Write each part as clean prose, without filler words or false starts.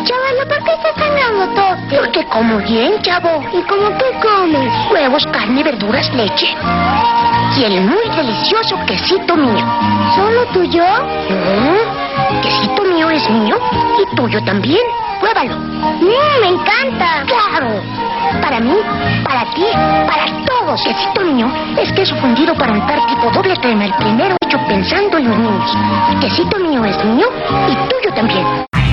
Chavalo, ¿por qué estás tan grandotote? Porque como bien, chavo. ¿Y cómo qué comes? Huevos, carne, verduras, leche. Y el muy delicioso quesito mío. ¿Solo tuyo? Quesito mío es mío y tuyo también. Pruébalo. Me encanta. Claro. Para mí, para ti, para todos. Quesito mío es queso fundido para untar tipo doble crema. El primero hecho pensando en los niños. Quesito mío es mío y tuyo también.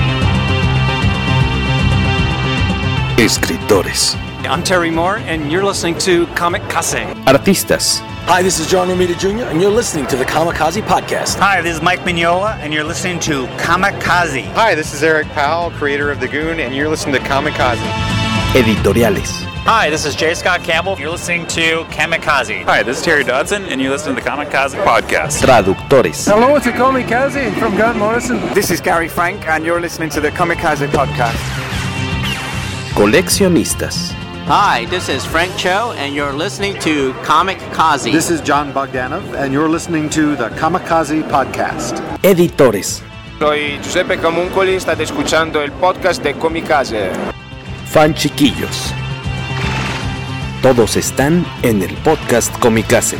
Escritores. I'm Terry Moore, and you're listening to Kamikaze. Artistas. Hi, this is John Romita Jr., and you're listening to the Kamikaze Podcast. Hi, this is Mike Mignola, and you're listening to Kamikaze. Hi, this is Eric Powell, creator of The Goon, and you're listening to Kamikaze. Editoriales. Hi, this is J. Scott Campbell. You're listening to Kamikaze. Hi, this is Terry Dodson, and you're listening to the Kamikaze Podcast. Traductores. Hello, it's Kamikaze from Grant Morrison. This is Gary Frank, and you're listening to the Kamikaze Podcast. Coleccionistas. Hi, this is Frank Cho, and you're listening to Kamikaze. This is John Bogdanov, and you're listening to the Kamikaze Podcast. Editores. Soy Giuseppe Camuncoli, state escuchando el podcast de Kamikaze. Fan chiquillos. Todos están en el podcast Kamikaze.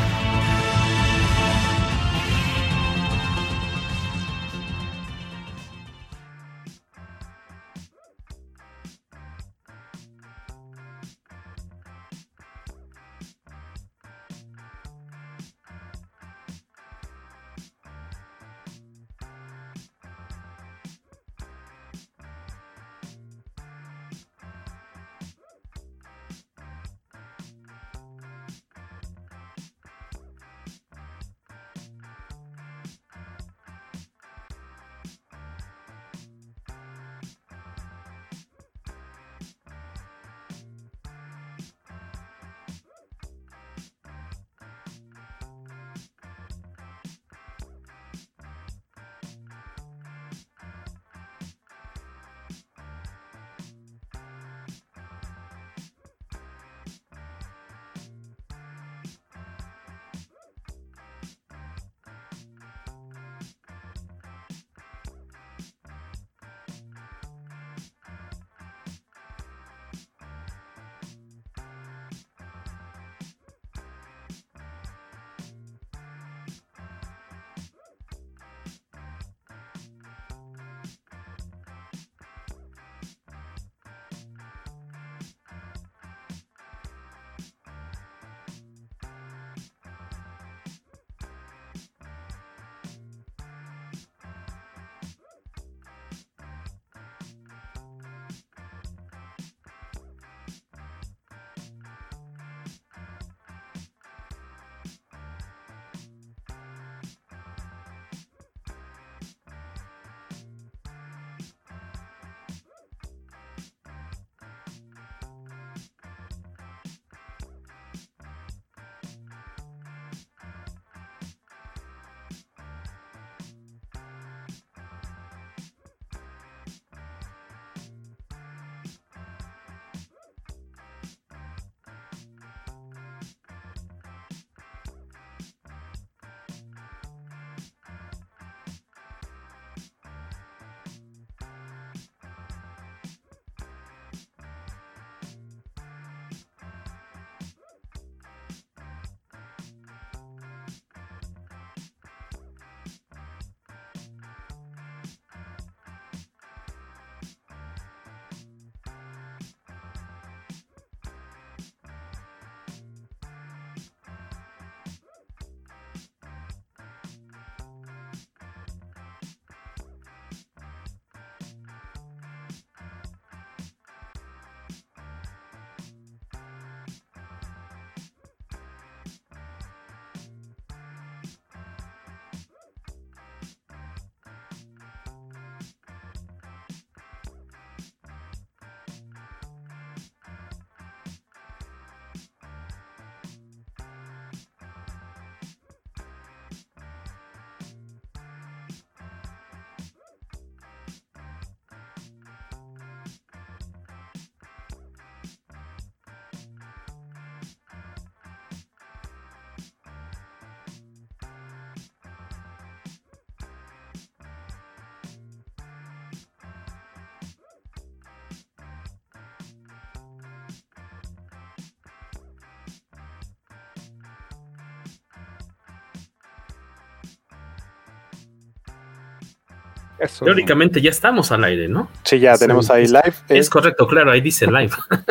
Eso. Teóricamente ya estamos al aire, ¿no? Sí, ya tenemos ahí live. Es correcto, claro, ahí dice live.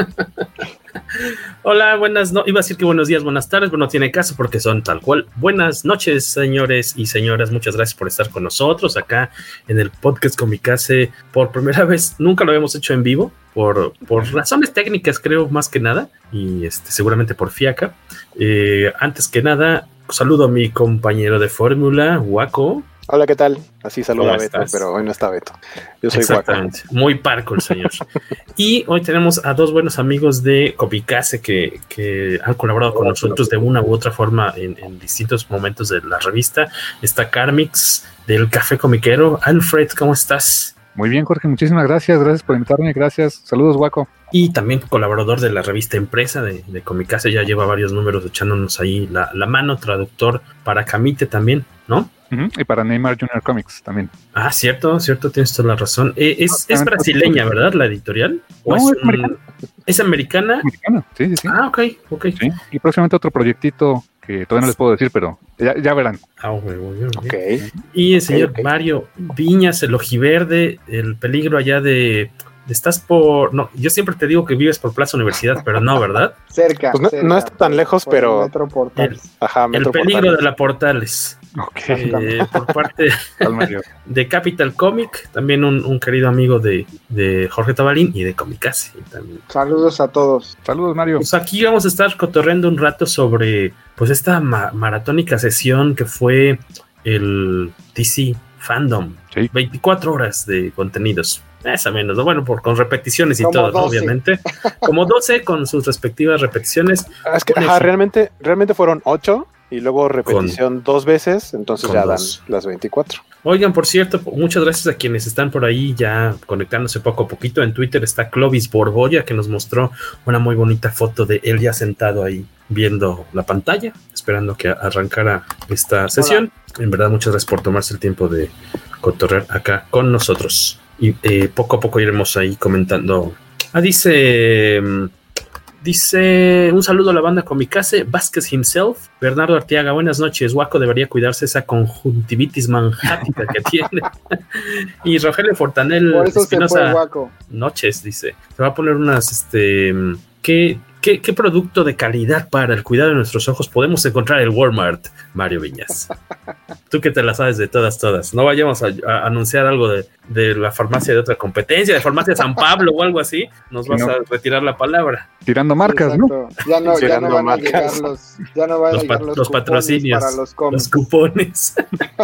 Hola, buenas, no, iba a decir que buenos días, buenas tardes, pero no tiene caso porque son tal cual. Buenas noches, señores y señoras, muchas gracias por estar con nosotros acá en el podcast Comicase por primera vez. Nunca lo habíamos hecho en vivo por razones técnicas, creo, más que nada, y seguramente por fiaca. Antes que nada, saludo a mi compañero de fórmula, Waco. Hola, ¿qué tal? Así saluda a Beto, pero hoy no está Beto. Yo soy Exactamente, Waco. Muy parco el señor. Y hoy tenemos a dos buenos amigos de Comicase que han colaborado con nosotros de una u otra forma en distintos momentos de la revista. Está Carmix del Café Comiquero. Alfred, ¿cómo estás? Muy bien, Jorge, muchísimas gracias. Gracias por invitarme, gracias. Saludos, Waco. Y también colaborador de la revista Empresa de Comicase, ya lleva varios números echándonos ahí la mano, traductor para Camite también, ¿no? Y para Neymar Junior Comics también. Ah, cierto, tienes toda la razón. Es brasileña, ¿verdad? La editorial. ¿O no, es americana? ¿Es americana? Americana, sí. Ah, ok. Sí. Y próximamente otro proyectito que todavía no les puedo decir, pero ya verán. Ah, muy bien. Okay. Y el señor Mario Viñas, el ojiverde, el peligro allá de... Estás por... No, yo siempre te digo que vives por Plaza Universidad, pero no, ¿verdad? Cerca. Pues no está tan lejos, pero... Metro Portales. El peligro de la Portales. Okay. Por parte de Capital Comic, también un querido amigo de Jorge Tabalín y de Comicase también. Saludos a todos. Saludos, Mario. Pues aquí vamos a estar cotorreando un rato sobre pues esta maratónica sesión que fue el DC Fandom. Sí. 24 horas de contenidos. Más o menos, ¿no? Bueno, con repeticiones y todo, ¿no? Obviamente. Como 12 con sus respectivas repeticiones. Es que realmente fueron 8 y luego repetición 2 veces, entonces ya dan las 24. Oigan, por cierto, muchas gracias a quienes están por ahí ya conectándose poco a poquito. En Twitter está Clovis Borbolla, que nos mostró una muy bonita foto de él ya sentado ahí viendo la pantalla, esperando que arrancara esta sesión. Hola. En verdad, muchas gracias por tomarse el tiempo de cotorrear acá con nosotros. Y poco a poco iremos ahí comentando. Dice un saludo a la banda Comicase, Vázquez himself, Bernardo Arteaga, buenas noches, Waco debería cuidarse esa conjuntivitis manjática que tiene. Y Rogelio Fortanel por eso Espinosa, se fue Waco. Noches, dice, se va a poner unas, ¿Qué producto de calidad para el cuidado de nuestros ojos podemos encontrar en Walmart, Mario Viñas? Tú que te la sabes de todas. No vayamos a anunciar algo de la farmacia de otra competencia, de farmacia San Pablo o algo así. Nos vas a retirar la palabra. Tirando marcas, ¿no? Ya no van a llegar los patrocinios, para los cómics. Los cupones.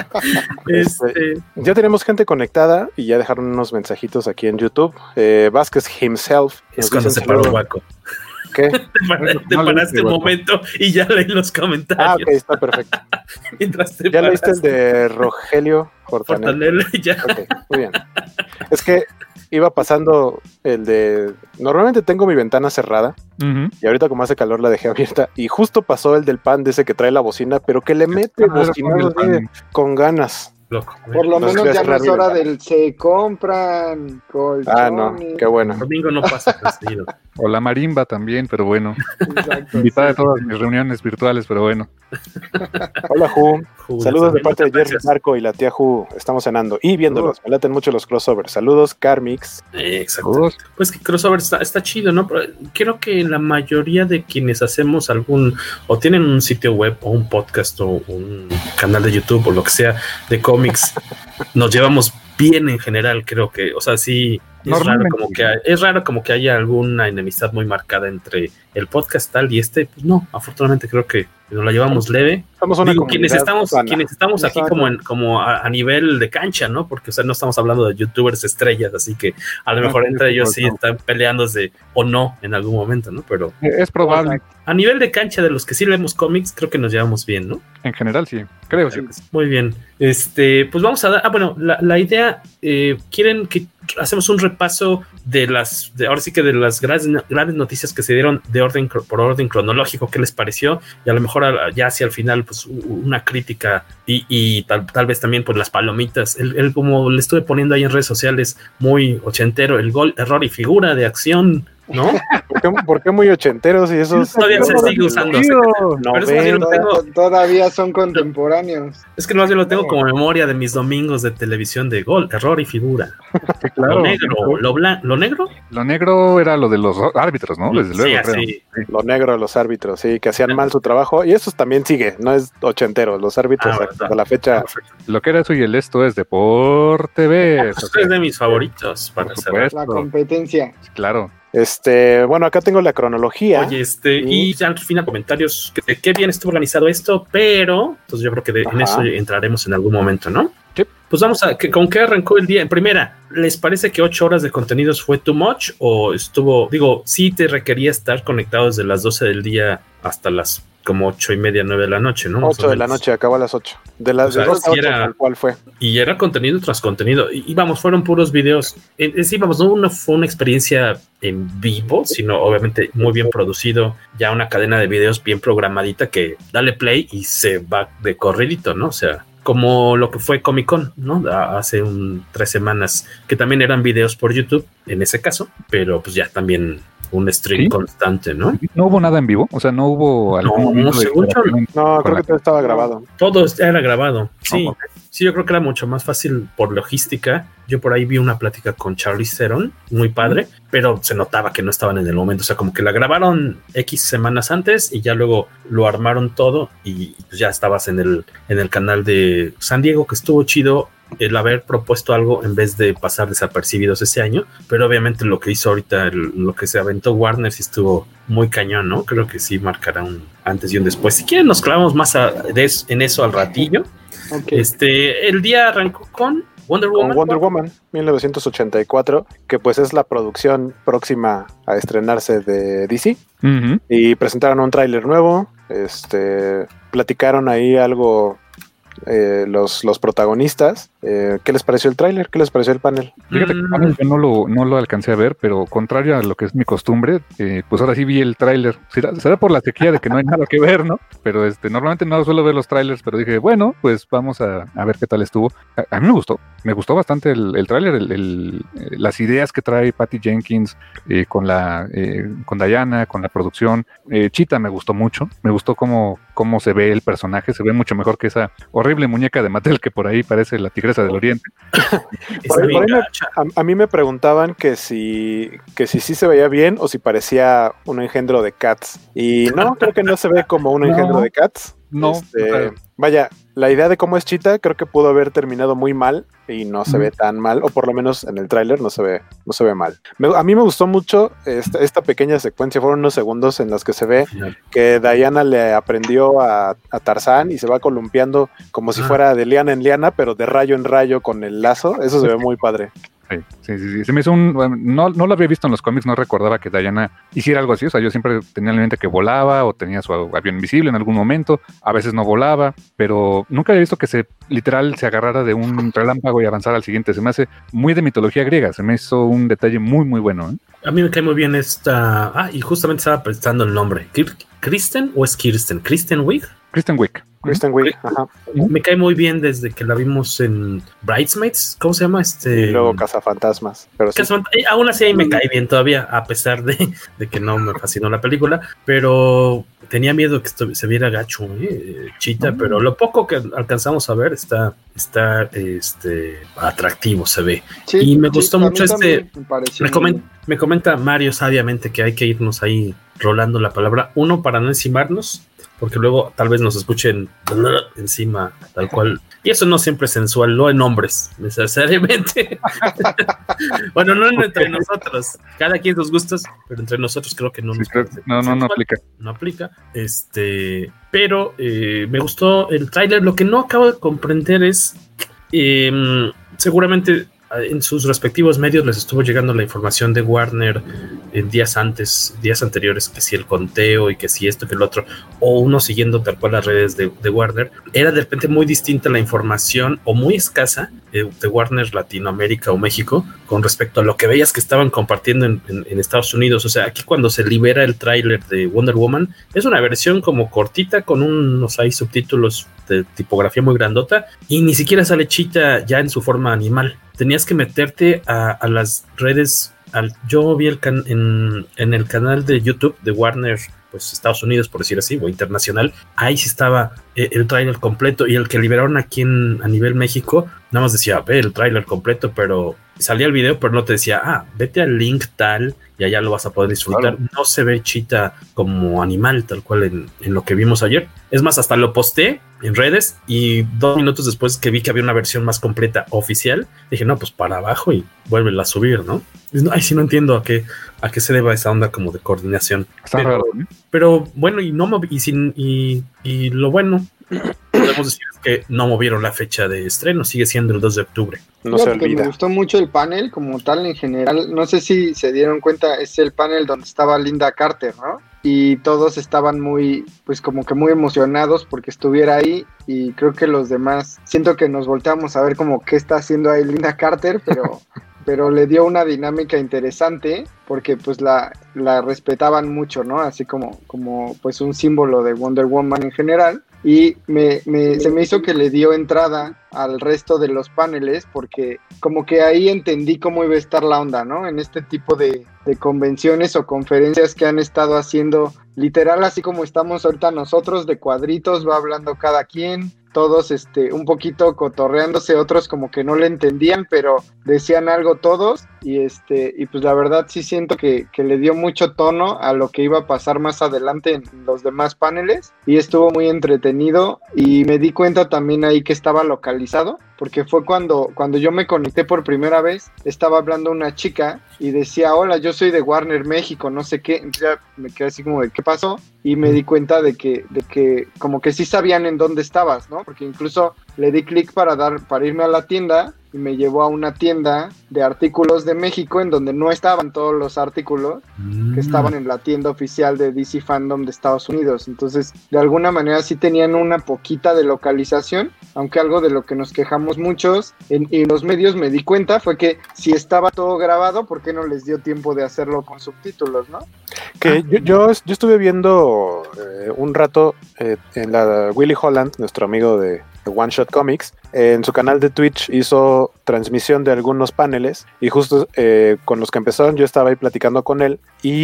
Ya tenemos gente conectada y ya dejaron unos mensajitos aquí en YouTube. Vázquez himself. Es cuando se paró Waco. ¿Qué? Te paraste un momento y ya leí los comentarios. Ah, ok, está perfecto. ¿Ya leíste el de Rogelio Fortanel? Ya. Ok, muy bien. Es que iba pasando el de... Normalmente tengo mi ventana cerrada y ahorita como hace calor la dejé abierta y justo pasó el del pan de ese que trae la bocina, pero que le mete bocinado con ganas. Loco. Por lo menos ya no es hora del se compran colchones. Ah, no, qué bueno. El domingo no pasa seguido. O la marimba también, pero bueno. Exacto. Invitada a todas mis reuniones virtuales, pero bueno. Hola, Ju. Saludos de parte de Jerry Marco y la tía Ju. Estamos cenando y viéndolos. Me laten mucho los crossovers. Saludos, Carmix. Exacto. Saludos. Pues que crossover está chido, ¿no? Pero creo que la mayoría de quienes hacemos o tienen un sitio web o un podcast o un canal de YouTube o lo que sea de cómics, nos llevamos bien en general, creo que, o sea, sí, es raro como que haya alguna enemistad muy marcada entre el podcast tal y pues no, afortunadamente creo que nos la llevamos leve. Quienes estamos aquí como a nivel de cancha, ¿no? Porque, o sea, no estamos hablando de youtubers estrellas, así que a lo mejor entre ellos sí están peleándose o no en algún momento, ¿no? Pero es probable. A nivel de cancha de los que sí leemos cómics, creo que nos llevamos bien, ¿no? En general, sí. Creo, sí. Muy bien. Pues vamos a dar... la idea... ¿quieren que hacemos un repaso ahora sí que de las grandes noticias que se dieron por orden cronológico? ¿Qué les pareció? Y a lo mejor ya hacia el final, pues una crítica y tal vez también pues las palomitas. Como le estuve poniendo ahí en redes sociales, muy ochentero, el gol, error y figura de acción ¿no? ¿Por qué muy ochenteros y esos? Todavía se sigue usando. Todavía son contemporáneos. Es que más bien lo tengo como memoria de mis domingos de televisión de gol, error y figura. Sí, claro. Lo negro, ¿lo negro? Lo negro era lo de los árbitros, ¿no? Desde luego, creo. Sí. Lo negro de los árbitros, sí, que hacían mal su trabajo. Y eso también sigue, no es ochentero. Los árbitros hasta la fecha. Lo que era eso y el esto es Deporte B. Es de mis favoritos, para saber. La competencia. Claro. Bueno, acá tengo la cronología. Oye, y ya al final comentarios, qué bien estuvo organizado esto, pero entonces yo creo que en eso entraremos en algún momento, ¿no? Sí. Pues vamos ¿con qué arrancó el día? En primera, ¿les parece que 8 horas de contenidos fue too much? O sí te requería estar conectado desde las 12 del día hasta las como 8:30, 9 de la noche, ¿no? 8 de la noche, acabó a las 8. De las 2 a 8, ¿cuál fue? Y era contenido tras contenido. Y vamos, fueron puros videos. No fue una experiencia en vivo, sino obviamente muy bien producido. Ya una cadena de videos bien programadita que dale play y se va de corridito, ¿no? O sea, como lo que fue Comic Con, ¿no? Hace 3 semanas, que también eran videos por YouTube, en ese caso, pero pues ya también un stream constante, ¿no? No hubo nada en vivo, o sea, no hubo algún No, creo que todo estaba grabado. Todo era grabado, sí. Sí, yo creo que era mucho más fácil por logística. Yo por ahí vi una plática con Charlize Theron, muy padre, pero se notaba que no estaban en el momento. O sea, como que la grabaron X semanas antes y ya luego lo armaron todo y pues ya estabas en el canal de San Diego, que estuvo chido el haber propuesto algo en vez de pasar desapercibidos ese año, pero obviamente lo que hizo ahorita, lo que se aventó Warner sí estuvo muy cañón, ¿no? Creo que sí marcará un antes y un después. Si quieren nos clavamos más en eso al ratillo. Okay. El día arrancó con Wonder Woman 1984, que pues es la producción próxima a estrenarse de DC. Y presentaron un tráiler nuevo, platicaron ahí algo los protagonistas. ¿Qué les pareció el tráiler? ¿Qué les pareció el panel? Fíjate que el panel yo no lo alcancé a ver, pero contrario a lo que es mi costumbre, pues ahora sí vi el tráiler. Será por la sequía de que no hay nada que ver, ¿no? Pero normalmente no suelo ver los trailers, pero dije, bueno, pues vamos a ver qué tal estuvo. A mí me gustó bastante el tráiler, las ideas que trae Patty Jenkins con Diana, con la producción. Cheetah me gustó mucho, me gustó cómo se ve el personaje, se ve mucho mejor que esa horrible muñeca de Mattel que por ahí parece la Tigresa del Oriente. A mí me preguntaban que si sí se veía bien o si parecía un engendro de Cats. Y no, creo que no se ve como un engendro de Cats. No. Vaya, la idea de cómo es Cheetah creo que pudo haber terminado muy mal y no se ve tan mal, o por lo menos en el tráiler no se ve mal. A mí me gustó mucho esta pequeña secuencia, fueron unos segundos en los que se ve que Diana le aprendió a Tarzán y se va columpiando como si fuera de liana en liana, pero de rayo en rayo con el lazo. Eso se ve muy padre. Sí. Se me hizo no lo había visto en los cómics, no recordaba que Diana hiciera algo así. O sea, yo siempre tenía en mente que volaba o tenía su avión invisible en algún momento. A veces no volaba, pero nunca había visto que se agarrara de un relámpago y avanzara al siguiente. Se me hace muy de mitología griega. Se me hizo un detalle muy, muy bueno, ¿eh? A mí me cae muy bien esta... y justamente estaba pensando el nombre. ¿Kristen o es Kirsten? ¿Kristen Wiig? Kristen Wiig. Ajá. Me cae muy bien desde que la vimos en Bridesmaids. ¿Cómo se llama? Y luego Cazafantasmas. Pero sí. Aún así ahí me cae bien todavía, a pesar de que no me fascinó la película, pero tenía miedo que se viera gacho, Cheetah, pero lo poco que alcanzamos a ver está atractivo, se ve. Sí, y me gustó mucho me comenta Mario sabiamente que hay que irnos ahí rolando la palabra 1 para no encimarnos, porque luego tal vez nos escuchen encima, tal cual. Y eso no siempre es sensual, no en hombres, necesariamente. Bueno, no entre nosotros, cada quien sus gustos, pero entre nosotros creo que no aplica. No aplica. Pero me gustó el tráiler. Lo que no acabo de comprender es, seguramente en sus respectivos medios les estuvo llegando la información de Warner en días anteriores, que si el conteo y que si esto que el otro, o uno siguiendo tal cual las redes de Warner. Era de repente muy distinta la información, o muy escasa, de Warner Latinoamérica o México con respecto a lo que veías que estaban compartiendo en Estados Unidos. O sea, aquí cuando se libera el tráiler de Wonder Woman es una versión como cortita con unos subtítulos de tipografía muy grandota y ni siquiera sale Cheetah ya en su forma animal. tenías que meterte a las redes. Yo vi en el canal de YouTube de Warner, pues Estados Unidos, por decir así, o internacional. Ahí sí estaba el tráiler completo, y el que liberaron aquí a nivel México, nada más decía, ve el tráiler completo, pero salía el video, pero no te decía, vete al link tal y allá lo vas a poder disfrutar. Claro. No se ve Cheetah como animal, tal cual en lo que vimos ayer. Es más, hasta lo posté en redes, y 2 minutos después que vi que había una versión más completa oficial, dije, no, pues para abajo y vuélvela a subir, ¿no? Ay, sí, no entiendo a qué se deba esa onda como de coordinación. Pero bueno, y lo bueno, podemos decir que no movieron la fecha de estreno, sigue siendo el 2 de octubre. No se olvida. Me gustó mucho el panel como tal en general. No sé si se dieron cuenta, es el panel donde estaba Linda Carter, ¿no? Y todos estaban muy, pues como que muy emocionados porque estuviera ahí, y creo que los demás, siento que nos volteamos a ver como qué está haciendo ahí Linda Carter, pero le dio una dinámica interesante porque pues la respetaban mucho, ¿no? Así como pues un símbolo de Wonder Woman en general. Y se me hizo que le dio entrada al resto de los paneles, porque como que ahí entendí cómo iba a estar la onda, ¿no? En este tipo de convenciones o conferencias que han estado haciendo, literal, así como estamos ahorita nosotros, de cuadritos, va hablando cada quien, todos un poquito cotorreándose, otros como que no le entendían, pero decían algo todos, y pues la verdad sí siento que le dio mucho tono a lo que iba a pasar más adelante en los demás paneles, y estuvo muy entretenido. Y me di cuenta también ahí que estaba localizado, porque fue cuando yo me conecté por primera vez, estaba hablando una chica y decía, hola, yo soy de Warner México, no sé qué. Entonces ya me quedé así como de, ¿qué pasó? Y me di cuenta de que como que sí sabían en dónde estabas, ¿no? Porque incluso le di clic para irme a la tienda, y me llevó a una tienda de artículos de México en donde no estaban todos los artículos que estaban en la tienda oficial de DC Fandom de Estados Unidos. Entonces, de alguna manera sí tenían una poquita de localización, aunque algo de lo que nos quejamos muchos en los medios, me di cuenta, fue que si estaba todo grabado, ¿por qué no les dio tiempo de hacerlo con subtítulos, no? Que yo estuve viendo un rato en la Willy Holland, nuestro amigo de One Shot Comics, en su canal de Twitch hizo transmisión de algunos paneles, y justo con los que empezaron yo estaba ahí platicando con él,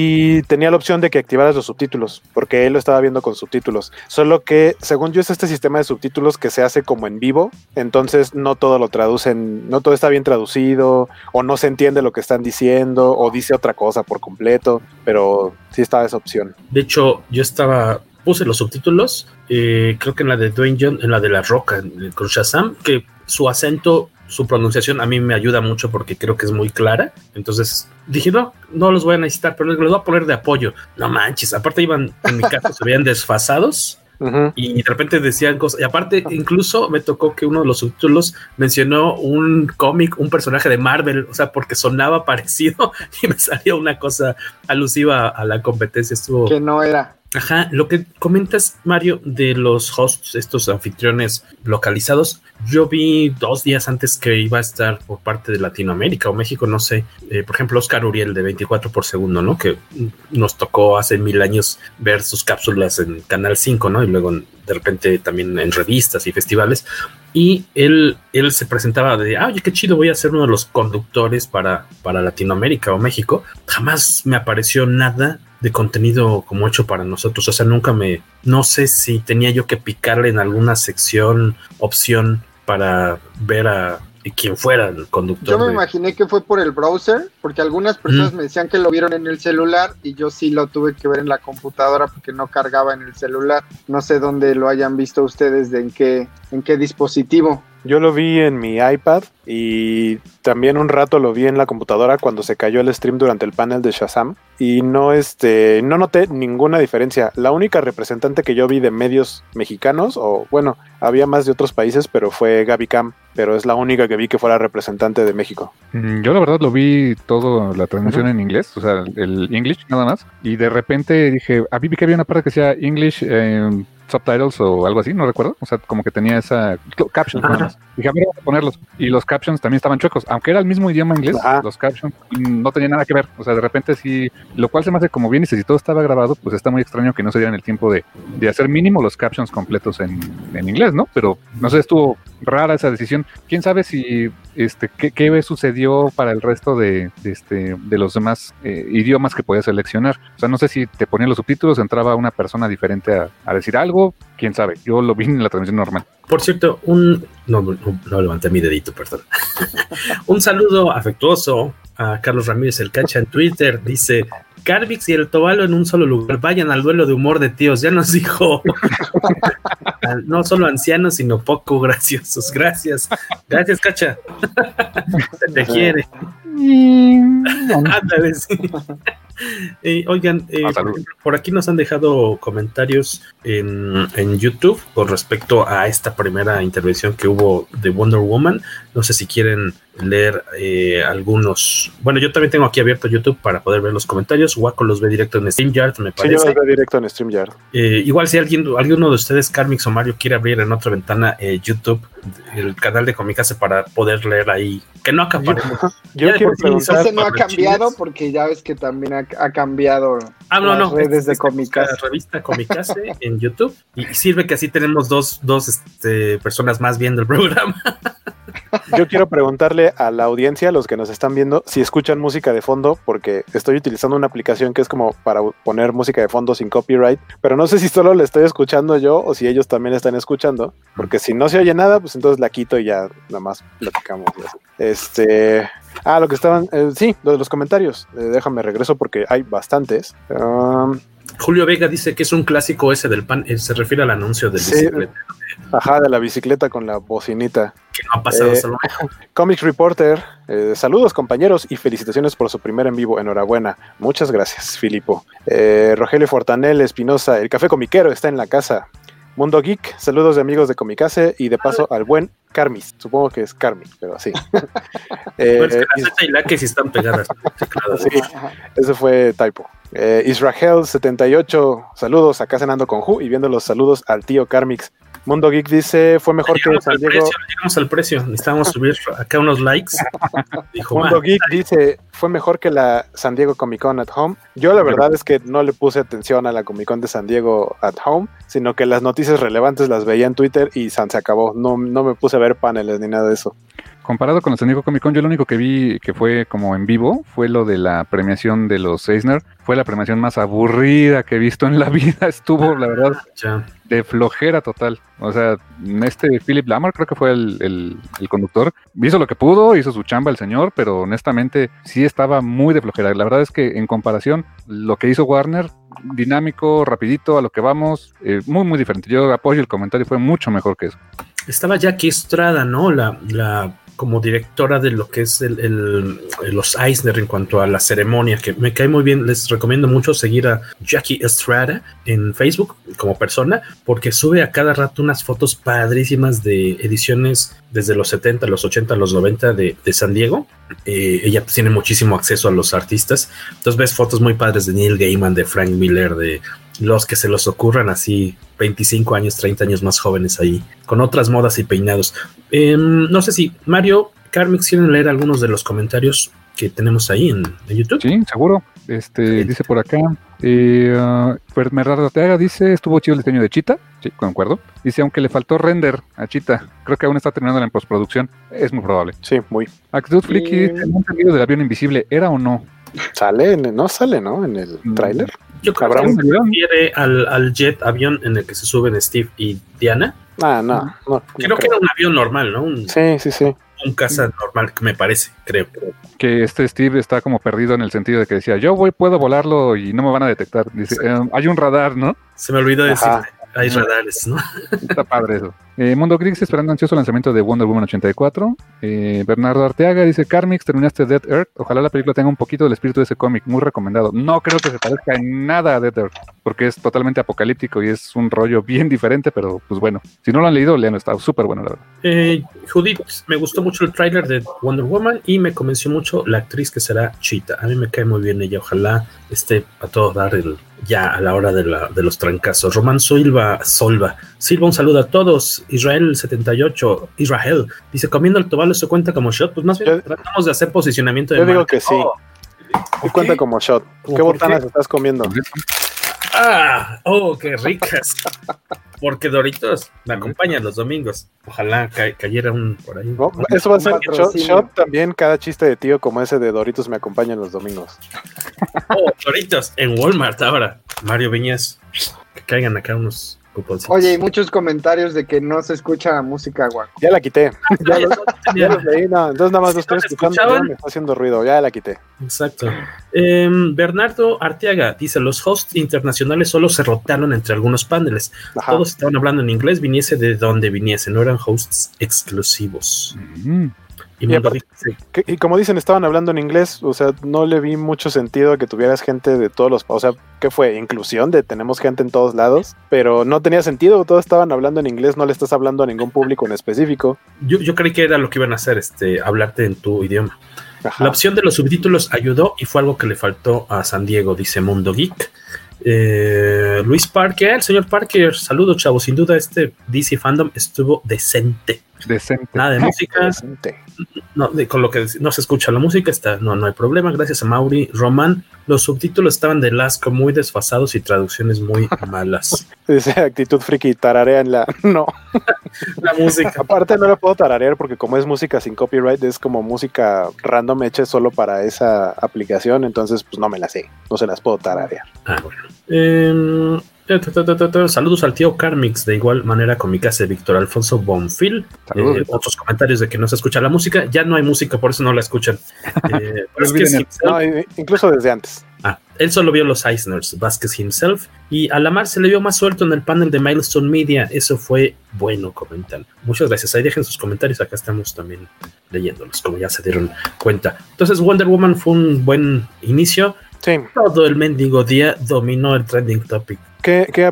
y tenía la opción de que activaras los subtítulos, porque él lo estaba viendo con subtítulos, solo que según yo es este sistema de subtítulos que se hace como en vivo, entonces no todo lo traducen, no todo está bien traducido, o no se entiende lo que están diciendo, o dice otra cosa por completo, pero sí estaba esa opción. De hecho, puse los subtítulos, creo que en la de Dwayne Johnson, en la de La Roca, con Shazam, que su acento, su pronunciación a mí me ayuda mucho porque creo que es muy clara. Entonces dije, no los voy a necesitar, pero los voy a poner de apoyo. No manches, aparte iban, en mi caso, se veían desfasados. Y de repente decían cosas, y aparte incluso me tocó que uno de los subtítulos mencionó un cómic, un personaje de Marvel, o sea, porque sonaba parecido y me salía una cosa alusiva a la competencia. Estuvo que no era. Ajá, lo que comentas, Mario, de los hosts, estos anfitriones localizados, yo vi 2 días antes que iba a estar por parte de Latinoamérica o México, no sé, por ejemplo, Oscar Uriel de 24 por segundo, ¿no? Que nos tocó hace 1000 años ver sus cápsulas en Canal 5, ¿no? Y luego de repente también en revistas y festivales. Y él se presentaba de, oye, qué chido, voy a ser uno de los conductores para Latinoamérica o México. Jamás me apareció nada de contenido como hecho para nosotros. O sea, no sé si tenía yo que picarle en alguna opción para ver a quien fuera el conductor. Yo me imaginé que fue por el browser, porque algunas personas me decían que lo vieron en el celular, y yo sí lo tuve que ver en la computadora porque no cargaba en el celular. No sé dónde lo hayan visto ustedes, en qué dispositivo. Yo lo vi en mi iPad, y también un rato lo vi en la computadora cuando se cayó el stream durante el panel de Shazam, y no noté ninguna diferencia. La única representante que yo vi de medios mexicanos, o bueno, había más de otros países, pero fue Gaby Cam, pero es la única que vi que fuera representante de México. Yo la verdad lo vi todo la transmisión en inglés, o sea, el English nada más, y de repente dije, vi que había una parte que decía English subtitles o algo así, no recuerdo. O sea, como que tenía esa captions. Dije, a ver, vamos a ponerlos. Y los captions también estaban chuecos. Aunque era el mismo idioma inglés, los captions no tenían nada que ver. O sea, de repente sí, lo cual se me hace como bien, y si todo estaba grabado, pues está muy extraño que no se dieran el tiempo de hacer mínimo los captions completos en inglés, ¿no? Pero no sé, estuvo rara esa decisión. ¿Quién sabe si qué sucedió para el resto de los demás idiomas que podías seleccionar? O sea, no sé si te ponían los subtítulos, entraba una persona diferente a decir algo, quién sabe. Yo lo vi en la transmisión normal. Por cierto, no levanté mi dedito, perdón. Un saludo afectuoso a Carlos Ramírez el Cacha en Twitter. Dice: Carvix y el Tobalo en un solo lugar. Vayan al duelo de humor de tíos. Ya nos dijo. No solo ancianos, sino poco graciosos. Gracias. Gracias, Cacha. Se te quiere. Ándale, sí. Oigan, por aquí nos han dejado comentarios en YouTube con respecto a esta primera intervención que hubo de Wonder Woman. No sé si quieren leer algunos. Bueno, yo también tengo aquí abierto YouTube para poder ver los comentarios. Waco los ve directo en StreamYard, me parece. Sí, yo los veo directo en StreamYard. Igual si alguno de ustedes, Carmix o Mario, quiere abrir en otra ventana YouTube el canal de Comicase para poder leer ahí. Que no acaparemos. Yo quiero preguntar. Ese no ha cambiado porque ya ves que también ha cambiado las redes de Comicase. La revista Comicase en YouTube. Y sirve que así tenemos dos personas más viendo el programa. Yo quiero preguntarle a la audiencia, a los que nos están viendo, si escuchan música de fondo, porque estoy utilizando una aplicación que es como para poner música de fondo sin copyright, pero no sé si solo la estoy escuchando yo o si ellos también están escuchando, porque si no se oye nada, pues entonces la quito y ya nada más platicamos. Lo que estaban, sí, lo de los comentarios, déjame regreso porque hay bastantes. Julio Vega dice que es un clásico ese del pan, se refiere al anuncio del bicicleta. Ajá, de la bicicleta con la bocinita. Que no ha pasado solo. Comics Reporter, saludos compañeros y felicitaciones por su primer en vivo, enhorabuena. Muchas gracias, Filipo. Rogelio Fortanel Espinosa, el café comiquero está en la casa. Mundo Geek, saludos de amigos de Comicase y de paso al buen Carmis, supongo que es Carmi, pero sí. Pero es que la Z y la que sí están pegadas. Sí, ese fue typo. Israel 78, saludos, acá cenando con Ju y viendo los saludos al tío Carmix. Mundo Geek dice, fue mejor que San Diego. Llegamos al precio, necesitamos subir acá unos likes. Dijo, Mundo Geek dice, fue mejor que la San Diego Comic Con at Home. Yo la verdad es que no le puse atención a la Comic Con de San Diego at Home, sino que las noticias relevantes las veía en Twitter y se acabó. No me puse a ver paneles ni nada de eso. Comparado con la San Diego Comic Con, yo lo único que vi que fue como en vivo fue lo de la premiación de los Eisner. Fue la premiación más aburrida que he visto en la vida. Estuvo, la verdad, de flojera total. O sea, Philip Lamar creo que fue el conductor. Hizo lo que pudo, hizo su chamba el señor, pero honestamente sí estaba muy de flojera. La verdad es que en comparación, lo que hizo Warner, dinámico, rapidito, a lo que vamos, muy, muy diferente. Yo apoyo el comentario, fue mucho mejor que eso. Estaba Jackie Estrada, ¿no? La como directora de lo que es los Eisner en cuanto a la ceremonia, que me cae muy bien. Les recomiendo mucho seguir a Jackie Estrada en Facebook como persona, porque sube a cada rato unas fotos padrísimas de ediciones desde los 70, los 80, los 90 de San Diego. Ella tiene muchísimo acceso a los artistas, entonces ves fotos muy padres de Neil Gaiman, de Frank Miller, de los que se los ocurran así 25 años, 30 años más jóvenes ahí, con otras modas y peinados. No sé si Mario, Carmix, quieren leer algunos de los comentarios que tenemos ahí en YouTube. Sí, seguro. Dice por acá, Merrado Teaga dice, estuvo chido el diseño de Cheetah. Sí, concuerdo. Dice, aunque le faltó render a Cheetah, creo que aún está terminando en postproducción. Es muy probable. Sí, muy. Actitud Flicky dice, ¿no han del avión invisible? ¿Era o no? Sale, ¿no? En el tráiler. Yo creo que se refiere al jet avión en el que se suben Steve y Diana. No. Creo que era un avión normal, ¿no? Sí. Un caza normal, me parece, creo. Que Steve está como perdido en el sentido de que decía, puedo volarlo y no me van a detectar. Dice, hay un radar, ¿no? Se me olvidó decir, hay radares, ¿no? Está padre eso. Mundo Griggs esperando ansioso lanzamiento de Wonder Woman 84. Bernardo Arteaga dice: Carmix, terminaste Dead Earth. Ojalá la película tenga un poquito del espíritu de ese cómic. Muy recomendado. No creo que se parezca en nada a Dead Earth, porque es totalmente apocalíptico y es un rollo bien diferente, pero pues bueno. Si no lo han leído, leanlo. Está súper bueno, la verdad. Judith, me gustó mucho el tráiler de Wonder Woman y me convenció mucho la actriz que será Cheetah. A mí me cae muy bien ella. Ojalá esté a todo dar ya a la hora de los trancazos. Román Silva, un saludo a todos. Israel 78, Israel, dice: comiendo el tobalo, ¿eso cuenta como shot? Pues más bien tratamos de hacer posicionamiento de yo digo que sí. Cuenta como shot. ¿Qué botanas estás comiendo? Qué ricas. Porque Doritos me acompañan los domingos. Ojalá cayera un por ahí. No, eso va a ser shot también. Cada chiste de tío como ese de Doritos me acompañan los domingos. Doritos en Walmart ahora. Mario Viñas, que caigan acá unos cuponcitos. Oye, y muchos comentarios de que no se escucha música, guaco. Ya la quité. ya los leí, no. Entonces nada más lo estoy escuchando. Me está haciendo ruido, ya la quité. Exacto. Bernardo Arteaga dice: los hosts internacionales solo se rotaron entre algunos paneles. Ajá. Todos estaban hablando en inglés, viniese de donde viniese, no eran hosts exclusivos. Y como dicen, estaban hablando en inglés, o sea, no le vi mucho sentido a que tuvieras gente de todos los, o sea, ¿qué fue? Inclusión de tenemos gente en todos lados, pero no tenía sentido, todos estaban hablando en inglés, no le estás hablando a ningún público en específico. Yo creí que era lo que iban a hacer, hablarte en tu idioma. Ajá. La opción de los subtítulos ayudó y fue algo que le faltó a San Diego, dice Mundo Geek. Luis Parker, el señor Parker, saludos, chavos. Sin duda DC Fandom estuvo decente. Nada de música. No, con lo que no se escucha la música, no hay problema. Gracias a Mauri Román. Los subtítulos estaban de asco, muy desfasados y traducciones muy malas. Esa actitud friki, tarareanla. No. La música. Aparte no la puedo tararear porque como es música sin copyright, es como música random hecha solo para esa aplicación, entonces pues no me la sé. No se las puedo tararear. Bueno. Saludos al tío Carmix, de igual manera con mi casa Víctor Alfonso Bonfil. Otros comentarios de que no se escucha la música. Ya no hay música, por eso no la escuchan. Incluso desde antes. Él solo vio los Eisners, Vázquez himself, y a Lamar se le vio más suelto en el panel de Milestone Media. Eso fue bueno, comentan. Muchas gracias. Ahí dejen sus comentarios, acá estamos también leyéndolos, como ya se dieron cuenta. Entonces Wonder Woman fue un buen inicio. Sí. Todo el mendigo día dominó el trending topic. Que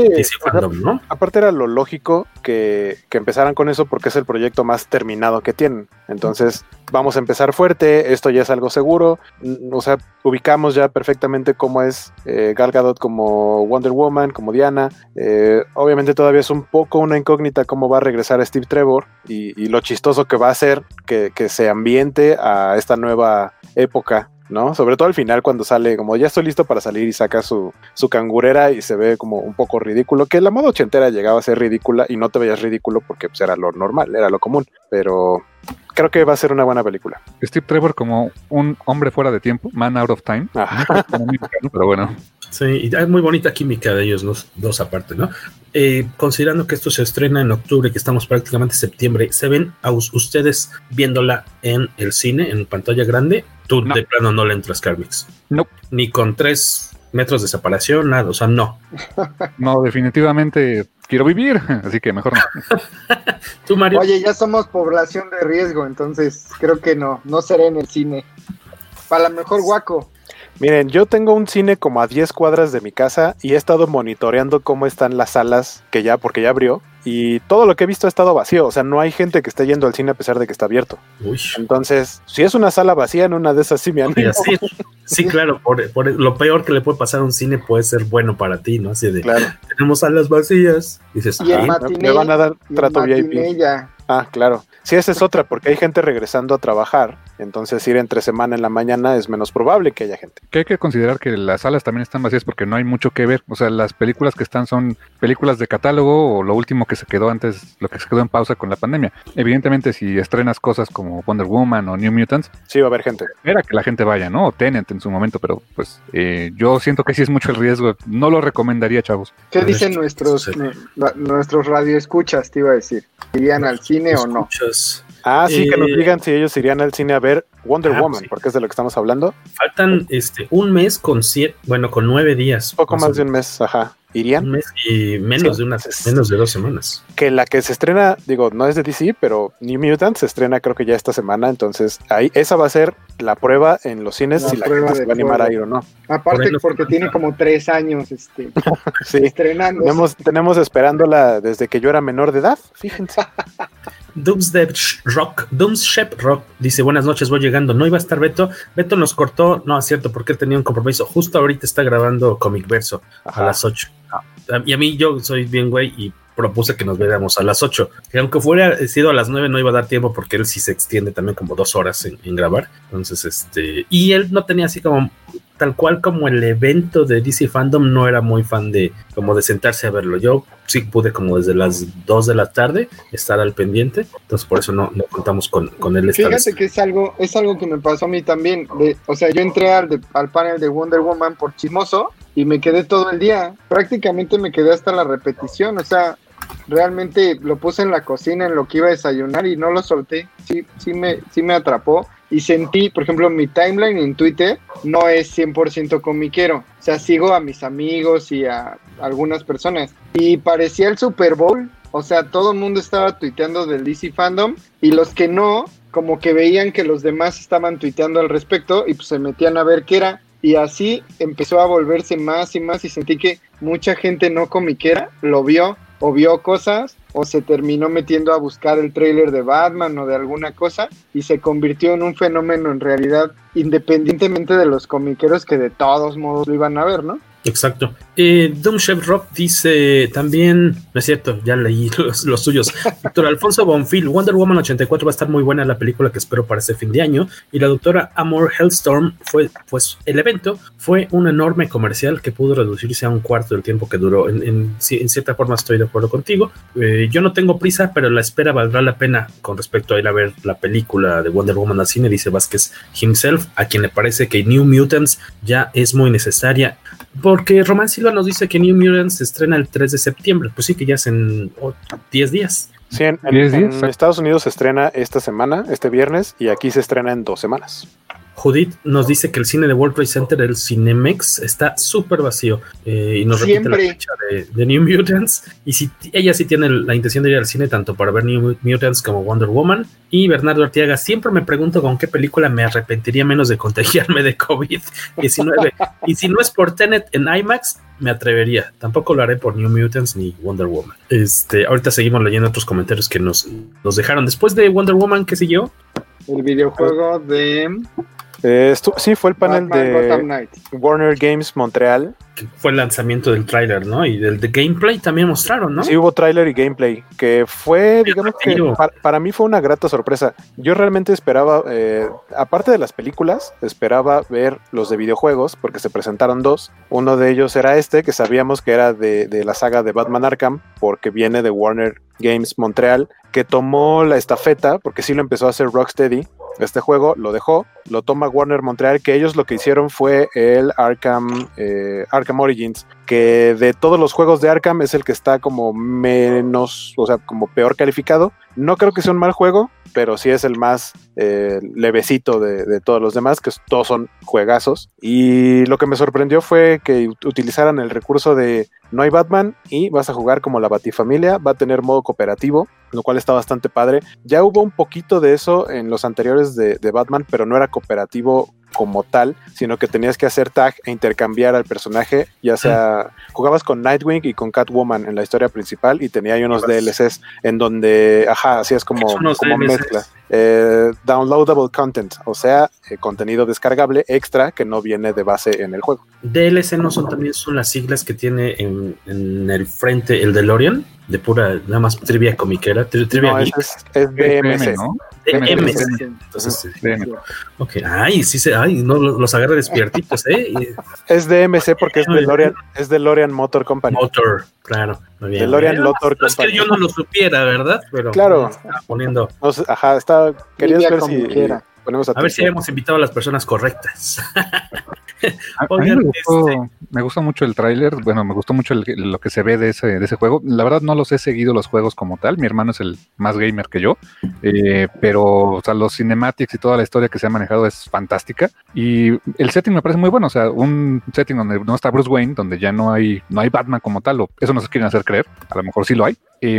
aparte era lo lógico que empezaran con eso porque es el proyecto más terminado que tienen. Entonces vamos a empezar fuerte, esto ya es algo seguro, o sea, ubicamos ya perfectamente cómo es Gal Gadot como Wonder Woman, como Diana. Obviamente todavía es un poco una incógnita cómo va a regresar Steve Trevor y lo chistoso que va a ser que se ambiente a esta nueva época, ¿no? Sobre todo al final cuando sale como ya estoy listo para salir y saca su cangurera y se ve como un poco ridículo, que la moda ochentera llegaba a ser ridícula y no te veías ridículo porque pues era lo normal, era lo común, pero creo que va a ser una buena película. Steve Trevor como un hombre fuera de tiempo, man out of time. Pero bueno. Sí, y hay muy bonita química de ellos dos aparte, ¿no? Considerando que esto se estrena en octubre, que estamos prácticamente en septiembre, ¿se ven a ustedes viéndola en el cine, en pantalla grande? Tú no. De plano no le entras, Carmix. No. Ni con 3 metros de separación, nada, o sea, no. No, definitivamente quiero vivir, así que mejor no. ¿Tú, Mario? Oye, ya somos población de riesgo, entonces creo que no seré en el cine. Para la mejor, guaco. Miren, yo tengo un cine como a 10 cuadras de mi casa y he estado monitoreando cómo están las salas porque ya abrió, y todo lo que he visto ha estado vacío, o sea, no hay gente que esté yendo al cine a pesar de que está abierto. Uy. Entonces, si es una sala vacía, en una de esas sí me animo. Sí, claro, por lo peor que le puede pasar a un cine puede ser bueno para ti, ¿no? Así de, claro. Tenemos salas vacías. Dices, y el matiné, me van a dar trato VIP. Ya. Claro. Sí, esa es otra, porque hay gente regresando a trabajar, entonces ir entre semana en la mañana es menos probable que haya gente. Que hay que considerar que las salas también están vacías porque no hay mucho que ver, o sea, las películas que están son películas de catálogo o lo último que se quedó antes, lo que se quedó en pausa con la pandemia. Evidentemente, si estrenas cosas como Wonder Woman o New Mutants, sí va a haber gente. Espera que la gente vaya, ¿no? O Tenet en su momento, pero pues yo siento que sí es mucho el riesgo, no lo recomendaría, chavos. ¿Qué dicen nuestros radioescuchas, te iba a decir? ¿Irían al cine o no? Sí, que nos digan si ellos irían al cine a ver Wonder Woman, sí. Porque es de lo que estamos hablando. Faltan un mes con 9 días. Poco más de un mes, ajá. ¿Irían? Un mes y menos de 2 semanas. Que la que se estrena, digo, no es de DC, pero New Mutants se estrena creo que ya esta semana, entonces ahí esa va a ser la prueba en los cines si la gente se va a animar a ir o no. Aparte porque tiene como 3 años sí, estrenando. Tenemos esperándola desde que yo era menor de edad, fíjense. Doomshep Rock dice: buenas noches, voy llegando. No iba a estar Beto nos cortó, no es cierto, porque él tenía un compromiso. Justo ahorita está grabando Comic Verso a las 8. Y a mí, yo soy bien güey y propuse que nos viéramos a las 8. Que aunque fuera sido a las 9 no iba a dar tiempo porque él sí se extiende también como 2 horas en grabar. Entonces, y él no tenía así como tal cual como el evento de DC Fandom, no era muy fan de sentarse a verlo. Yo sí pude como desde las 2 de la tarde estar al pendiente, entonces por eso no contamos con él. Fíjate que es algo que me pasó a mí también. Yo entré al panel de Wonder Woman por chismoso y me quedé todo el día. Prácticamente me quedé hasta la repetición, realmente lo puse en la cocina en lo que iba a desayunar y no lo solté. Sí me atrapó. Y sentí, por ejemplo, mi timeline en Twitter no es 100% comiquero. Sigo a mis amigos y a algunas personas. Y parecía el Super Bowl. Todo el mundo estaba tuiteando del DC Fandom. Y los que no, como que veían que los demás estaban tuiteando al respecto y pues se metían a ver qué era. Y así empezó a volverse más y más y sentí que mucha gente no comiquera lo vio o vio cosas o se terminó metiendo a buscar el tráiler de Batman o de alguna cosa y se convirtió en un fenómeno en realidad, independientemente de los comiqueros que de todos modos lo iban a ver, ¿no? Exacto. Doomshep Rock dice también, no es cierto, ya leí los suyos. Doctor Alfonso Bonfil, Wonder Woman 84 va a estar muy buena, la película que espero para este fin de año. Y la doctora Amor Hellstorm el evento fue un enorme comercial que pudo reducirse a un cuarto del tiempo que duró. En cierta forma estoy de acuerdo contigo. Yo no tengo prisa, pero la espera valdrá la pena con respecto a ir a ver la película de Wonder Woman al cine, dice Vázquez himself, a quien le parece que New Mutants ya es muy necesaria. Porque Román Silva nos dice que New Mutants se estrena el 3 de septiembre. Pues sí, que ya es en 10 días. Sí, en Estados Unidos se estrena esta semana, este viernes, y aquí se estrena en 2 semanas. Judith nos dice que el cine de World Trade Center, el Cinemex, está súper vacío y nos repite la fecha de New Mutants. Y ella sí tiene la intención de ir al cine tanto para ver New Mutants como Wonder Woman. Y Bernardo Arteaga, siempre me pregunto con qué película me arrepentiría menos de contagiarme de COVID-19. Y si no es por Tenet en IMAX, me atrevería. Tampoco lo haré por New Mutants ni Wonder Woman. Ahorita seguimos leyendo otros comentarios que nos dejaron. Después de Wonder Woman, ¿qué siguió? El videojuego de... sí, fue el panel de Warner Games Montreal. Que fue el lanzamiento del tráiler, ¿no? Y del de gameplay también mostraron, ¿no? Sí, hubo tráiler y gameplay, que fue, digamos que para mí fue una grata sorpresa. Yo realmente esperaba, aparte de las películas, esperaba ver los de videojuegos, porque se presentaron 2. Uno de ellos era que sabíamos que era de la saga de Batman Arkham, porque viene de Warner Games Montreal, que tomó la estafeta, porque sí lo empezó a hacer Rocksteady. Este juego lo dejó, lo toma Warner Montreal, que ellos lo que hicieron fue el Arkham Origins, que de todos los juegos de Arkham es el que está como menos, como peor calificado. No creo que sea un mal juego, pero sí es el más levecito de todos los demás, que todos son juegazos. Y lo que me sorprendió fue que utilizaran el recurso de no hay Batman y vas a jugar como la Batifamilia, va a tener modo cooperativo, lo cual está bastante padre. Ya hubo un poquito de eso en los anteriores de Batman, pero no era cooperativo como tal, sino que tenías que hacer tag e intercambiar al personaje, ya sea jugabas con Nightwing y con Catwoman en la historia principal y tenía ahí unos DLCs en donde, hacías como mezcla. Downloadable content, contenido descargable extra que no viene de base en el juego. DLC son las siglas que tiene en el frente el DeLorean, de pura, nada más trivia comiquera, trivia geek. Es DMC, ¿no? DMC. Entonces, ok, no los agarra despiertitos, Es DMC porque es DeLorean Motor Company. Claro, muy bien. DeLorean Motor Company. Es que yo no lo supiera, ¿verdad? Pero claro. Poniendo. Querías ver si ponemos a ver si hemos invitado a las personas correctas. A mí me gusta mucho el tráiler, bueno, me gustó mucho lo que se ve de ese juego. La verdad no los he seguido los juegos como tal, mi hermano es el más gamer que yo, pero o sea, los cinematics y toda la historia que se ha manejado es fantástica, y el setting me parece muy bueno, o sea, un setting donde no está Bruce Wayne, donde ya no hay Batman como tal, o eso nos quieren hacer creer, a lo mejor sí lo hay, y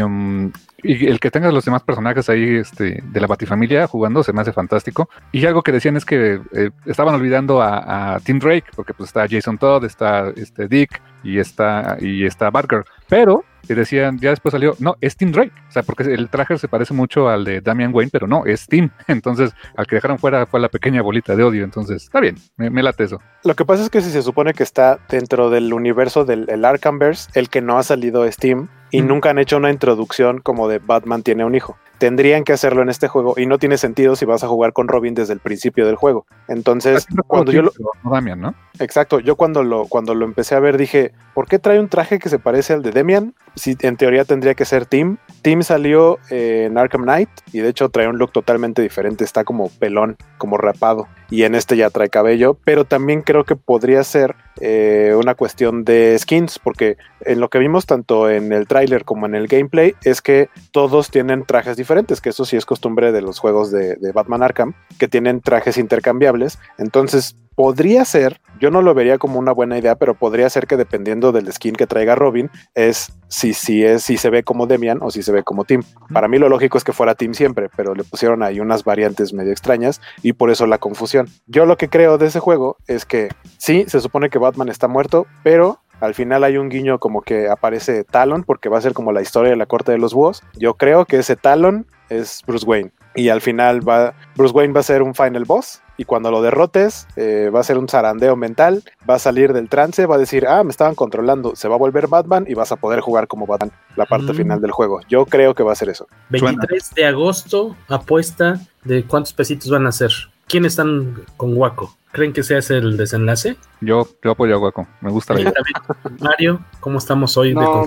el que tengas los demás personajes ahí de la Batifamilia jugando se me hace fantástico. Y algo que decían es que estaban olvidando a Tim Drake, porque pues está Jason Todd, está Dick y está Batgirl, pero decían, ya después salió, no, es Tim Drake, o sea, porque el traje se parece mucho al de Damian Wayne, pero no, es Tim. Entonces, al que dejaron fuera fue la pequeña bolita de odio, entonces, está bien, me late eso. Lo que pasa es que si se supone que está dentro del universo del Arkhamverse, el que no ha salido es Tim, y nunca han hecho una introducción como de Batman tiene un hijo. Tendrían que hacerlo en este juego y no tiene sentido si vas a jugar con Robin desde el principio del juego. Entonces, cuando yo no Damian, ¿no? Exacto, yo cuando lo empecé a ver dije, ¿por qué trae un traje que se parece al de Damian? Si en teoría tendría que ser Tim. Tim salió en Arkham Knight y de hecho trae un look totalmente diferente, está como pelón, como rapado, y en este ya trae cabello, pero también creo que podría ser una cuestión de skins, porque en lo que vimos tanto en el tráiler como en el gameplay es que todos tienen trajes diferentes, que eso sí es costumbre de los juegos de Batman Arkham, que tienen trajes intercambiables. Entonces podría ser, yo no lo vería como una buena idea, pero podría ser que dependiendo del skin que traiga Robin, es si se ve como Damian o si se ve como Tim. Para mí lo lógico es que fuera Tim siempre, pero le pusieron ahí unas variantes medio extrañas y por eso la confusión. Yo lo que creo de ese juego es que sí, se supone que Batman está muerto, pero al final hay un guiño como que aparece Talon, porque va a ser como la historia de la corte de los búhos. Yo creo que ese Talon es Bruce Wayne. Y al final Bruce Wayne va a ser un final boss. Y cuando lo derrotes, va a ser un zarandeo mental. Va a salir del trance, va a decir, me estaban controlando. Se va a volver Batman y vas a poder jugar como Batman la parte final del juego. Yo creo que va a ser eso. 23 de agosto, apuesta de cuántos pesitos van a hacer. ¿Quiénes están con Waco? ¿Creen que ese es el desenlace? Yo apoyo a Waco, me gusta la idea. Mario, ¿cómo estamos hoy? No,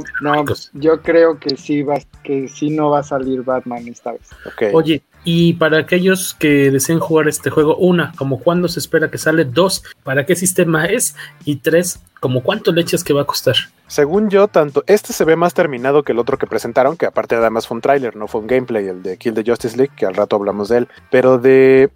yo creo que sí no va a salir Batman esta vez. Okay. Oye, y para aquellos que deseen jugar este juego, como cuándo se espera que sale, 2, ¿para qué sistema es? Y 3, ¿como cuánto le echas que va a costar? Según yo, tanto este se ve más terminado que el otro que presentaron, que aparte además fue un tráiler, no fue un gameplay, el de Kill the Justice League, que al rato hablamos de él, pero de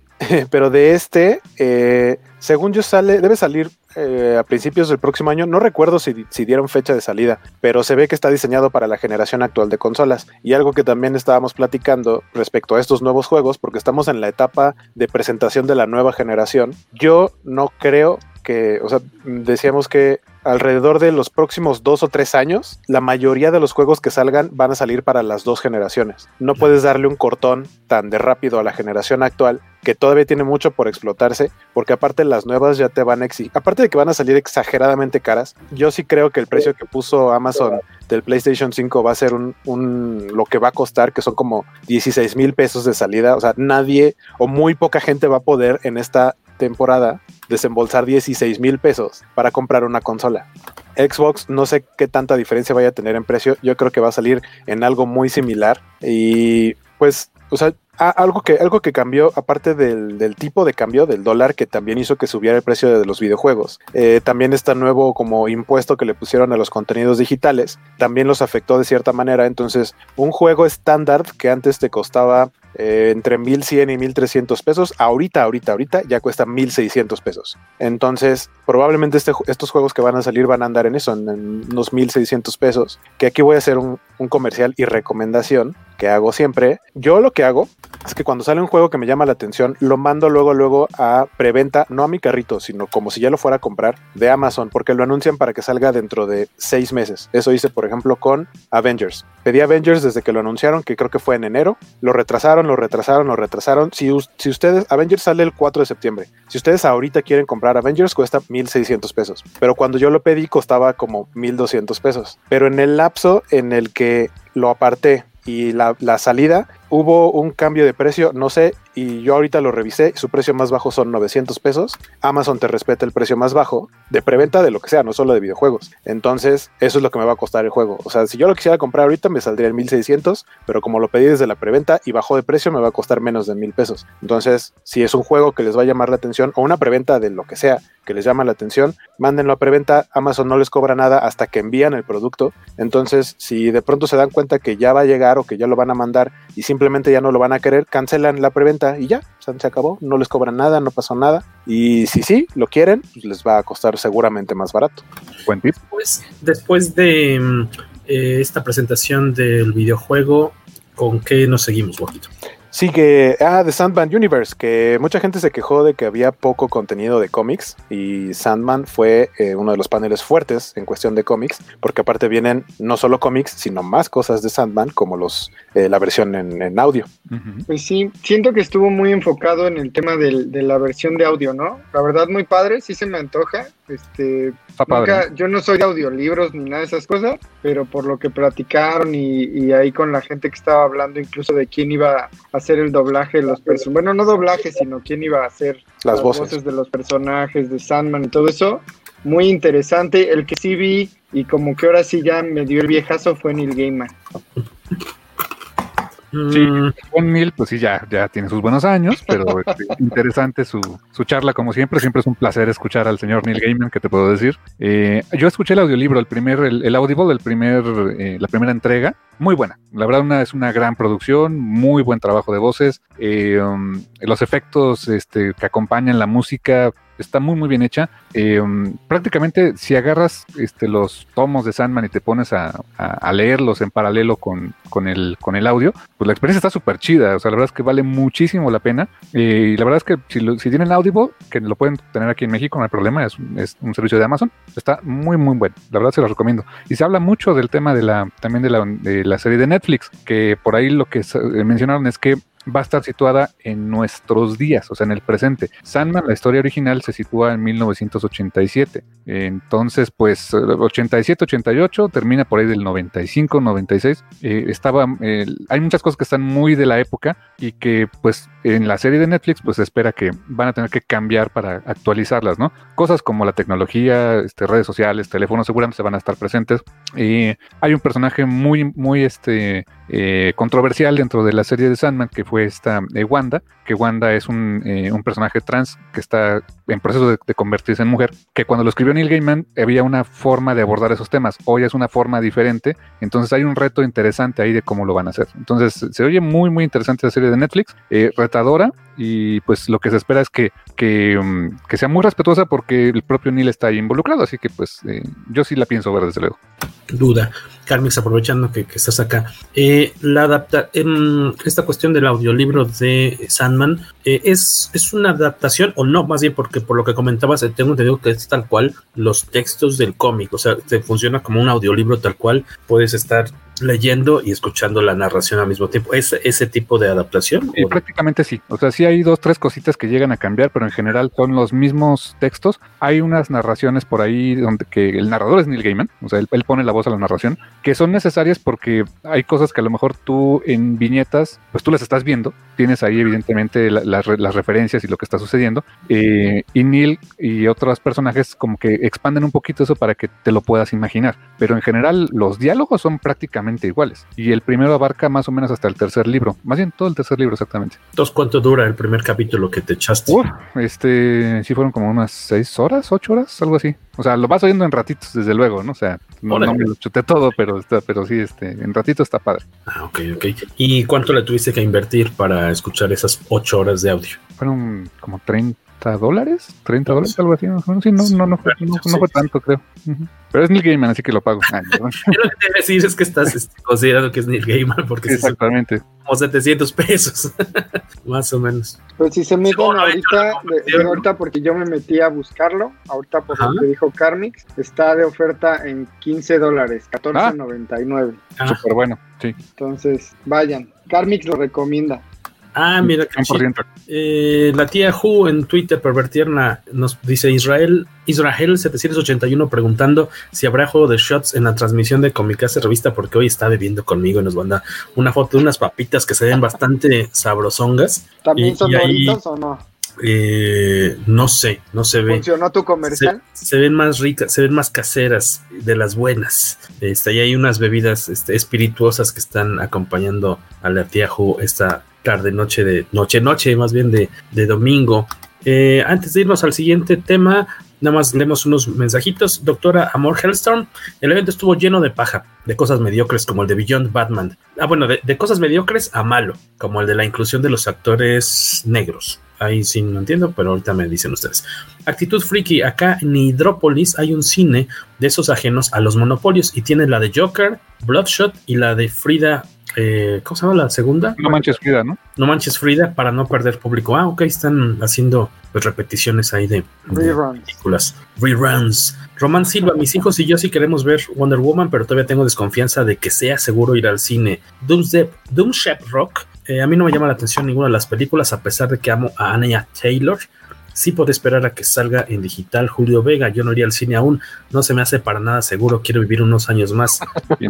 este, según yo debe salir a principios del próximo año. No recuerdo si dieron fecha de salida, pero se ve que está diseñado para la generación actual de consolas. Y algo que también estábamos platicando respecto a estos nuevos juegos, porque estamos en la etapa de presentación de la nueva generación, yo no creo que, o sea, decíamos que alrededor de los próximos 2 o 3 años, la mayoría de los juegos que salgan van a salir para las dos generaciones. No puedes darle un cortón tan de rápido a la generación actual, que todavía tiene mucho por explotarse, porque aparte las nuevas ya te van a exigir, aparte de que van a salir exageradamente caras. Yo sí creo que el precio que puso Amazon del PlayStation 5 va a ser lo que va a costar, que son como 16,000 pesos de salida. O sea, nadie o muy poca gente va a poder en esta temporada desembolsar 16,000 pesos para comprar una consola. Xbox, no sé qué tanta diferencia vaya a tener en precio. Yo creo que va a salir en algo muy similar. Y pues, o sea, algo que cambió, aparte del tipo de cambio del dólar, que también hizo que subiera el precio de los videojuegos, también este nuevo como impuesto que le pusieron a los contenidos digitales también los afectó de cierta manera. Entonces, un juego estándar que antes te costaba entre 1,100 y 1,300 pesos, ahorita ya cuesta 1,600 pesos. Entonces, probablemente estos juegos que van a salir van a andar en eso, en unos 1,600 pesos. Que aquí voy a hacer un comercial y recomendación que hago siempre. Yo lo que hago es que cuando sale un juego que me llama la atención, lo mando luego a preventa, no a mi carrito, sino como si ya lo fuera a comprar de Amazon, porque lo anuncian para que salga dentro de 6 meses. Eso hice, por ejemplo, con Avengers. Pedí Avengers desde que lo anunciaron, que creo que fue en enero. Lo retrasaron. Si ustedes, Avengers sale el 4 de septiembre. Si ustedes ahorita quieren comprar Avengers, cuesta 1,600 pesos. Pero cuando yo lo pedí, costaba como 1,200 pesos. Pero en el lapso en el que lo aparté y la salida, hubo un cambio de precio, no sé, y yo ahorita lo revisé, su precio más bajo son 900 pesos. Amazon te respeta el precio más bajo de preventa de lo que sea, no solo de videojuegos. Entonces, eso es lo que me va a costar el juego. O sea, si yo lo quisiera comprar ahorita me saldría en 1600, pero como lo pedí desde la preventa y bajó de precio, me va a costar menos de 1000 pesos. Entonces, si es un juego que les va a llamar la atención o una preventa de lo que sea que les llama la atención, mándenlo a preventa. Amazon no les cobra nada hasta que envían el producto. Entonces, si de pronto se dan cuenta que ya va a llegar o que ya lo van a mandar y simplemente ya no lo van a querer, cancelan la preventa y ya, o sea, se acabó, no les cobran nada, no pasó nada. Y si sí, lo quieren, pues les va a costar seguramente más barato. Buen tip. Después de esta presentación del videojuego, ¿con qué nos seguimos, Guajito? Sigue The Sandman Universe, que mucha gente se quejó de que había poco contenido de cómics, y Sandman fue uno de los paneles fuertes en cuestión de cómics, porque aparte vienen no solo cómics, sino más cosas de Sandman, como la versión en audio. Pues sí, siento que estuvo muy enfocado en el tema de la versión de audio, ¿no? La verdad, muy padre, sí se me antoja. Yo no soy de audiolibros ni nada de esas cosas, pero por lo que platicaron y ahí con la gente que estaba hablando incluso de quién iba a hacer el doblaje de los personajes, bueno, no doblaje, sino quién iba a hacer las voces de los personajes de Sandman y todo eso, muy interesante. El que sí vi y como que ahora sí ya me dio el viejazo fue Neil Gaiman. Sí, con Neil, pues sí, ya tiene sus buenos años, pero interesante su charla, como siempre es un placer escuchar al señor Neil Gaiman, ¿qué te puedo decir? Yo escuché el audiolibro, el Audible, la primera entrega, muy buena, la verdad es una gran producción, muy buen trabajo de voces, los efectos que acompañan la música, está muy muy bien hecha. Prácticamente si agarras los tomos de Sandman y te pones a leerlos en paralelo con el audio, pues la experiencia está súper chida. O sea, la verdad es que vale muchísimo la pena. Y la verdad es que si tienen Audible, que lo pueden tener aquí en México, no hay problema, es un servicio de Amazon, está muy muy bueno. La verdad se los recomiendo. Y se habla mucho del tema también de la serie de Netflix, que por ahí lo que mencionaron es que va a estar situada en nuestros días, o sea, en el presente. Sandman, la historia original, se sitúa en 1987. Entonces, pues, 87, 88, termina por ahí del 95, 96. Hay muchas cosas que están muy de la época y que, pues, en la serie de Netflix, pues, se espera que van a tener que cambiar para actualizarlas, ¿no? Cosas como la tecnología, redes sociales, teléfonos, seguramente van a estar presentes. Hay un personaje muy, muy, controversial dentro de la serie de Sandman, que fue Wanda, que Wanda es un personaje trans que está en proceso de convertirse en mujer, que cuando lo escribió Neil Gaiman había una forma de abordar esos temas, hoy es una forma diferente, entonces hay un reto interesante ahí de cómo lo van a hacer. Entonces se oye muy muy interesante la serie de Netflix, retadora, y pues lo que se espera es que sea muy respetuosa porque el propio Neil está ahí involucrado, así que pues yo sí la pienso ver desde luego. Duda, Carmix, aprovechando que estás acá, esta cuestión del audiolibro de Sandman, ¿es una adaptación o no? Más bien porque por lo que comentabas, tengo entendido que es tal cual los textos del cómic, o sea, te funciona como un audiolibro tal cual, puedes estar leyendo y escuchando la narración al mismo tiempo. ¿Es ese tipo de adaptación? Prácticamente sí. O sea, sí hay 2-3 cositas que llegan a cambiar, pero en general son los mismos textos. Hay unas narraciones por ahí donde que el narrador es Neil Gaiman, o sea, él pone la voz a la narración, que son necesarias porque hay cosas que a lo mejor tú en viñetas, pues tú las estás viendo, tienes ahí evidentemente las referencias y lo que está sucediendo, y Neil y otros personajes como que expanden un poquito eso para que te lo puedas imaginar, pero en general los diálogos son prácticamente iguales, y el primero abarca más o menos hasta el tercer libro, más bien todo el tercer libro exactamente. Entonces, ¿cuánto dura el primer capítulo que te echaste? Sí fueron como unas 6 horas, 8 horas, algo así. O sea, lo vas oyendo en ratitos, desde luego, ¿no? O sea, no me lo chuté todo, pero sí, en ratito está padre. Ok. ¿Y cuánto le tuviste que invertir para escuchar esas 8 horas de audio? Fueron como $30, algo así. Sí, no fue tanto, creo. Pero es Neil Gaiman, así que lo pago. Yo lo que te voy a decir es que estás considerando que es Neil Gaiman, porque sí, exactamente. Como $700, más o menos. Pues si se meten ahorita, porque yo me metí a buscarlo, ahorita por lo que dijo Carmix, está de oferta en $15, $14.99. Súper bueno, sí. Entonces, vayan. Carmix lo recomienda. Mira que la tía Who en Twitter pervertierna nos dice Israel 781 preguntando si habrá juego de shots en la transmisión de Comicase Revista, porque hoy está bebiendo conmigo y nos manda una foto de unas papitas que se ven bastante sabrosongas. ¿También son Doritos o no? No sé, no se ve. ¿Funcionó tu comercial? Se ven más ricas, se ven más caseras, de las buenas. Y hay unas bebidas espirituosas que están acompañando a la tía Who esta tarde, noche más bien de domingo. Antes de irnos al siguiente tema, nada más leemos unos mensajitos. Doctora Amor Hellstorm, el evento estuvo lleno de paja, de cosas mediocres como el de Beyond Batman. Bueno, de cosas mediocres a malo, como el de la inclusión de los actores negros. Ahí sí no entiendo, pero ahorita me dicen ustedes. Actitud Friki, acá en Hidrópolis hay un cine de esos ajenos a los monopolios y tiene la de Joker, Bloodshot y la de Frida. ¿Cómo se llama la segunda? No manches Frida, ¿no? No manches Frida, para no perder público. Ok, están haciendo pues, repeticiones ahí de películas. Reruns. Román Silva, mis hijos y yo sí queremos ver Wonder Woman, pero todavía tengo desconfianza de que sea seguro ir al cine. Doomshep Rock, a mí no me llama la atención ninguna de las películas, a pesar de que amo a Anya Taylor. Sí puedo esperar a que salga en digital. Julio Vega, yo no iría al cine aún, no se me hace para nada seguro, quiero vivir unos años más.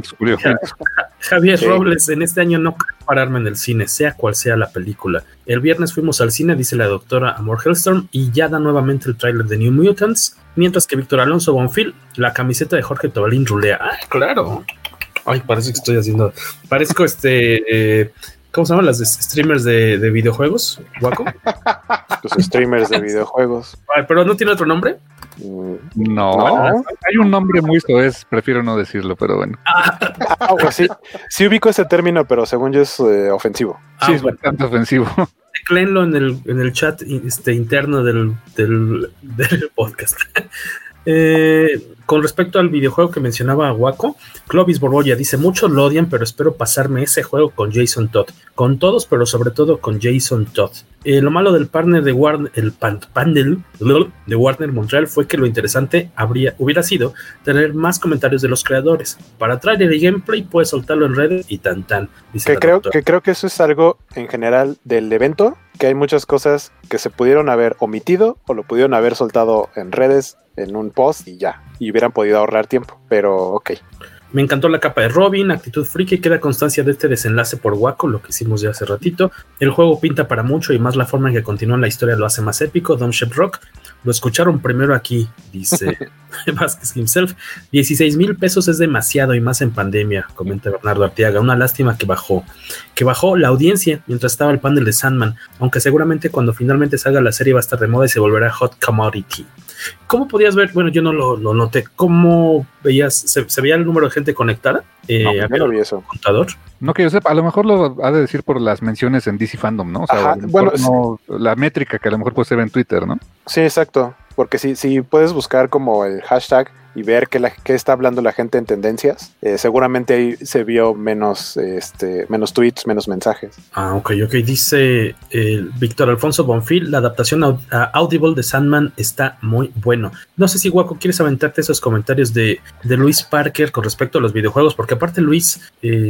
Javier Robles, en este año no quiero pararme en el cine, sea cual sea la película. El viernes fuimos al cine, dice la doctora Amor Hellstorm, y ya da nuevamente el tráiler de New Mutants, mientras que Víctor Alonso Bonfil, la camiseta de Jorge Tobalín rulea. Claro. Ay, parece que estoy haciendo, parezco ¿cómo se llaman las streamers de videojuegos? ¿Guaco? Los streamers de videojuegos. Ay, ¿pero no tiene otro nombre? No. Hay un nombre muy soez, prefiero no decirlo, pero bueno. Pues sí ubico ese término, pero según yo es ofensivo. Sí, es bastante ofensivo. Tecléenlo en el chat interno del podcast. Con respecto al videojuego que mencionaba Waco, Clovis Borbolla dice: muchos lo odian, pero espero pasarme ese juego con Jason Todd, con todos, pero sobre todo con Jason Todd. Lo malo del partner de Warner, el panel de Warner Montreal, fue que lo interesante hubiera sido tener más comentarios de los creadores. Para trailer y gameplay puedes soltarlo en redes y tan. Dice creo que eso es algo en general del evento, que hay muchas cosas que se pudieron haber omitido o lo pudieron haber soltado en redes, en un post y ya, y hubieran podido ahorrar tiempo, pero ok. Me encantó la capa de Robin, actitud friki, queda constancia de este desenlace por Waco, lo que hicimos ya hace ratito. El juego pinta para mucho y más la forma en que continúa la historia lo hace más épico. Doomship Rock, lo escucharon primero aquí, dice Vázquez himself. 16,000 pesos es demasiado y más en pandemia, comenta Bernardo Arteaga. Una lástima que bajó la audiencia mientras estaba el panel de Sandman, aunque seguramente cuando finalmente salga la serie va a estar de moda y se volverá hot commodity. ¿Cómo podías ver? Bueno, yo no lo noté. ¿Cómo veías? ¿Se veía el número de gente conectada? No, no vi eso. ¿Contador? No que yo sepa, a lo mejor lo ha de decir por las menciones en DC Fandom, ¿no? O sea, bueno, la métrica que a lo mejor puede ser en Twitter, ¿no? Sí, exacto. Porque si puedes buscar como el hashtag y ver qué está hablando la gente en tendencias, seguramente ahí se vio menos tweets, menos mensajes. Ok. Dice Víctor Alfonso Bonfil, la adaptación Audible de Sandman está muy bueno. No sé si, Guaco, quieres aventarte esos comentarios de Luis Parker con respecto a los videojuegos, porque aparte Luis,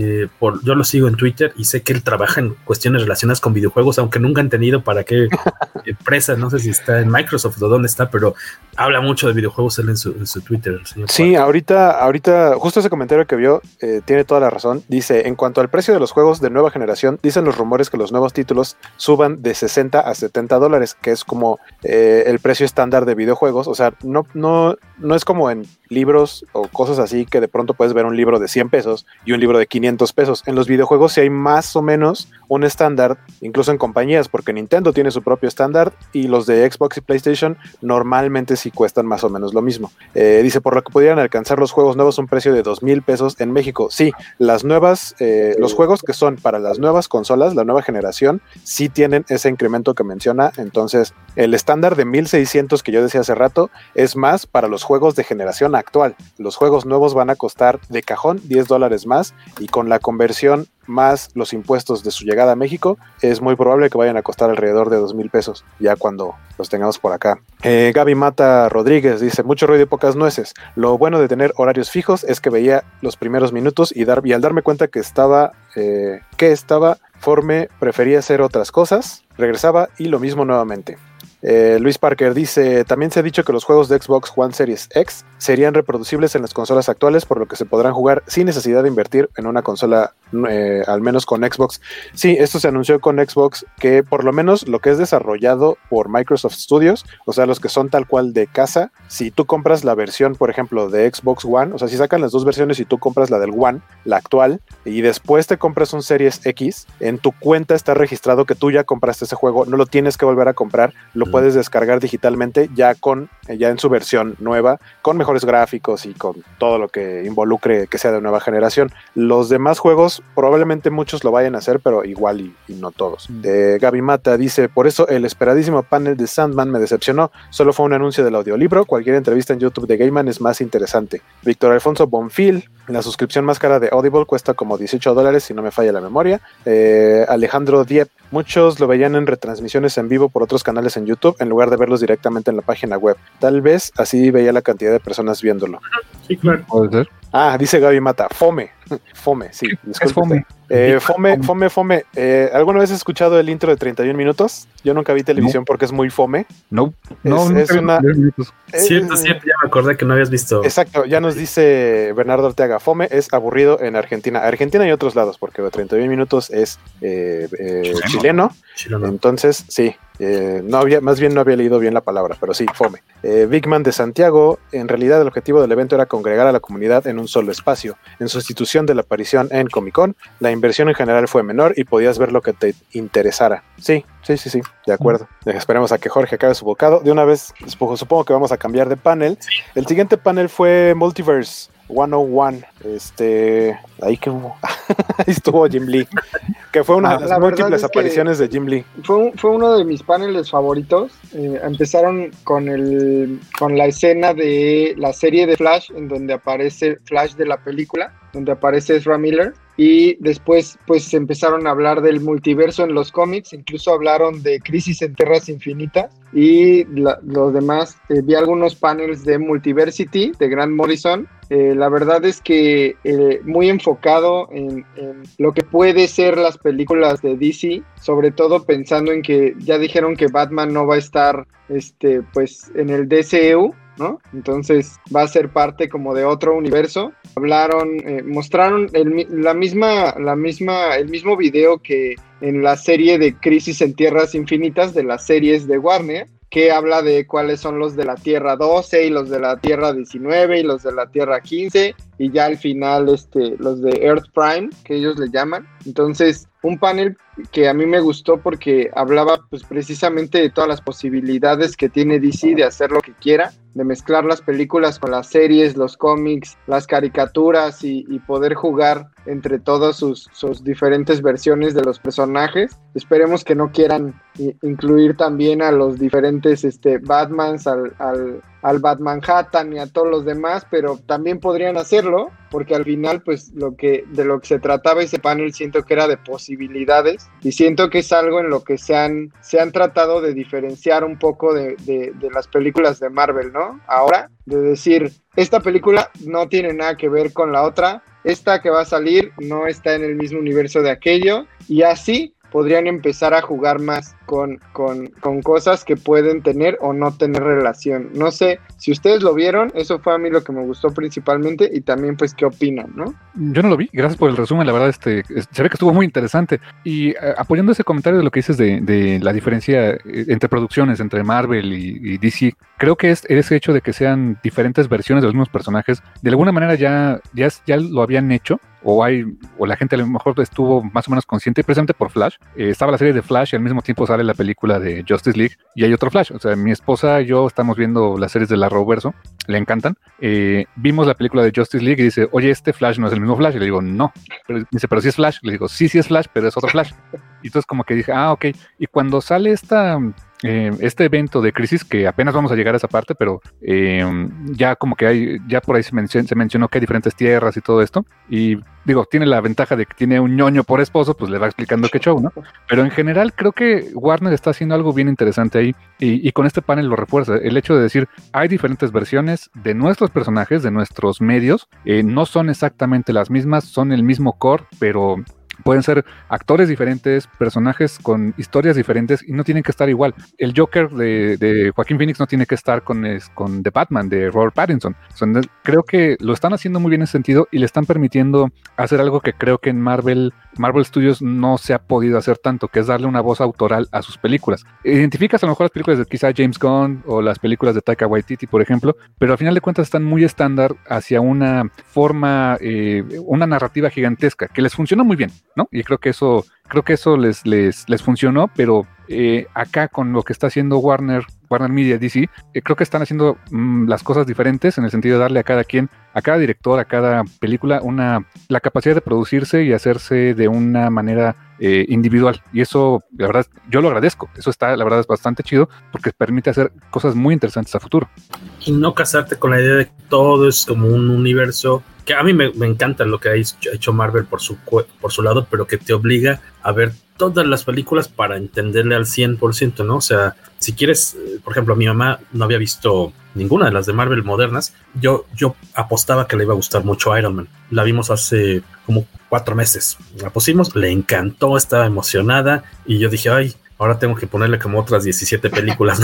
yo lo sigo en Twitter y sé que él trabaja en cuestiones relacionadas con videojuegos, aunque nunca he entendido para qué empresa, no sé si está en Microsoft o dónde está, pero habla mucho de videojuegos él en su Twitter. Sí, ahorita, justo ese comentario que vio tiene toda la razón. Dice: en cuanto al precio de los juegos de nueva generación, dicen los rumores que los nuevos títulos suban de $60 a $70, que es como el precio estándar de videojuegos. O sea, no es como en libros o cosas así, que de pronto puedes ver un libro de 100 pesos y un libro de 500 pesos. En los videojuegos sí hay más o menos un estándar, incluso en compañías, porque Nintendo tiene su propio estándar y los de Xbox y PlayStation normalmente sí cuestan más o menos lo mismo. Dice: por lo que pudieran alcanzar los juegos nuevos un precio de $2,000 en México. Sí, las nuevas, los juegos que son para las nuevas consolas, la nueva generación, sí tienen ese incremento que menciona. Entonces, el estándar de 1,600 que yo decía hace rato es más para los juegos de generación actual. Los juegos nuevos van a costar de cajón $10 más, y con la conversión más los impuestos de su llegada a México, es muy probable que vayan a costar alrededor de $2,000 ya cuando los tengamos por acá. Gaby Mata Rodríguez dice: mucho ruido y pocas nueces. Lo bueno de tener horarios fijos es que veía los primeros minutos y al darme cuenta que estaba Forme prefería hacer otras cosas, regresaba y lo mismo nuevamente. Luis Parker dice, también se ha dicho que los juegos de Xbox One Series X serían reproducibles en las consolas actuales, por lo que se podrán jugar sin necesidad de invertir en una consola, al menos con Xbox. Sí, esto se anunció con Xbox, que por lo menos lo que es desarrollado por Microsoft Studios, o sea, los que son tal cual de casa, si tú compras la versión, por ejemplo, de Xbox One, o sea, si sacan las dos versiones y tú compras la del One, la actual, y después te compras un Series X, en tu cuenta está registrado que tú ya compraste ese juego, no lo tienes que volver a comprar, lo puedes descargar digitalmente ya en su versión nueva, con mejores gráficos y con todo lo que involucre que sea de nueva generación. Los demás juegos probablemente muchos lo vayan a hacer, pero igual y no todos. Gaby Mata dice, por eso el esperadísimo panel de Sandman me decepcionó, solo fue un anuncio del audiolibro, cualquier entrevista en YouTube de Gaiman es más interesante. Víctor Alfonso Bonfil, la suscripción más cara de Audible cuesta como $18 si no me falla la memoria. Alejandro Diep, muchos lo veían en retransmisiones en vivo por otros canales en YouTube en lugar de verlos directamente en la página web. Tal vez así veía la cantidad de personas viéndolo. Sí, claro. ¿Puede ser? Dice Gaby Mata, Fome, sí. Es Fome. Fome. ¿Alguna vez has escuchado el intro de 31 minutos? Yo nunca vi televisión porque es muy fome. No. Es una... Cierto, ya me acordé que no habías visto. Exacto, ya nos dice Bernardo Ortega, Fome es aburrido en Argentina y otros lados, porque 31 minutos es chileno. Entonces, sí. No había leído bien la palabra, pero sí, Fome. Bigman de Santiago, en realidad el objetivo del evento era congregar a la comunidad en un solo espacio. En sustitución de la aparición en Comic Con, la inversión en general fue menor y podías ver lo que te interesara. Sí, de acuerdo. Esperemos a que Jorge acabe su bocado. De una vez, supongo que vamos a cambiar de panel. El siguiente panel fue Multiverse 101. Ahí que hubo. Ahí estuvo Jim Lee, que fue una de las múltiples apariciones de Jim Lee. Fue uno de mis paneles favoritos. Empezaron con la escena de la serie de Flash, en donde aparece Flash de la película, donde aparece Ezra Miller. Y después pues empezaron a hablar del multiverso en los cómics, incluso hablaron de Crisis en Tierras Infinitas y los demás. Vi algunos paneles de Multiversity de Grant Morrison. La verdad es que muy enfocado en lo que puede ser las películas de DC, sobre todo pensando en que ya dijeron que Batman no va a estar pues en el DCEU, ¿no? Entonces va a ser parte como de otro universo. Mostraron el mismo video que en la serie de Crisis en Tierras Infinitas de las series de Warner, que habla de cuáles son los de la Tierra 12 y los de la Tierra 19 y los de la Tierra 15 y ya al final los de Earth Prime, que ellos le llaman. Entonces, un panel que a mí me gustó porque hablaba pues precisamente de todas las posibilidades que tiene DC de hacer lo que quiera, de mezclar las películas con las series, los cómics, las caricaturas y poder jugar entre todas sus diferentes versiones de los personajes. Esperemos que no quieran incluir también a los diferentes Batmans, al Batmanhattan y a todos los demás, pero también podrían hacerlo, porque al final pues de lo que se trataba ese panel siento que era de posibilidades y siento que es algo en lo que se han tratado de diferenciar un poco de las películas de Marvel, ¿no? Ahora, de decir, esta película no tiene nada que ver con la otra, esta que va a salir no está en el mismo universo de aquello, y así podrían empezar a jugar más con cosas que pueden tener o no tener relación. No sé si ustedes lo vieron, eso fue a mí lo que me gustó principalmente, y también pues qué opinan, ¿no? Yo no lo vi, gracias por el resumen, la verdad se ve que estuvo muy interesante, y apoyando ese comentario de lo que dices de la diferencia entre producciones, entre Marvel y DC, creo que ese hecho de que sean diferentes versiones de los mismos personajes, de alguna manera ya lo habían hecho, o la gente a lo mejor estuvo más o menos consciente, precisamente por Flash. Estaba la serie de Flash y al mismo tiempo sale la película de Justice League y hay otro Flash. O sea, mi esposa y yo estamos viendo las series de la Arrowverso, le encantan. Vimos la película de Justice League y dice, oye, este Flash no es el mismo Flash. Y le digo, no. Pero dice, pero sí es Flash. Le digo, sí es Flash, pero es otro Flash. Y entonces como que dije, ok. Y cuando sale este evento de Crisis, que apenas vamos a llegar a esa parte, pero ya como que ya por ahí se mencionó que hay diferentes tierras y todo esto, y digo, tiene la ventaja de que tiene un ñoño por esposo, pues le va explicando qué show, ¿no? Pero en general creo que Warner está haciendo algo bien interesante ahí, y con este panel lo refuerza, el hecho de decir, hay diferentes versiones de nuestros personajes, de nuestros medios, no son exactamente las mismas, son el mismo core, pero Pueden ser actores diferentes, personajes con historias diferentes y no tienen que estar igual. El Joker de Joaquín Phoenix no tiene que estar con The Batman de Robert Pattinson. Creo que lo están haciendo muy bien en ese sentido y le están permitiendo hacer algo que creo que en Marvel Studios no se ha podido hacer tanto, que es darle una voz autoral a sus películas. Identificas a lo mejor las películas de quizá James Gunn o las películas de Taika Waititi, por ejemplo, pero al final de cuentas están muy estándar hacia una forma, una narrativa gigantesca que les funcionó muy bien, ¿no? Y creo que eso les funcionó, pero acá con lo que está haciendo Warner Media DC, creo que están haciendo las cosas diferentes en el sentido de darle a cada quien, a cada director, a cada película, la capacidad de producirse y hacerse de una manera individual. Y eso, la verdad, yo lo agradezco. Eso está, la verdad, es bastante chido porque permite hacer cosas muy interesantes a futuro. Y no casarte con la idea de que todo es como un universo, que a mí me encanta lo que ha hecho Marvel por su lado, pero que te obliga a ver todas las películas para entenderle al 100%, ¿no? O sea, si quieres, por ejemplo, mi mamá no había visto ninguna de las de Marvel modernas. Yo apostaba que le iba a gustar mucho Iron Man. La vimos hace como 4 meses. La pusimos, le encantó, estaba emocionada y yo dije, ay, ahora tengo que ponerle como otras 17 películas, ¿no?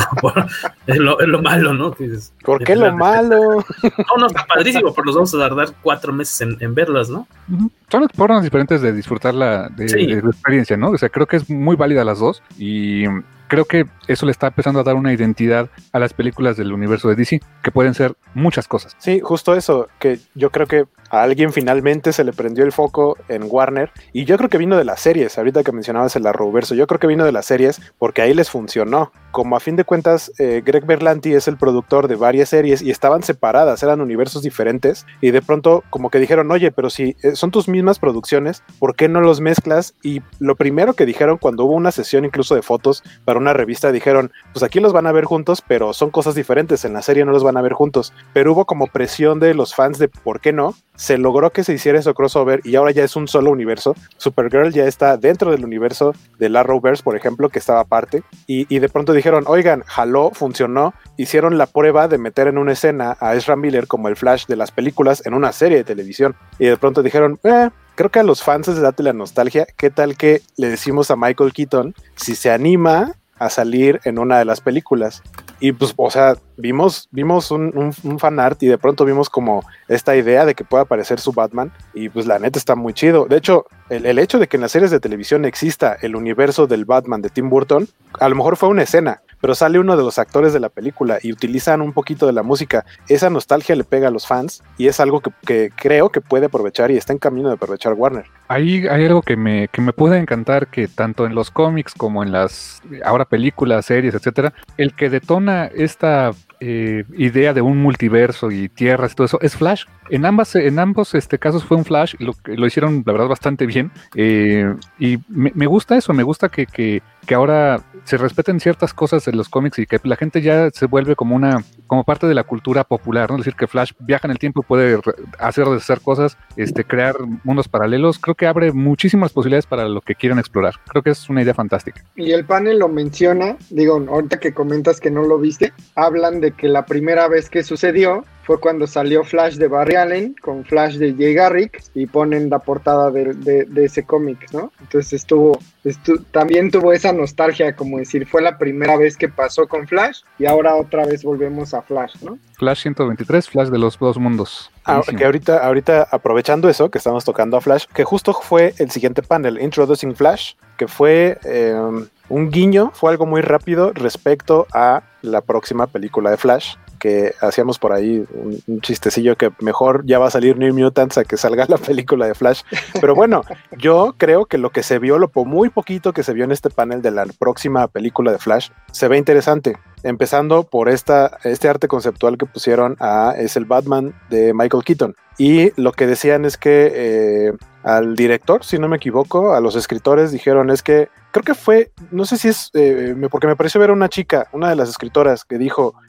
Es lo malo, ¿no? ¿Por qué lo malo? No, está padrísimo, pero nos vamos a tardar 4 meses en verlas, ¿no? Uh-huh. Son formas diferentes de disfrutar de la experiencia, ¿no? O sea, creo que es muy válida las dos y creo que eso le está empezando a dar una identidad a las películas del universo de DC, que pueden ser muchas cosas. Sí, justo eso, que yo creo que a alguien finalmente se le prendió el foco en Warner, y yo creo que vino de las series, ahorita que mencionabas el Arrowverso, yo creo que vino de las series porque ahí les funcionó. Como a fin de cuentas, Greg Berlanti es el productor de varias series y estaban separadas, eran universos diferentes, y de pronto como que dijeron, oye, pero si son tus mismas producciones, ¿por qué no los mezclas? Y lo primero que dijeron cuando hubo una sesión incluso de fotos para una revista, dijeron, pues aquí los van a ver juntos, pero son cosas diferentes, en la serie no los van a ver juntos. Pero hubo como presión de los fans de ¿por qué no? Se logró que se hiciera ese crossover y ahora ya es un solo universo. Supergirl ya está dentro del universo del Arrowverse, por ejemplo, que estaba aparte, y de pronto dijeron, oigan, jaló, funcionó, hicieron la prueba de meter en una escena a Ezra Miller como el Flash de las películas en una serie de televisión, y de pronto dijeron, creo que a los fans les date la nostalgia, ¿qué tal que le decimos a Michael Keaton si se anima a salir en una de las películas? Y pues, o sea, vimos un fanart y de pronto vimos como esta idea de que pueda aparecer su Batman, y pues la neta está muy chido. De hecho, el hecho de que en las series de televisión exista el universo del Batman de Tim Burton, a lo mejor fue una escena, pero sale uno de los actores de la película y utilizan un poquito de la música. Esa nostalgia le pega a los fans y es algo que creo que puede aprovechar y está en camino de aprovechar Warner. Ahí hay algo que me puede encantar, que tanto en los cómics como en las ahora películas, series, etcétera, el que detona esta idea de un multiverso y tierras y todo eso es Flash. En ambos casos fue un Flash, lo hicieron la verdad bastante bien, y me gusta eso, me gusta que ahora se respeten ciertas cosas en los cómics y que la gente ya se vuelve como parte de la cultura popular, ¿no? Es decir, que Flash viaja en el tiempo y puede hacer cosas, crear mundos paralelos. Creo que abre muchísimas posibilidades para lo que quieran explorar. Creo que es una idea fantástica. Y el panel lo menciona, ahorita que comentas que no lo viste, hablan de que la primera vez que sucedió fue cuando salió Flash de Barry Allen con Flash de Jay Garrick y ponen la portada de ese cómic, ¿no? Entonces también tuvo esa nostalgia, como decir, fue la primera vez que pasó con Flash y ahora otra vez volvemos a Flash, ¿no? Flash 123, Flash de los dos mundos. Que ahorita aprovechando eso, que estamos tocando a Flash, que justo fue el siguiente panel, Introducing Flash, que fue un guiño, fue algo muy rápido respecto a la próxima película de Flash, que hacíamos por ahí un chistecillo que mejor ya va a salir New Mutants a que salga la película de Flash. Pero bueno, yo creo que lo que se vio, muy poquito que se vio en este panel de la próxima película de Flash, se ve interesante. Empezando por este arte conceptual que pusieron es el Batman de Michael Keaton. Y lo que decían es que al director, si no me equivoco, a los escritores dijeron es que, creo que fue, no sé si es, porque me pareció ver una chica, una de las escritoras que dijo,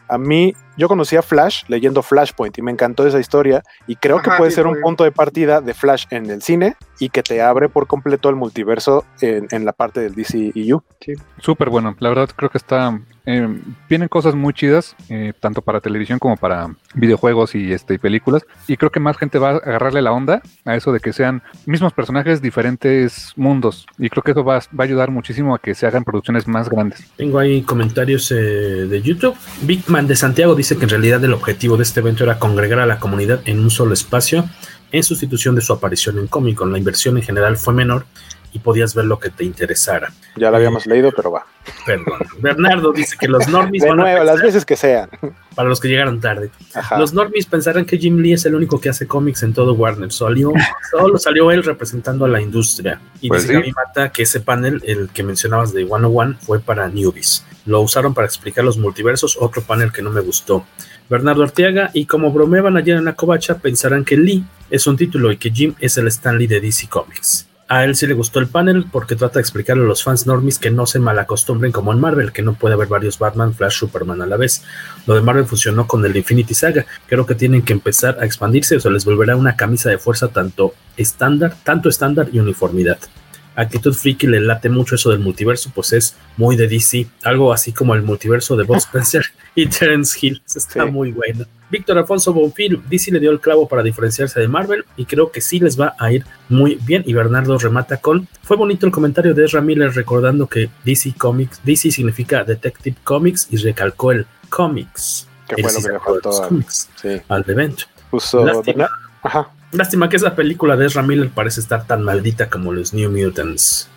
a mí, yo conocí a Flash leyendo Flashpoint y me encantó esa historia y creo que puede ser un punto de partida de Flash en el cine y que te abre por completo el multiverso en la parte del DCEU. Sí. Súper bueno, la verdad creo que está... vienen cosas muy chidas, tanto para televisión como para videojuegos y películas, y creo que más gente va a agarrarle la onda a eso de que sean mismos personajes, diferentes mundos, y creo que eso va a ayudar muchísimo a que se hagan producciones más grandes. Tengo ahí comentarios de YouTube. Bigman de Santiago dice que en realidad el objetivo de este evento era congregar a la comunidad en un solo espacio en sustitución de su aparición en Comic Con. La inversión en general fue menor y podías ver lo que te interesara. Ya lo habíamos leído, pero va. Perdón. Bernardo dice que los normies de nuevo, las veces que sean. Para los que llegaron tarde. Ajá. Los normies pensarán que Jim Lee es el único que hace cómics en todo Warner. Solo salió él representando a la industria. Y pues dice Gaby Mata que ese panel, el que mencionabas de 101, fue para newbies. Lo usaron para explicar los multiversos, otro panel que no me gustó. Bernardo Arteaga, y como bromeaban ayer en la covacha, pensarán que Lee es un título y que Jim es el Stan Lee de DC Comics. A él sí le gustó el panel porque trata de explicarle a los fans normies que no se malacostumbren como en Marvel, que no puede haber varios Batman, Flash, Superman a la vez. Lo de Marvel funcionó con el Infinity Saga. Creo que tienen que empezar a expandirse o se les volverá una camisa de fuerza tanto estándar y uniformidad. Actitud Friki le late mucho eso del multiverso, pues es muy de DC, algo así como el multiverso de Bob Spencer y Terence Hill. Está muy bueno. Víctor Alfonso Bonfil, DC le dio el clavo para diferenciarse de Marvel y creo que sí les va a ir muy bien. Y Bernardo remata con: fue bonito el comentario de Ezra Miller recordando que DC significa Detective Comics y recalcó el Comics. Que fue lo que le faltó al evento. Puso Lástima que esa película de Ezra Miller parece estar tan maldita como los New Mutants.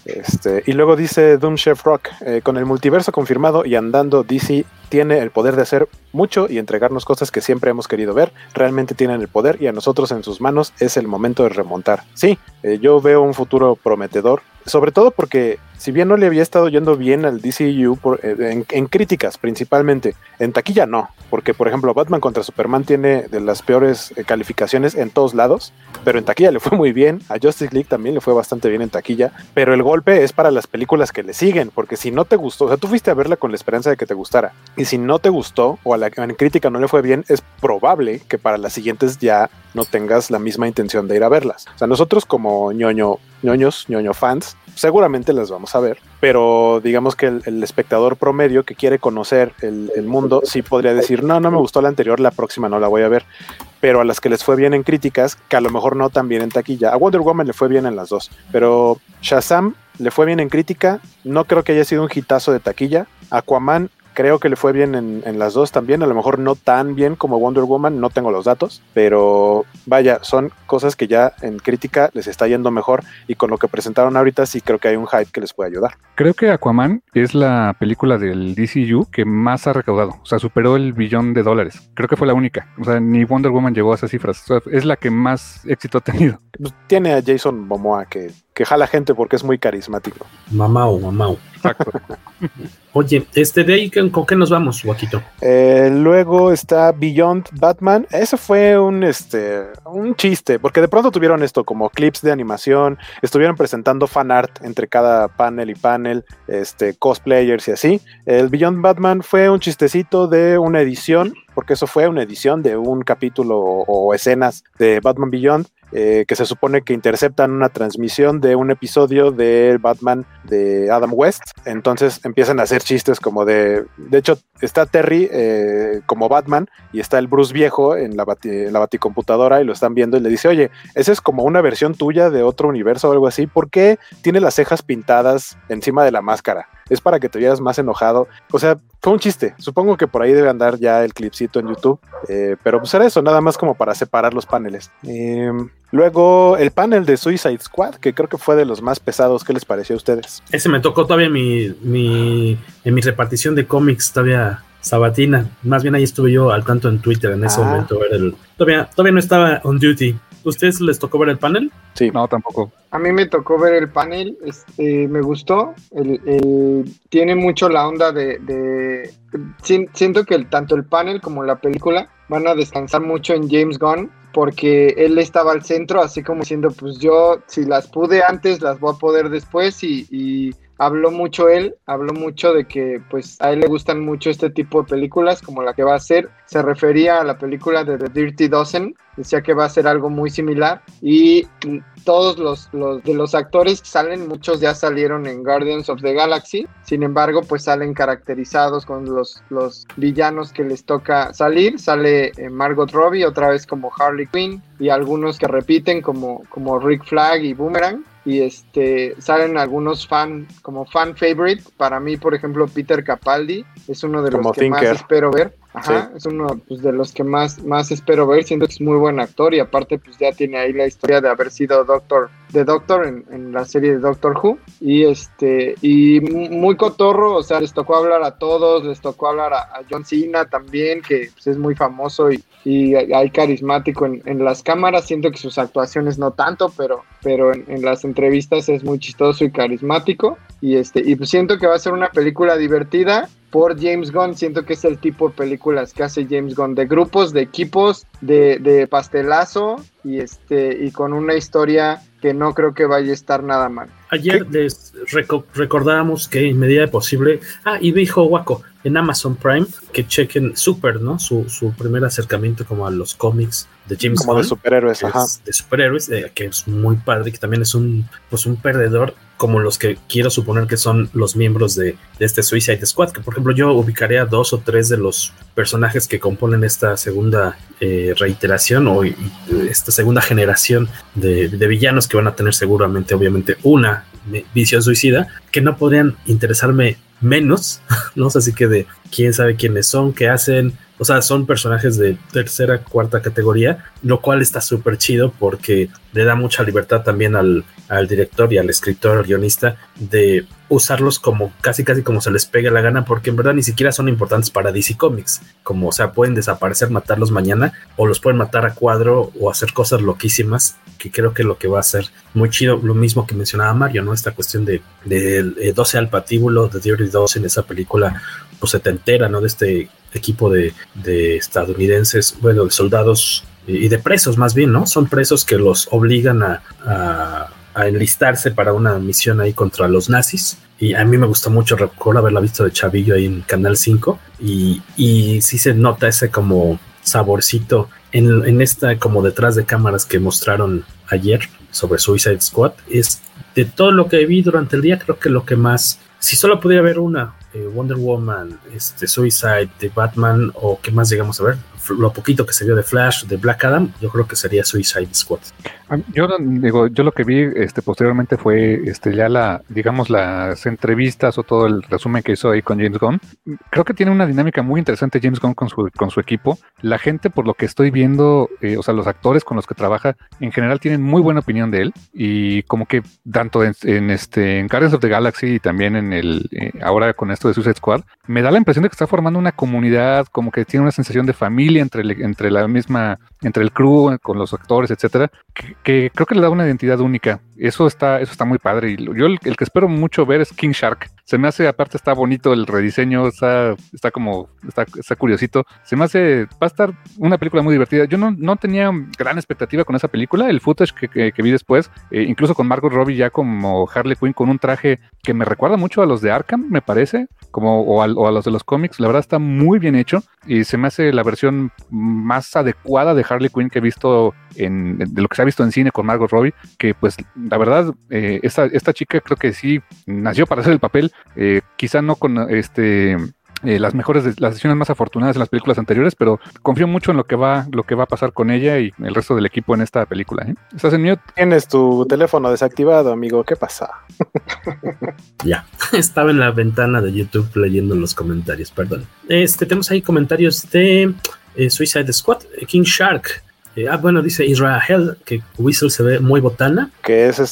Y luego dice Doom Chef Rock, con el multiverso confirmado y andando, DC tiene el poder de hacer mucho y entregarnos cosas que siempre hemos querido ver. Realmente tienen el poder y a nosotros en sus manos es el momento de remontar. Sí, yo veo un futuro prometedor, sobre todo porque si bien no le había estado yendo bien al DCU en críticas principalmente, en taquilla no, porque por ejemplo Batman contra Superman tiene de las peores calificaciones en todos lados, pero en taquilla le fue muy bien. A Justice League también le fue bastante bien en taquilla, pero el golpe es para las películas que le siguen, porque si no te gustó, o sea, tú fuiste a verla con la esperanza de que te gustara, y si no te gustó o en crítica no le fue bien, es probable que para las siguientes ya no tengas la misma intención de ir a verlas. O sea, nosotros como ñoño fans seguramente las vamos a ver, pero digamos que el espectador promedio que quiere conocer el mundo sí podría decir, no me gustó la anterior, la próxima no la voy a ver. Pero a las que les fue bien en críticas, que a lo mejor no tan bien en taquilla, a Wonder Woman le fue bien en las dos, pero Shazam le fue bien en crítica, no creo que haya sido un hitazo de taquilla. Aquaman creo que le fue bien en las dos también, a lo mejor no tan bien como Wonder Woman, no tengo los datos, pero vaya, son cosas que ya en crítica les está yendo mejor y con lo que presentaron ahorita sí creo que hay un hype que les puede ayudar. Creo que Aquaman es la película del DCU que más ha recaudado, o sea, superó el $1 billón. Creo que fue la única, o sea, ni Wonder Woman llegó a esas cifras, o sea, es la que más éxito ha tenido. Pues tiene a Jason Momoa que jala gente porque es muy carismático. Mamau. Exacto. Oye, de ahí, ¿con qué nos vamos, Joaquito? Luego está Beyond Batman. Eso fue un chiste, porque de pronto tuvieron esto como clips de animación, estuvieron presentando fan art entre cada panel y panel, cosplayers y así. El Beyond Batman fue un chistecito de una edición, porque eso fue una edición de un capítulo o escenas de Batman Beyond, que se supone que interceptan una transmisión de un episodio de Batman de Adam West. Entonces empiezan a hacer chistes como de hecho está Terry como Batman y está el Bruce viejo en la baticomputadora y lo están viendo y le dice, oye, esa es como una versión tuya de otro universo o algo así, ¿por qué tiene las cejas pintadas encima de la máscara? Es para que te vieras más enojado. O sea, fue un chiste. Supongo que por ahí debe andar ya el clipcito en YouTube. Pero pues era eso, nada más como para separar los paneles. Luego el panel de Suicide Squad, que creo que fue de los más pesados. ¿Qué les pareció a ustedes? Ese me tocó todavía en mi repartición de cómics, todavía sabatina. Más bien ahí estuve yo al tanto en Twitter en ese momento. Todavía no estaba on duty. ¿Ustedes les tocó ver el panel? Sí, no, tampoco. A mí me tocó ver el panel, me gustó, tiene mucho la onda siento que tanto el panel como la película van a descansar mucho en James Gunn, porque él estaba al centro, así como diciendo, pues yo si las pude antes, las voy a poder después, y habló mucho de que pues a él le gustan mucho este tipo de películas como la que va a hacer. Se refería a la película de The Dirty Dozen, decía que va a ser algo muy similar, y todos los actores que salen, muchos ya salieron en Guardians of the Galaxy, sin embargo pues salen caracterizados con los villanos que les toca salir. Sale Margot Robbie otra vez como Harley Quinn, y algunos que repiten como Rick Flag y Boomerang, y salen algunos como fan favorite. Para mí, por ejemplo, Peter Capaldi es uno de los que más espero ver. Ajá, sí. Es uno pues, de los que más espero ver. Siento que es muy buen actor, y aparte pues ya tiene ahí la historia de haber sido Doctor en la serie de Doctor Who, y muy cotorro. O sea, les tocó hablar a todos, les tocó hablar a John Cena también, que pues, es muy famoso y hay carismático en las cámaras. Siento que sus actuaciones no tanto, pero en las entrevistas es muy chistoso y carismático, y pues siento que va a ser una película divertida por James Gunn. Siento que es el tipo de películas que hace James Gunn, de grupos, de equipos, de pastelazo, y con una historia que no creo que vaya a estar nada mal. Ayer les recordábamos que en medida de posible, y dijo Waco en Amazon Prime que chequen Super, ¿no? Su primer acercamiento como a los cómics de James Gunn. Como de superhéroes, ajá. De superhéroes, que es muy padre, que también es un perdedor, como los que quiero suponer que son los miembros de este Suicide Squad, que por ejemplo yo ubicaría 2 o 3 de los personajes que componen esta segunda reiteración o esta segunda generación de villanos, que van a tener seguramente, obviamente, una visión suicida, que no podrían interesarme menos, ¿no? Así que de quién sabe quiénes son, qué hacen. O sea, son personajes de tercera, cuarta categoría, lo cual está súper chido porque le da mucha libertad también al director y al escritor, al guionista, de usarlos como casi como se les pegue la gana, porque en verdad ni siquiera son importantes para DC Comics. Como, o sea, pueden desaparecer, matarlos mañana, o los pueden matar a cuadro o hacer cosas loquísimas, que creo que lo que va a ser muy chido, lo mismo que mencionaba Mario, ¿no? Esta cuestión de 12 al patíbulo, de Dirty Dozen, en esa película pues setentera, ¿no? De este equipo de estadounidenses, bueno, de soldados y de presos más bien, ¿no? Son presos que los obligan a enlistarse para una misión ahí contra los nazis, y a mí me gustó mucho, recuerdo haberla visto de chavillo ahí en Canal 5, y sí se nota ese como saborcito en esta como detrás de cámaras que mostraron ayer sobre Suicide Squad. Es de todo lo que vi durante el día, creo que lo que más, si solo pudiera ver una, Wonder Woman, Suicide, de Batman, o qué más llegamos a ver, lo poquito que se vio de Flash, de Black Adam, yo creo que sería Suicide Squad. Yo lo que vi posteriormente fue ya las entrevistas o todo el resumen que hizo ahí con James Gunn. Creo que tiene una dinámica muy interesante James Gunn con su equipo. La gente, por lo que estoy viendo, o sea, los actores con los que trabaja, en general tienen muy buena opinión de él, y como que tanto en Guardians of the Galaxy y también en ahora con esto de Suicide Squad, me da la impresión de que está formando una comunidad, como que tiene una sensación de familia entre el crew, con los actores, etcétera, que creo que le da una identidad única. Eso está muy padre, y yo el que espero mucho ver es King Shark. Se me hace, aparte está bonito el rediseño, está curiosito. Se me hace, va a estar una película muy divertida. Yo no tenía gran expectativa con esa película. El footage que vi después, incluso con Margot Robbie ya como Harley Quinn, con un traje que me recuerda mucho a los de Arkham, me parece, o a los de los cómics. La verdad está muy bien hecho, y se me hace la versión más adecuada de Harley Quinn que he visto de lo que se ha visto en cine con Margot Robbie, que pues la verdad esta chica creo que sí nació para hacer el papel, quizá no con las decisiones más afortunadas en las películas anteriores, pero confío mucho en lo que va a pasar con ella y el resto del equipo en esta película. ¿Estás en mute? Tienes tu teléfono desactivado, amigo. ¿Qué pasa? Ya, estaba en la ventana de YouTube leyendo los comentarios, perdón. Tenemos ahí comentarios de Suicide Squad, King Shark. Bueno, dice Israel que Whistle se ve muy botana. Que es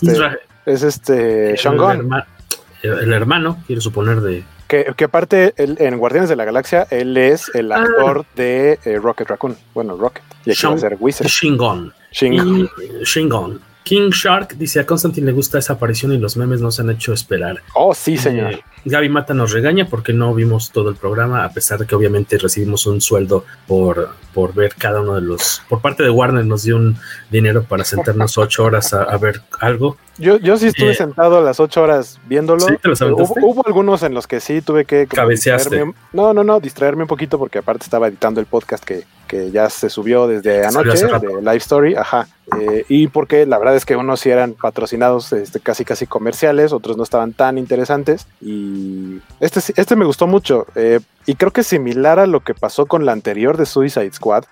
Sean Gunn. El hermano, quiero suponer, de... Que aparte, en Guardianes de la Galaxia, él es el actor de Rocket Raccoon. Bueno, Rocket. Y aquí va a ser Whistle. Shingon. King Shark dice: a Constantine le gusta esa aparición y los memes nos han hecho esperar. Oh, sí, señor. Gaby Mata nos regaña porque no vimos todo el programa, a pesar de que obviamente recibimos un sueldo por ver cada uno de los... Por parte de Warner nos dio un dinero para sentarnos 8 horas a ver algo. Yo sí estuve sentado a las 8 horas viéndolo. ¿Sí te los aventaste? Hubo algunos en los que sí tuve que... Cabeceaste. Distraerme un poquito porque aparte estaba editando el podcast que ya se subió desde anoche, de Live Story, y porque la verdad es que unos sí eran patrocinados casi comerciales, otros no estaban tan interesantes, y este me gustó mucho, y creo que es similar a lo que pasó con la anterior de Suicide Squad.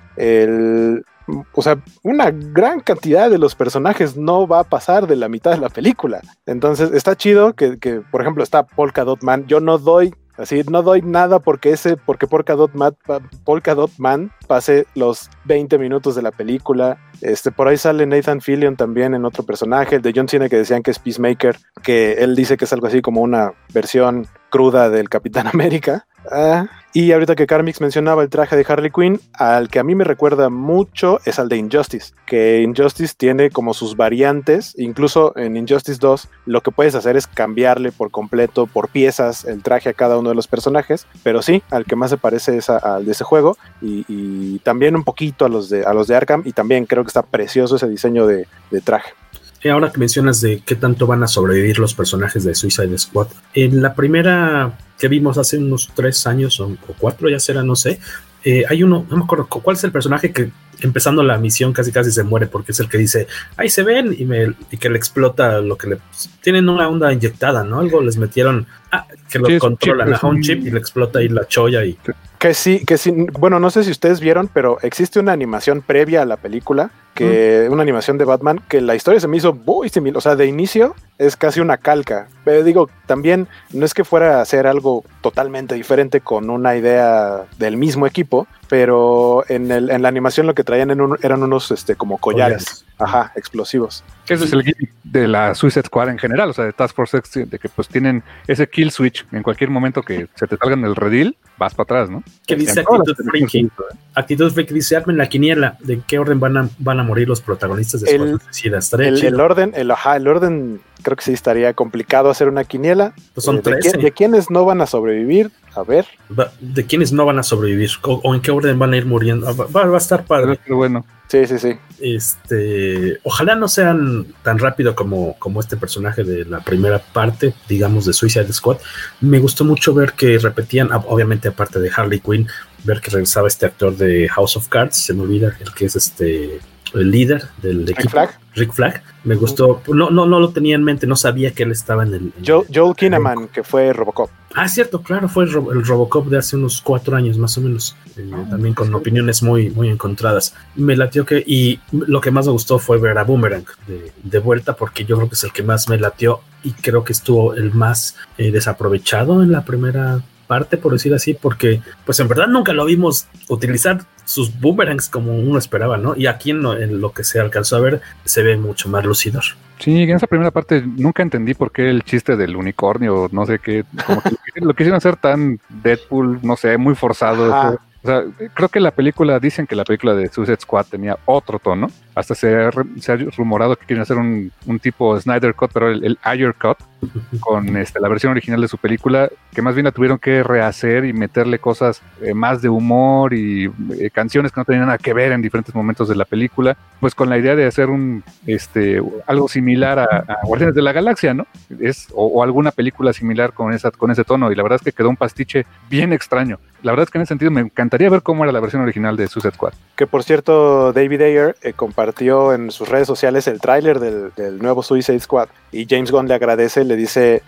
O sea, una gran cantidad de los personajes no va a pasar de la mitad de la película. Entonces está chido que por ejemplo, está Polka Dot Man. Yo no doy nada porque Polka Dot Man pase los 20 minutos de la película. Por ahí sale Nathan Fillion también en otro personaje, el de John Cena, que decían que es Peacemaker, que él dice que es algo así como una versión cruda del Capitán América. Y ahorita que Carmix mencionaba el traje de Harley Quinn, al que a mí me recuerda mucho es al de Injustice, que Injustice tiene como sus variantes. Incluso en Injustice 2 lo que puedes hacer es cambiarle por completo, por piezas, el traje a cada uno de los personajes, pero sí, al que más se parece es al de ese juego, y también un poquito a los de Arkham, y también creo que está precioso ese diseño de traje. Ahora que mencionas de qué tanto van a sobrevivir los personajes de Suicide Squad, en la primera que vimos hace unos 3 años o 4, ya será, no sé, hay uno, no me acuerdo cuál es el personaje que empezando la misión casi se muere, porque es el que dice, ahí se ven, y que le explota lo que le... Tienen una onda inyectada, ¿no? Algo les metieron, que lo controlan, un chip, y le explota ahí la cholla y... Que sí, bueno, no sé si ustedes vieron, pero existe una animación previa a la película, una animación de Batman, que la historia se me hizo muy similar, o sea, de inicio es casi una calca, pero digo, también no es que fuera a hacer algo totalmente diferente con una idea del mismo equipo, pero en la animación lo que traían eran unos como collares, explosivos. Ese es el gimmick de la Suicide Squad en general, o sea, de Task Force X, de que pues tienen ese kill switch, en cualquier momento que se te salgan del redil, vas para atrás, ¿no? ¿Qué dice Actitud Freaky? Dice, armen la quiniela, ¿de qué orden van a morir los protagonistas de Squad Suicida? El orden, creo que sí estaría complicado hacer una quiniela. Pues son 13. ¿De quiénes no van a sobrevivir? A ver. ¿De quiénes no van a sobrevivir? ¿O en qué orden van a ir muriendo? Va a estar padre. Pero bueno. Sí. Ojalá no sean tan rápido como este personaje de la primera parte, digamos, de Suicide Squad. Me gustó mucho ver que repetían, obviamente aparte de Harley Quinn, ver que regresaba este actor de House of Cards, se me olvida, el que es el líder del equipo. Rick Flag. Me gustó, no lo tenía en mente, no sabía que él estaba en el... Joel Kinnaman, que fue Robocop. Cierto, claro, fue el Robocop de hace unos 4 años más o menos, también con opiniones muy, muy encontradas. Me latió y lo que más me gustó fue ver a Boomerang de vuelta, porque yo creo que es el que más me latió y creo que estuvo el más desaprovechado en la primera parte, por decir así, porque pues en verdad nunca lo vimos utilizar sus boomerangs como uno esperaba, ¿no? Y aquí en lo que se alcanzó a ver se ve mucho más lucidor. Sí, en esa primera parte nunca entendí por qué el chiste del unicornio, no sé qué, como que lo quisieron hacer tan Deadpool, no sé, muy forzado. O sea, creo que dicen que la película de Suicide Squad tenía otro tono. Hasta se ha rumorado que quieren hacer un tipo Snyder Cut, pero el Ayer Cut, con la versión original de su película, que más bien la tuvieron que rehacer y meterle cosas más de humor y canciones que no tenían nada que ver en diferentes momentos de la película, pues con la idea de hacer algo similar a Guardianes de la Galaxia, ¿no? O alguna película similar con ese tono, y la verdad es que quedó un pastiche bien extraño. La verdad es que en ese sentido me encantaría ver cómo era la versión original de Suicide Squad. Que por cierto, David Ayer compartió en sus redes sociales el tráiler del nuevo Suicide Squad, y James Gunn le agradece, le dice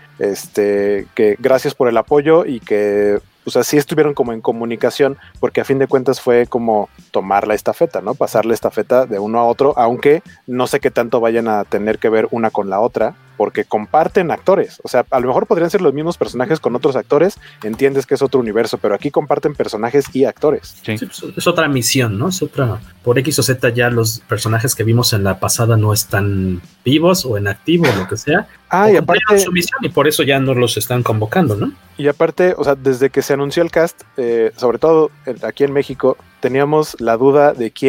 que gracias por el apoyo y que pues así estuvieron como en comunicación, porque a fin de cuentas fue como tomar la estafeta, ¿no? Pasar la estafeta de uno a otro, aunque no sé qué tanto vayan a tener que ver una con la otra, porque comparten actores. O sea, a lo mejor podrían ser los mismos personajes con otros actores, entiendes que es otro universo, pero aquí comparten personajes y actores. Sí, es otra misión, ¿no? Es otra, por X o Z ya los personajes que vimos en la pasada no están vivos o en activo o lo que sea. Y aparte su misión, y por eso ya no los están convocando, ¿no? Y aparte, o sea, desde que se anunció el cast, sobre todo aquí en México, teníamos la duda de quién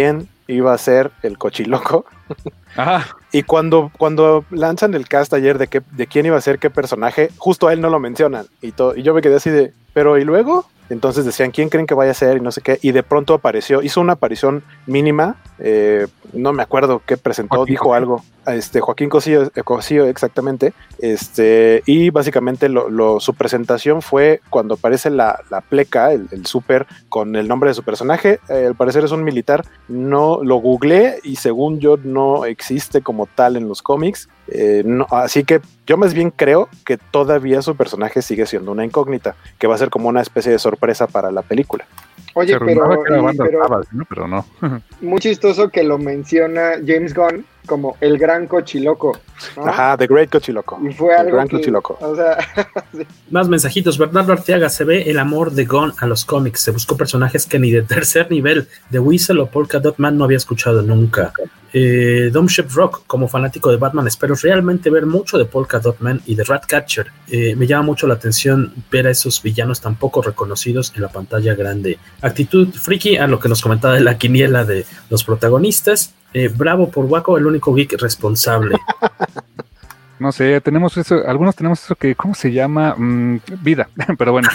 iba a ser el Cochiloco. Ajá. Y cuando lanzan el cast ayer de quién iba a ser qué personaje, justo a él no lo mencionan. Y yo me quedé así de, ¿pero y luego? Entonces decían, ¿quién creen que vaya a ser? Y no sé qué. Y de pronto hizo una aparición mínima. No me acuerdo qué presentó, dijo algo. Joaquín Cosío, exactamente. Y básicamente su presentación fue cuando aparece la pleca, el súper, con el nombre de su personaje. Al parecer es un militar. No lo googleé y según yo no existe como tal en los cómics. No, así que yo más bien creo que todavía su personaje sigue siendo una incógnita, que va a ser como una especie de sorpresa para la película. Oye, pero no. Muy chistoso que lo menciona James Gunn como el gran Cochiloco, ¿no? Ajá, The Great Cochiloco. Y fue algo gran que, Cochiloco. O sea, sí. Más mensajitos. Bernardo Arteaga, se ve el amor de Gunn a los cómics. Se buscó personajes que ni de tercer nivel de Weasel o Polka Dot Man no había escuchado nunca. Domship Rock, como fanático de Batman, espero realmente ver mucho de Polka Dot Man y de Ratcatcher. Me llama mucho la atención ver a esos villanos tan poco reconocidos en la pantalla grande. Actitud friki a lo que nos comentaba de la quiniela de los protagonistas. Bravo por Waco, el único geek responsable. No sé, tenemos eso, algunos tenemos eso que, ¿cómo se llama? Vida, pero bueno.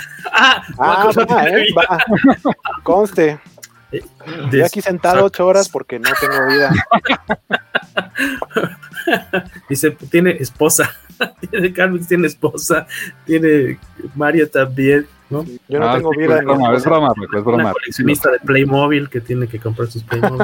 Conste. Estoy aquí sentado 8 horas porque no tengo vida. Dice, tiene esposa. Carmen tiene esposa. Tiene Mario también, ¿no? Yo no tengo vida. Es broma. Una coleccionista de Playmobil que tiene que comprar sus Playmobil.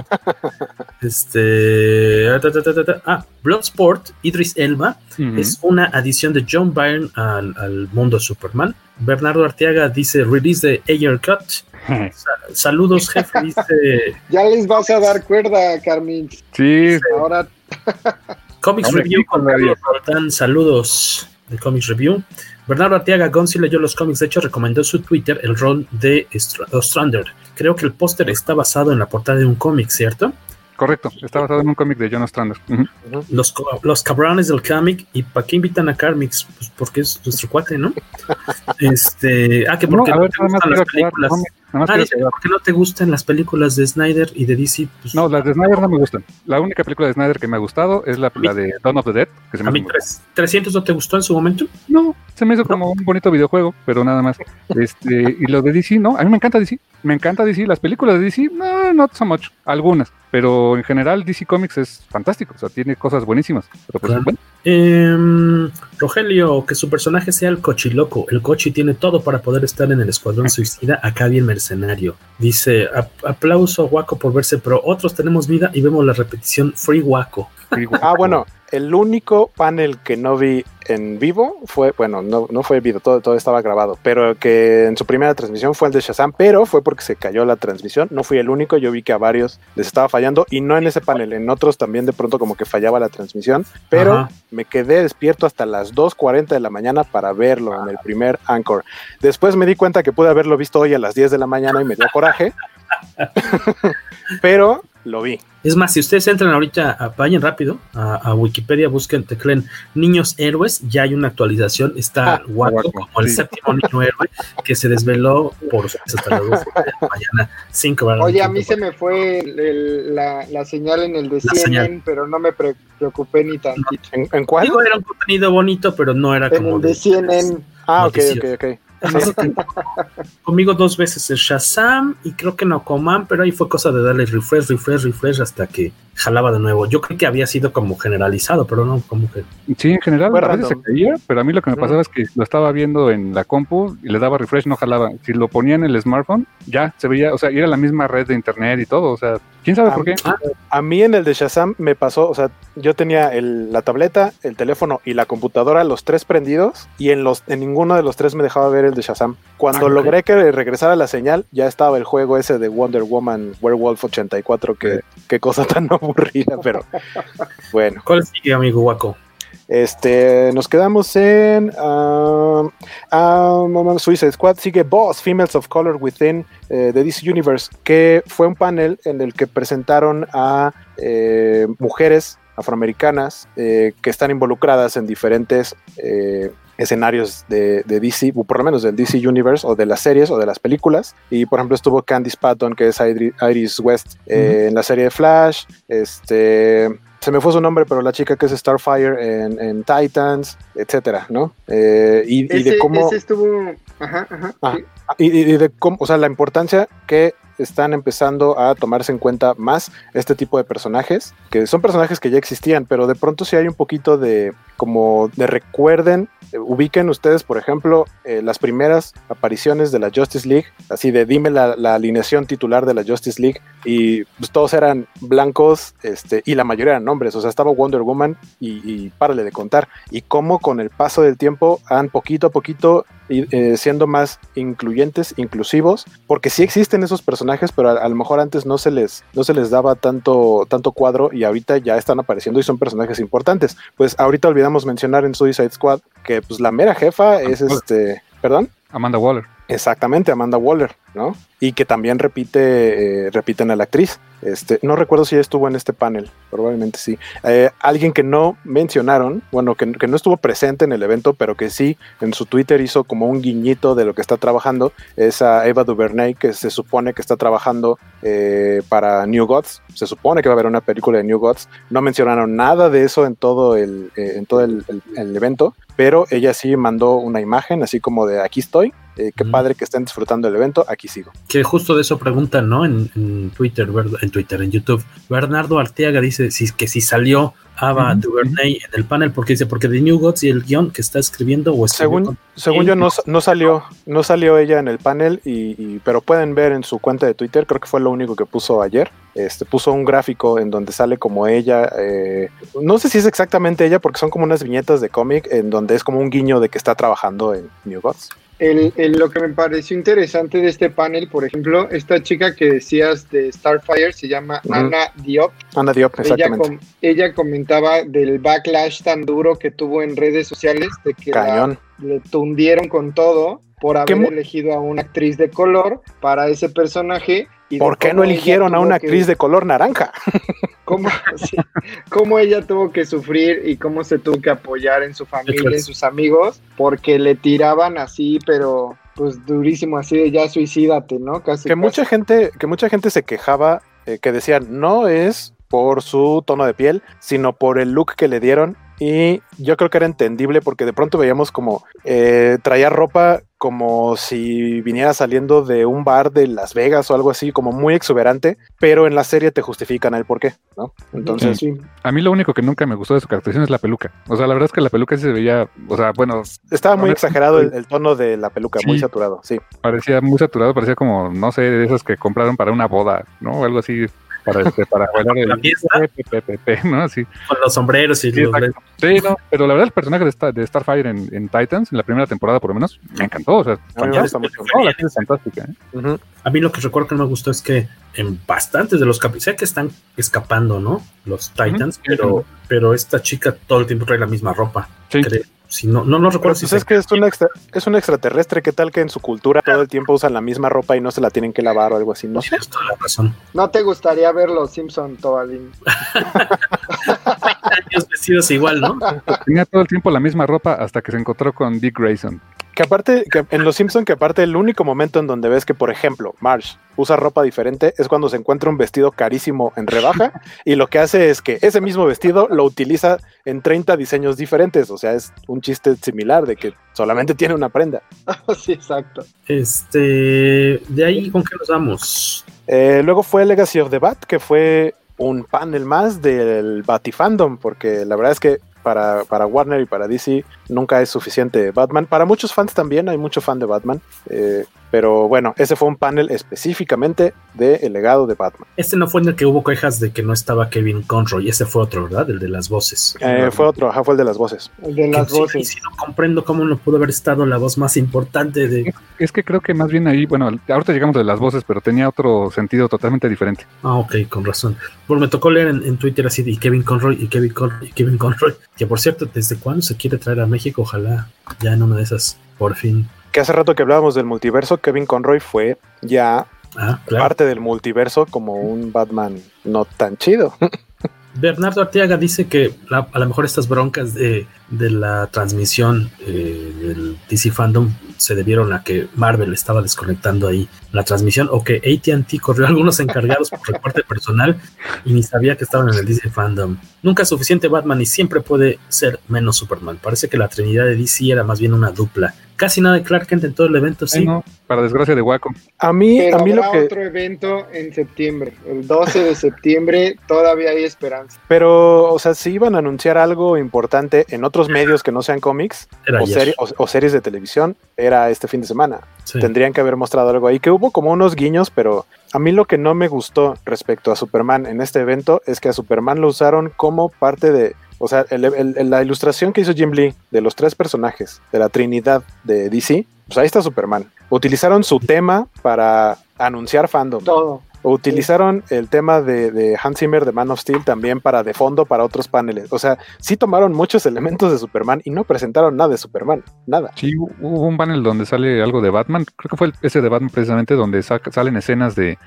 Bloodsport, Idris Elba, es una adición de John Byrne al mundo Superman. Bernardo Arteaga dice, release de Ayer Cut. Saludos, jefe, dice. Ya les vas a dar cuerda, Carmen. Sí. Ahora. Comics Review con Carlos Roldán, saludos de Comics Review. Bernardo Arteaga, Gonzi leyó los cómics, de hecho recomendó su Twitter el run de Ostrander. Creo que el póster está basado en la portada de un cómic, ¿cierto? Correcto, está basado en un cómic de John Ostrander. Los cabrones del cómic. ¿Y para qué invitan a Carmix? Pues porque es nuestro cuate, ¿no? Que porque no te gustan las películas. Porque no te gustan las películas de Snyder y de DC. Pues, no, las de Snyder no me gustan. La única película de Snyder que me ha gustado es la de Dawn of the Dead. Que se me a mí 300 no te gustó en su momento. No, se me hizo como un bonito videojuego, pero nada más. Y lo de DC, no, a mí me encanta DC. Me encanta DC. Las películas de DC, no, not so much. Algunas. Pero en general DC Comics es fantástico, o sea, tiene cosas buenísimas. Pero pues, bueno. Rogelio, que su personaje sea el Cochiloco. El Cochi tiene todo para poder estar en el Escuadrón Suicida, acá bien mercenario. Dice, aplauso a Waco por verse, pero otros tenemos vida y vemos la repetición Free Waco. Bueno, el único panel que no vi en vivo fue, bueno, no fue vivo, todo estaba grabado, pero que en su primera transmisión fue el de Shazam, pero fue porque se cayó la transmisión. No fui el único, yo vi que a varios les estaba fallando, y no en ese panel, en otros también de pronto como que fallaba la transmisión, pero me quedé despierto hasta las 2:40 de la mañana para verlo en el primer Anchor. Después me di cuenta que pude haberlo visto hoy a las 10 de la mañana y me dio coraje, pero lo vi. Es más, si ustedes entran ahorita, vayan rápido a Wikipedia, busquen, tecleen Niños Héroes, ya hay una actualización, está Waco como el séptimo niño héroe que se desveló por hasta las 2 de la mañana. 5. Oye, a mí se me fue la señal en el de CNN, pero no me preocupé ni tantito. ¿En cuál? Digo, era un contenido bonito, pero no era como... En el de CNN. Ok. Sí. Conmigo 2 veces el Shazam y creo que Nocoman, pero ahí fue cosa de darle refresh hasta que jalaba de nuevo. Yo creo que había sido como generalizado, pero no como que... Sí, en general a veces se caía, pero a mí lo que me pasaba es que lo estaba viendo en la compu y le daba refresh, no jalaba. Si lo ponía en el smartphone, ya se veía, o sea, era la misma red de internet y todo, o sea, ¿quién sabe por qué? A mí en el de Shazam me pasó, o sea, yo tenía la tableta, el teléfono y la computadora, los 3 prendidos, y en ninguno de los 3 me dejaba ver el de Shazam. Cuando logré que regresara la señal, ya estaba el juego ese de Wonder Woman Werewolf 84, qué cosa tan aburrida, pero bueno. ¿Cuál sigue, amigo Waco? Nos quedamos en Suicide Squad. Sigue Boss, Females of Color Within the DC Universe, que fue un panel en el que presentaron a mujeres afroamericanas que están involucradas en diferentes escenarios de DC, o por lo menos del DC Universe, o de las series, o de las películas. Y por ejemplo estuvo Candice Patton, que es Iris West, en la serie de Flash. Se me fue su nombre, pero la chica que es Starfire en Titans, etcétera, ¿no? Y de cómo... Ese estuvo... Y de cómo, o sea, la importancia que están empezando a tomarse en cuenta más este tipo de personajes, que son personajes que ya existían, pero de pronto sí hay un poquito de recuerden, ubiquen ustedes, por ejemplo, las primeras apariciones de la Justice League, así de dime la alineación titular de la Justice League, y pues todos eran blancos, y la mayoría eran hombres, o sea, estaba Wonder Woman y párale de contar, y cómo con el paso del tiempo han poquito a poquito siendo más incluyentes, inclusivos, porque sí existen esos personajes, pero a lo mejor antes no se les daba tanto cuadro, y ahorita ya están apareciendo y son personajes importantes. Pues ahorita olvidamos mencionar en Suicide Squad que pues la mera jefa es ¿perdón? Amanda Waller. Exactamente, Amanda Waller, ¿no? Y que también repiten a la actriz. No recuerdo si ella estuvo en este panel, probablemente sí. Alguien que no mencionaron, bueno, que no estuvo presente en el evento, pero que sí en su Twitter hizo como un guiñito de lo que está trabajando, es a Ava DuVernay, que se supone que está trabajando para New Gods. Se supone que va a haber una película de New Gods. No mencionaron nada de eso en todo el evento, pero ella sí mandó una imagen así como de aquí estoy. Qué padre que estén disfrutando el evento, aquí sigo. Que justo de eso preguntan, ¿no? En Twitter, en YouTube. Bernardo Arteaga dice que si salió Ava DuVernay en el panel, porque de New Gods y el guión que está escribiendo o según yo no salió ella en el panel, pero pueden ver en su cuenta de Twitter, creo que fue lo único que puso ayer. Puso un gráfico en donde sale como ella, no sé si es exactamente ella, porque son como unas viñetas de cómic en donde es como un guiño de que está trabajando en New Gods. Lo que me pareció interesante de este panel, por ejemplo, esta chica que decías de Starfire se llama Ana Diop. Ana Diop, exactamente. Ella comentaba del backlash tan duro que tuvo en redes sociales, de que le tundieron con todo por haber elegido a una actriz de color para ese personaje. ¿Por qué no eligieron a una actriz de color naranja? Cómo ella tuvo que sufrir y cómo se tuvo que apoyar en su familia, en sus amigos, porque le tiraban así, pero pues durísimo, así de ya suicídate, ¿no? Casi. Mucha gente se quejaba, que decían no es por su tono de piel, sino por el look que le dieron. Y yo creo que era entendible porque de pronto veíamos como traía ropa como si viniera saliendo de un bar de Las Vegas o algo así, como muy exuberante, pero en la serie te justifican el por qué, ¿no? Entonces sí. A mí lo único que nunca me gustó de su caracterización es la peluca. O sea, la verdad es que la peluca sí se veía, o sea, bueno... Estaba muy exagerado el tono de la peluca, sí, muy saturado, sí. Parecía muy saturado, parecía como, no sé, de esas que compraron para una boda, ¿no? Algo así... para bailar la fiesta, ¿no? Así. Con los sombreros y los... Sí, no, pero la verdad el personaje de Starfire en Titans, en la primera temporada por lo menos, me encantó, o sea, la es fantástica. A mí lo que recuerdo que me gustó es que en bastantes de los capítulos, sé que están escapando, ¿no? Los Titans, pero esta chica todo el tiempo trae la misma ropa, sí. Si no recuerdo si es que es un extraterrestre. ¿Qué tal que en su cultura todo el tiempo usan la misma ropa y no se la tienen que lavar o algo así? No sé. Tienes toda la razón. ¿No te gustaría ver los Simpson, Tobalín? Años vestidos igual, ¿no? Tenía todo el tiempo la misma ropa hasta que se encontró con Dick Grayson. Que aparte, que en Los Simpson, que aparte el único momento en donde ves que, por ejemplo, Marge usa ropa diferente es cuando se encuentra un vestido carísimo en rebaja y lo que hace es que ese mismo vestido lo utiliza en 30 diseños diferentes. O sea, es un chiste similar de que solamente tiene una prenda. Sí, exacto. De ahí, ¿con qué nos vamos? Luego fue Legacy of the Bat, que fue un panel más del Batifandom, porque la verdad es que para Warner y para DC nunca es suficiente Batman. Para muchos fans también, hay mucho fan de Batman. Pero bueno, ese fue un panel específicamente de El legado de Batman. Este no fue en el que hubo quejas de que no estaba Kevin Conroy, ese fue otro, ¿verdad? El de las voces. Fue otro, fue el de las voces. El de las voces. Y si no comprendo cómo no pudo haber estado la voz más importante de... Es que creo que más bien ahí, bueno, ahorita llegamos de las voces, pero tenía otro sentido totalmente diferente. Ah, ok, con razón. Bueno, me tocó leer en Twitter así de Kevin Conroy y Kevin Conroy y Kevin Conroy. Que por cierto, ¿desde cuándo se quiere traer a México? Ojalá ya en una de esas, por fin. Que hace rato que hablábamos del multiverso, Kevin Conroy fue ya parte del multiverso como un Batman no tan chido. Bernardo Arteaga dice que a lo mejor estas broncas de la transmisión del DC Fandom se debieron a que Marvel estaba desconectando ahí la transmisión, o que AT&T corrió a algunos encargados por reporte personal y ni sabía que estaban en el DC Fandom. Nunca es suficiente Batman y siempre puede ser menos Superman. Parece que la trinidad de DC era más bien una dupla. Casi nada de Clark Kent en todo el evento, sí. No, para desgracia de Waco. Pero habrá otro evento en septiembre, el 12 de septiembre, todavía hay esperanza. Pero, o sea, si iban a anunciar algo importante en otros medios que no sean cómics o series de televisión, era este fin de semana. Sí. Tendrían que haber mostrado algo ahí, que hubo como unos guiños, pero a mí lo que no me gustó respecto a Superman en este evento es que a Superman lo usaron como parte de... O sea, la ilustración que hizo Jim Lee de los 3 personajes de la Trinidad de DC, pues ahí está Superman. Utilizaron su tema para anunciar fandom. Todo. Utilizaron el tema de Hans Zimmer de Man of Steel también de fondo para otros paneles. O sea, sí tomaron muchos elementos de Superman y no presentaron nada de Superman. Nada. Sí, hubo un panel donde sale algo de Batman. Creo que fue ese de Batman precisamente, donde salen escenas de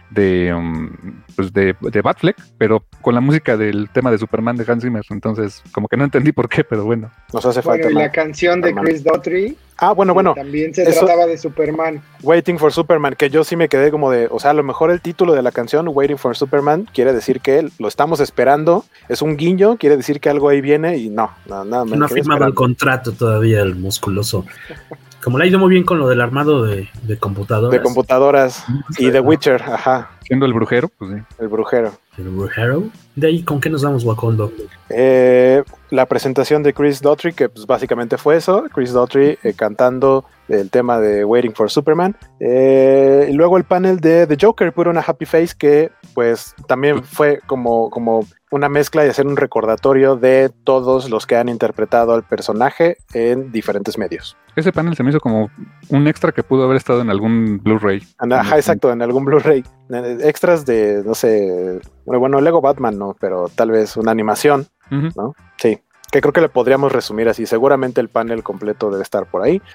Batfleck, pero con la música del tema de Superman de Hans Zimmer. Entonces, como que no entendí por qué, pero bueno. Nos hace falta. Y la canción de Chris Daughtry. Bueno. También se trataba de Superman. Waiting for Superman, que yo sí me quedé como de, o sea, a lo mejor el título de la canción, Waiting for Superman, quiere decir que lo estamos esperando, es un guiño, quiere decir que algo ahí viene y nada. No ha firmado el contrato todavía el musculoso. Como le ha ido muy bien con lo del armado de computadoras. De computadoras y de Witcher, ajá. Siendo el brujero, pues sí. El brujero. ¿El brujero? De ahí, ¿con qué nos vamos, Wakondo? La presentación de Chris Daughtry, que pues básicamente fue eso. Chris Daughtry cantando el tema de Waiting for Superman. Y luego el panel de The Joker, Put on a Happy Face, que pues también fue como una mezcla y hacer un recordatorio de todos los que han interpretado al personaje en diferentes medios. Ese panel se me hizo como un extra que pudo haber estado en algún Blu-ray. Ajá, exacto, en algún Blu-ray. Extras de, no sé, bueno, Lego Batman, ¿no? Pero tal vez una animación, ¿no? Sí. Que creo que le podríamos resumir así. Seguramente el panel completo debe estar por ahí.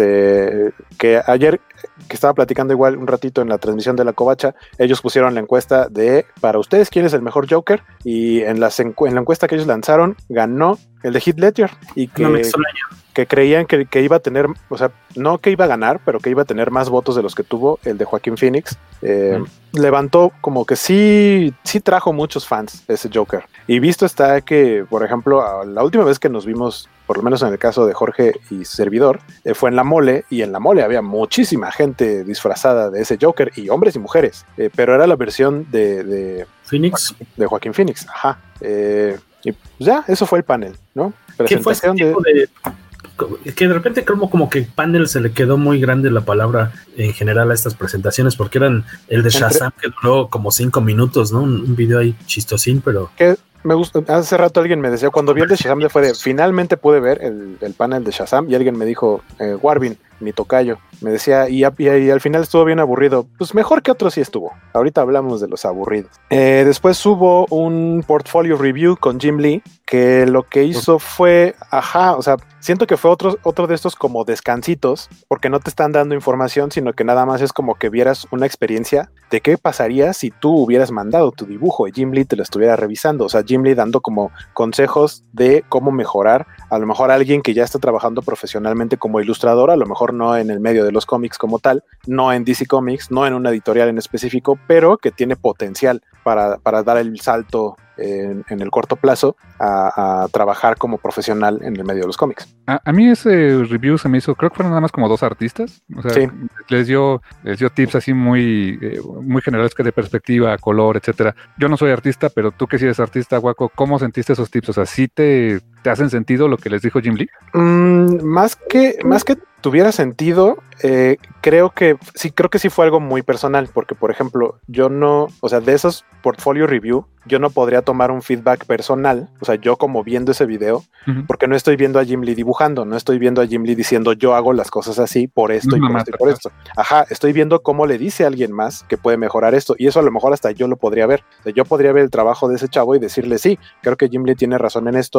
Que ayer, que estaba platicando igual un ratito en la transmisión de La Covacha, ellos pusieron la encuesta de, para ustedes, ¿quién es el mejor Joker? Y en la encuesta que ellos lanzaron, ganó el de Heath Ledger. Y que, no me extraña. Que creían que iba a tener, o sea, no que iba a ganar, pero que iba a tener más votos de los que tuvo el de Joaquín Phoenix. Levantó como que sí trajo muchos fans ese Joker. Y visto está que, por ejemplo, la última vez que nos vimos, por lo menos en el caso de Jorge y servidor, fue en la Mole, y en la Mole había muchísima gente disfrazada de ese Joker, y hombres y mujeres, pero era la versión de Phoenix, de Joaquín Phoenix, ajá. Y pues ya, eso fue el panel, ¿no? Presentación que de repente como que panel se le quedó muy grande la palabra en general a estas presentaciones, porque eran el de Shazam que duró como 5 minutos, ¿no? Un video ahí chistosín, pero... Que me gusta. Hace rato alguien me decía, cuando vi el de Shazam, finalmente pude ver el panel de Shazam, y alguien me dijo, Warvin, mi tocayo, me decía, y al final estuvo bien aburrido. Pues mejor que otros sí estuvo. Ahorita hablamos de los aburridos. Después hubo un portfolio review con Jim Lee, que lo que hizo fue, o sea, siento que fue otro de estos como descansitos, porque no te están dando información, sino que nada más es como que vieras una experiencia de qué pasaría si tú hubieras mandado tu dibujo y Jim Lee te lo estuviera revisando. O sea, Jim Lee dando como consejos de cómo mejorar, a lo mejor alguien que ya está trabajando profesionalmente como ilustrador, a lo mejor no en el medio de los cómics como tal, no en DC Comics, no en una editorial en específico, pero que tiene potencial para dar el salto en el corto plazo a trabajar como profesional en el medio de los cómics. A mí ese review se me hizo, creo que fueron nada más como 2 artistas, o sea, sí. les dio tips así muy generales, que de perspectiva, color, etcétera. Yo no soy artista, pero tú que sí eres artista, Guaco, ¿cómo sentiste esos tips? O sea, ¿sí te hacen sentido lo que les dijo Jim Lee? Más que tuviera sentido, creo que sí fue algo muy personal, porque por ejemplo, de esos portfolio review, yo no podría tomar un feedback personal, o sea, yo como viendo ese video, porque no estoy viendo a Jim Lee dibujando, no estoy viendo a Jim Lee diciendo yo hago las cosas así por esto y por esto y por esto. Ajá, estoy viendo cómo le dice a alguien más que puede mejorar esto, y eso a lo mejor hasta yo lo podría ver. O sea, yo podría ver el trabajo de ese chavo y decirle, sí, creo que Jim Lee tiene razón en esto, o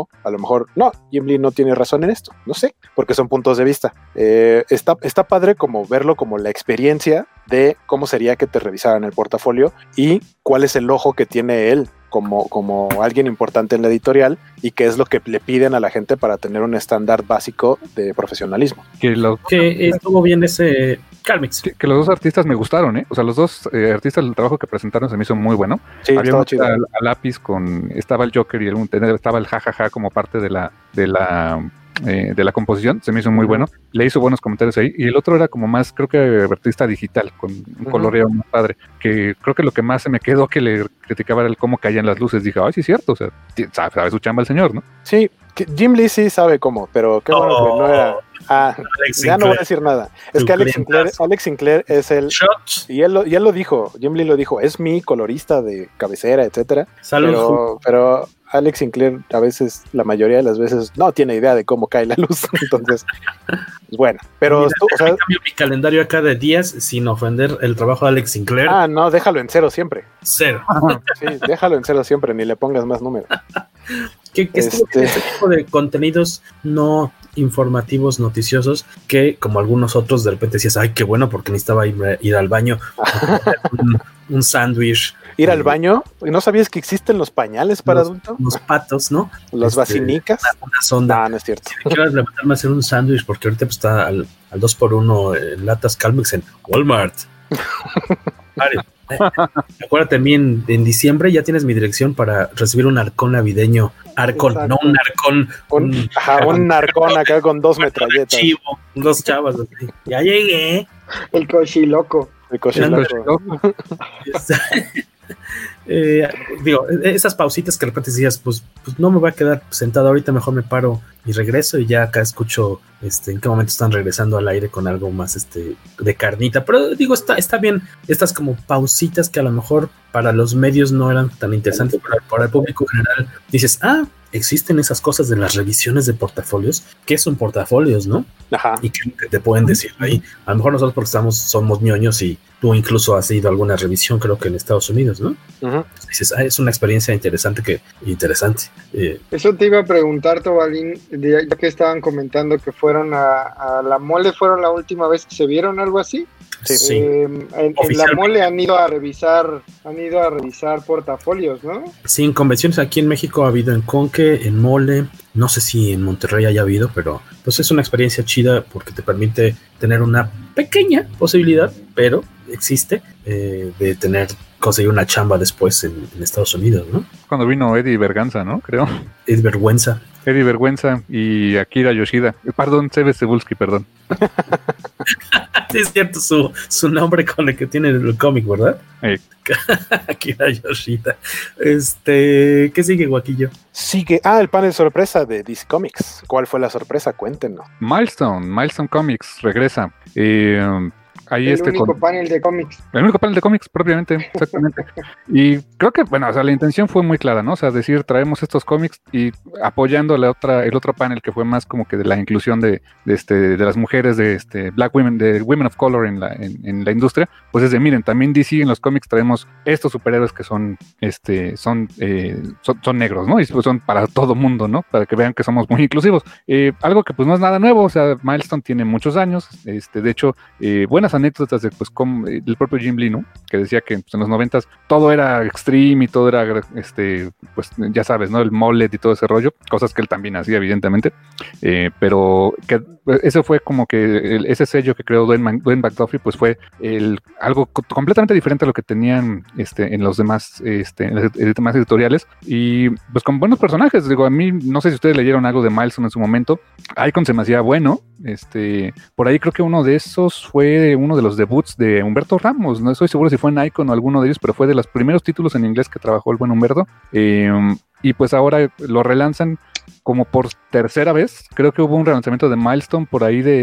o a lo mejor no, Jim Lee no tiene razón en esto, no sé, porque son puntos de vista. Está padre como verlo como la experiencia de cómo sería que te revisaran el portafolio y cuál es el ojo que tiene él como alguien importante en la editorial y qué es lo que le piden a la gente para tener un estándar básico de profesionalismo. Que estuvo bien ese Calmix. Que los dos artistas me gustaron, ¿eh? O sea, los dos artistas, el trabajo que presentaron se me hizo muy bueno. Sí, había chido. A lápiz estaba el Joker y estaba el jajaja como parte de la composición, se me hizo muy bueno, le hizo buenos comentarios ahí, y el otro era como más, creo que artista digital, con un coloreo más padre, que creo que lo que más se me quedó que le criticaba era el cómo caían las luces. Dije, ay, sí es cierto, o sea, sabe su chamba el señor, ¿no? Sí, Jim Lee sí sabe cómo, pero qué bueno que no era... ya no voy a decir nada. Es que Alex Sinclair es el... Y él lo dijo, Jim Lee lo dijo, es mi colorista de cabecera, etcétera. Pero Alex Sinclair a veces, la mayoría de las veces, no tiene idea de cómo cae la luz. Entonces, bueno, pero... Mira, cambio mi calendario acá de días sin ofender el trabajo de Alex Sinclair. No, déjalo en 0 siempre. 0. Sí, déjalo en 0 siempre, ni le pongas más número. Que este tipo de contenidos no informativos, noticiosos, que como algunos otros de repente decías, ay, qué bueno, porque necesitaba ir al baño, un sándwich. Ir al baño, ¿no sabías que existen los pañales para adultos? Los patos, ¿no? Los vacinicas. Una sonda. No es cierto. Si quiero levantarme a hacer un sándwich, porque ahorita pues, está al 2x1 en latas Calmex en Walmart. Vale. Acuérdate, a mí en diciembre ya tienes mi dirección para recibir un arcón navideño. Arcón, exacto. No un arcón. Un arcón acá con 2 metralletas. Chivo, 2 chavas así. Ya llegué. El cochiloco. Digo, esas pausitas que de repente decías, pues no me voy a quedar sentado ahorita, mejor me paro y regreso, y ya acá escucho en qué momento están regresando al aire con algo más de carnita. Pero digo, está bien estas como pausitas que a lo mejor para los medios no eran tan interesantes, pero para el público general dices, existen esas cosas de las revisiones de portafolios. ¿Qué son portafolios, no? Ajá. Y que te pueden decir ahí. A lo mejor nosotros porque somos ñoños y tú incluso has ido a alguna revisión, creo que en Estados Unidos, ¿no? Dices, es una experiencia interesante. Eso te iba a preguntar, Tobalín, ya que estaban comentando que fueron a la mole, ¿fueron la última vez que se vieron, algo así? Sí. En la mole han ido a revisar portafolios, ¿no? Sí, en convenciones aquí en México ha habido en Conque, en Mole, no sé si en Monterrey haya habido, pero pues es una experiencia chida porque te permite tener una pequeña posibilidad, pero existe, de conseguir una chamba después en Estados Unidos, ¿no? Cuando vino Eddie Berganza, ¿no? Creo. Eddie Bergüenza y Akira Yoshida. Perdón, Sebe Cebulski, perdón. Es cierto, su nombre con el que tiene el cómic, ¿verdad? Akira Yoshida. ¿Qué sigue, Guaquillo? Sigue, el panel sorpresa de DC Comics. ¿Cuál fue la sorpresa? Cuéntenos. Milestone Comics regresa. Ahí el único panel de cómics. El único panel de cómics, propiamente, exactamente. Y creo que, bueno, o sea, la intención fue muy clara, ¿no? O sea, decir, traemos estos cómics y apoyando el otro panel que fue más como que de la inclusión de las mujeres, de Black Women, de Women of Color en la industria, pues es de, miren, también DC en los cómics traemos estos superhéroes que son negros, ¿no? Y pues son para todo mundo, ¿no? Para que vean que somos muy inclusivos. Algo que pues no es nada nuevo, o sea, Milestone tiene muchos años, de hecho, buenas anécdotas de pues como el propio Jim Lee, ¿no? Que decía que pues, en los 90s todo era extreme y todo era pues ya sabes, ¿no? El mullet y todo ese rollo, cosas que él también hacía evidentemente, pero que ese fue como que ese sello que creó Dwayne McDuffie, pues fue algo completamente diferente a lo que tenían en los demás editoriales, y pues con buenos personajes. Digo, a mí no sé si ustedes leyeron algo de Milestone en su momento. Icon se me hacía bueno, por ahí creo que uno de esos fue uno de los debuts de Humberto Ramos, no estoy seguro si fue en Icon o alguno de ellos, pero fue de los primeros títulos en inglés que trabajó el buen Humberto, y pues ahora lo relanzan como por tercera vez. Creo que hubo un relanzamiento de Milestone por ahí de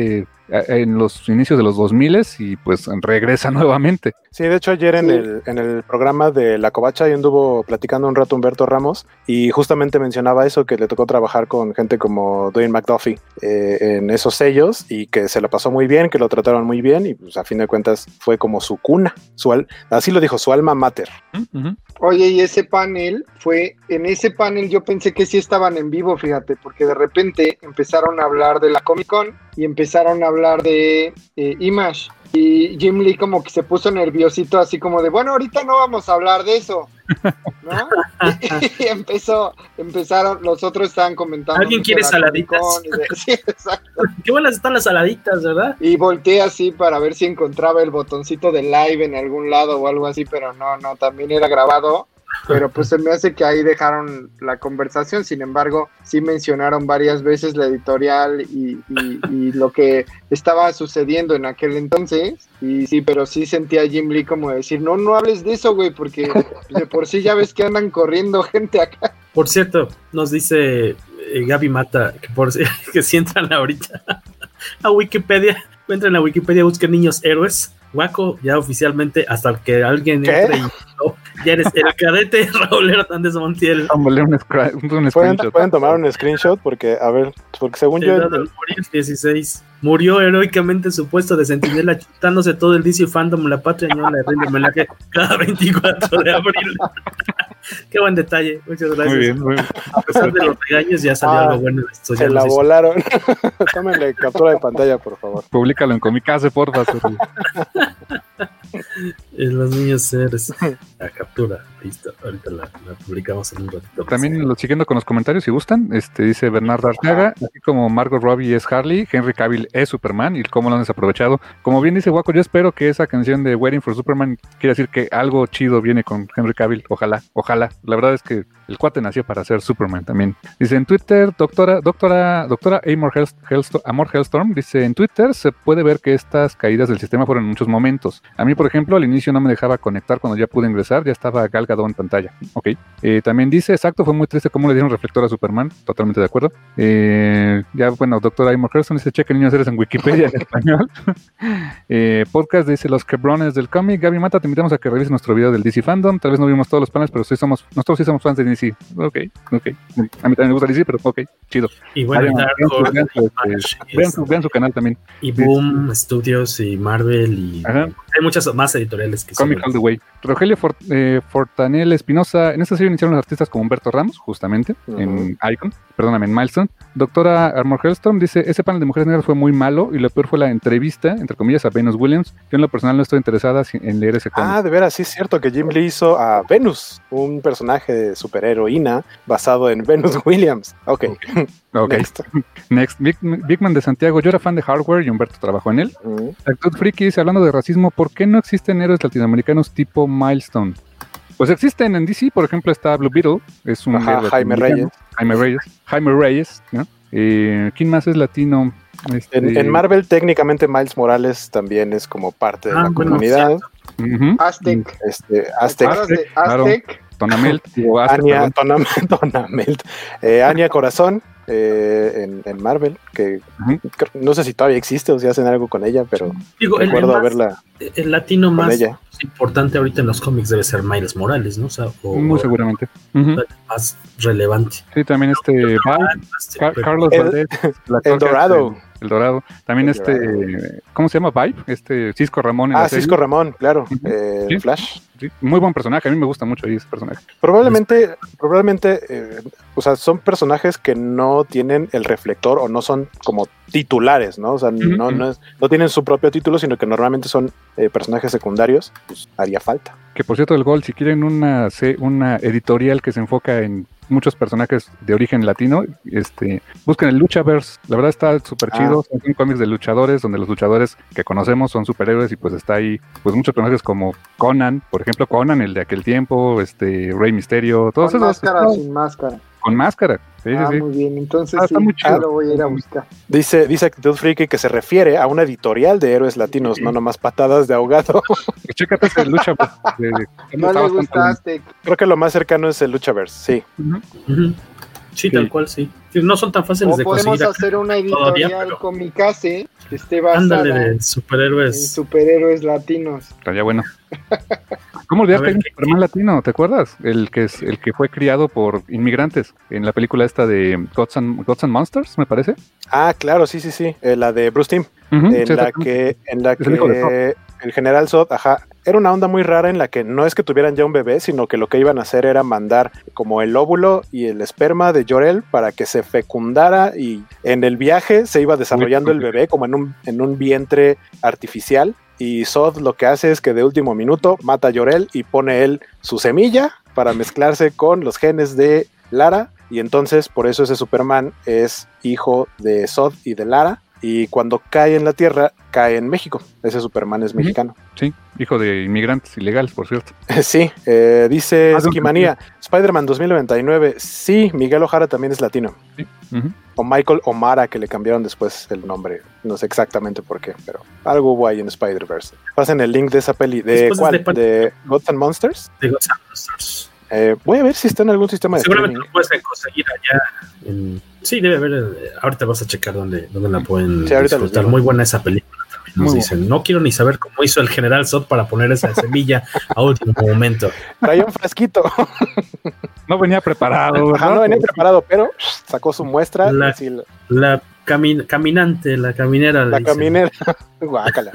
en los inicios de los 2000 y pues regresa nuevamente. Sí, de hecho ayer en el programa de La Covacha y anduvo platicando un rato Humberto Ramos y justamente mencionaba eso, que le tocó trabajar con gente como Dwayne McDuffie en esos sellos y que se lo pasó muy bien, que lo trataron muy bien y pues a fin de cuentas fue como su cuna, así lo dijo, su alma mater. Uh-huh. Oye, y en ese panel yo pensé que sí estaban en vivo, fíjate, porque de repente empezaron a hablar de la Comic Con y empezaron a hablar de Image. Y Jim Lee como que se puso nerviosito, así como de, bueno, ahorita no vamos a hablar de eso, ¿no? Y empezaron, los otros estaban comentando. ¿Alguien quiere saladitas? Sí, exacto. Qué buenas están las saladitas, ¿verdad? Y volteé así para ver si encontraba el botoncito de live en algún lado o algo así, pero no, también era grabado. Pero pues se me hace que ahí dejaron la conversación. Sin embargo, sí mencionaron varias veces la editorial y lo que estaba sucediendo en aquel entonces. Y sí, pero sí sentía a Jim Lee como decir, no hables de eso, güey, porque de por sí ya ves que andan corriendo gente acá. Por cierto, nos dice Gaby Mata que si entran ahorita a Wikipedia, entren a Wikipedia, busquen niños héroes. Waco, ya oficialmente, hasta que alguien entre y ya eres el cadete Raúl Hernández Montiel. ¿Pueden tomar un screenshot? Porque según yo... Morir 16. Murió heroicamente en su puesto de centinela, chutándose todo el DC Fandom, la patria no le rinde homenaje cada 24 de abril. Qué buen detalle, muchas gracias. Muy bien, muy bien. A pesar de los regaños, ya salió algo bueno de esto. Se la volaron. Tómenle captura de pantalla, por favor. Públicalo en Comicase, porfa. Los niños seres. La captura, listo. Ahorita la publicamos en un ratito. También lo siguiendo con los comentarios, si gustan, dice Bernardo Arteaga, así como Margot Robbie es Harley, Henry Cavill es Superman, y cómo lo han desaprovechado. Como bien dice Waco, yo espero que esa canción de Waiting for Superman quiere decir que algo chido viene con Henry Cavill. Ojalá. La verdad es que el cuate nació para ser Superman también. Dice en Twitter, doctora Amor Hellstorm, dice en Twitter se puede ver que estas caídas del sistema fueron en muchos momentos. A mí, por ejemplo, al inicio no me dejaba conectar cuando ya pude ingresar, ya estaba Gal Gadot en pantalla. Ok. También dice, exacto, fue muy triste cómo le dieron reflector a Superman, totalmente de acuerdo. Ya, bueno, doctora Amor Hellstorm dice, chequen niños seres en Wikipedia en español. Podcast dice, los quebrones del cómic. Gaby Mata, te invitamos a que revises nuestro video del DC Fandom. Tal vez no vimos todos los paneles, pero nosotros sí somos fans de DC. Ok. A mí también me gusta DC, pero ok, chido. Y bueno, vean su canal también. Y Boom Studios y Marvel y hay muchas más editoriales que Comic All the Way. Rogelio Fortanel Espinosa, en esta serie iniciaron los artistas como Humberto Ramos, justamente, en Icon, en Milestone. Doctora Armor Hellstrom dice, ese panel de mujeres negras fue muy malo y lo peor fue la entrevista, entre comillas, a Venus Williams. Yo en lo personal no estoy interesada en leer ese cómic. De veras, sí es cierto que Jim Lee hizo a Venus, un personaje de superheroína basado en Venus Williams. Ok. Next. Bigman de Santiago, yo era fan de Hardware y Humberto trabajó en él. Actud Friki dice, hablando de racismo, ¿por qué no existen héroes latinoamericanos tipo Milestone? Pues existen en DC, por ejemplo está Blue Beetle, es un Jaime Reyes, ¿no? ¿Quién más es latino? En Marvel técnicamente Miles Morales también es como parte de la comunidad. Aztec. Aztec. Tonamelt. Anya Corazón. En Marvel, que no sé si todavía existe o si hacen algo con ella, pero recuerdo haberla. El latino más importante ahorita en los cómics debe ser Miles Morales, ¿no? O sea, muy seguramente. Más relevante. Sí, también Carlos Valdés, El Dorado. El Dorado. También ¿cómo se llama? Vibe, Cisco Ramón en la serie. Cisco Ramón, claro. ¿Sí? Flash. Sí, muy buen personaje, a mí me gusta mucho ese personaje. Probablemente, o sea, son personajes que no tienen el reflector o no son como titulares, ¿no? O sea, no tienen su propio título, sino que normalmente son personajes secundarios, pues haría falta. Que por cierto, el Gol, si quieren una editorial que se enfoca en muchos personajes de origen latino, busquen el Luchaverse, la verdad está súper chido, son cómics de luchadores, donde los luchadores que conocemos son superhéroes y pues está ahí, pues muchos personajes como Conan, por ejemplo, el de aquel tiempo, Rey Mysterio, todos con esos. ¿Máscara o sin máscara? Con máscara, sí. Muy bien, entonces está muy chido. Lo voy a ir a buscar. Dice Actitud Friki que se refiere a una editorial de héroes latinos, no nomás patadas de ahogado. Chécate ese Luchaverse. No le gustaste. Creo que lo más cercano es el Luchaverse, sí. Sí, tal cual, sí. No son tan fáciles de conseguir. Podemos hacer una editorial Comicase que esté basada de superhéroes. En superhéroes latinos. Estaría bueno. ¿Cómo olvidar que hay un Superman latino? ¿Te acuerdas? El que fue criado por inmigrantes en la película esta de Gods and Monsters, me parece. Ah, claro, sí. La de Bruce Timm. En la que el general Zod, era una onda muy rara en la que no es que tuvieran ya un bebé, sino que lo que iban a hacer era mandar como el óvulo y el esperma de Jor-El para que se fecundara, y en el viaje se iba desarrollando el bebé como en un vientre artificial. Y Zod lo que hace es que de último minuto mata a Jor-El y pone él su semilla para mezclarse con los genes de Lara, y entonces por eso ese Superman es hijo de Zod y de Lara. Y cuando cae en la Tierra, cae en México. Ese Superman es mexicano. Sí, hijo de inmigrantes ilegales, por cierto. Sí, dice Skimanía, Spider-Man 2099. Sí, Miguel Ojara también es latino. Sí. O Michael O'Mara, que le cambiaron después el nombre. No sé exactamente por qué, pero algo hubo ahí en Spider-Verse. Pasen el link de esa peli. ¿De cuál? ¿De Gods and Monsters? De Gods and Monsters. Voy a ver si está en algún sistema de seguramente lo puedes conseguir allá. Sí, debe haber. Ahorita vas a checar dónde la pueden disfrutar. Muy buena esa película también. Nos dicen, no quiero ni saber cómo hizo el general Zod para poner esa semilla a último momento. Traía un frasquito. No venía preparado. No venía preparado, pero sacó su muestra. La caminante, la caminera. La caminera. Guácala.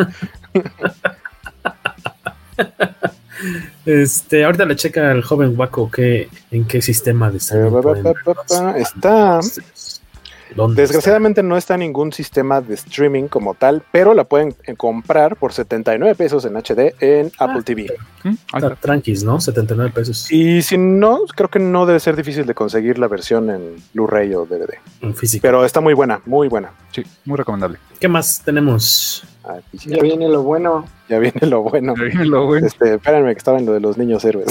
Ahorita le checa al joven Waco en qué sistema de está. Desgraciadamente no está en ningún sistema de streaming como tal, pero la pueden comprar por 79 pesos en HD en Apple TV. Tranquis, ¿no? 79 pesos. Y si no, creo que no debe ser difícil de conseguir la versión en Blu-ray o DVD. En físico. Pero está muy buena, muy buena. Sí, muy recomendable. ¿Qué más tenemos? Ya viene lo bueno. Espérenme que estaba en lo de los niños héroes.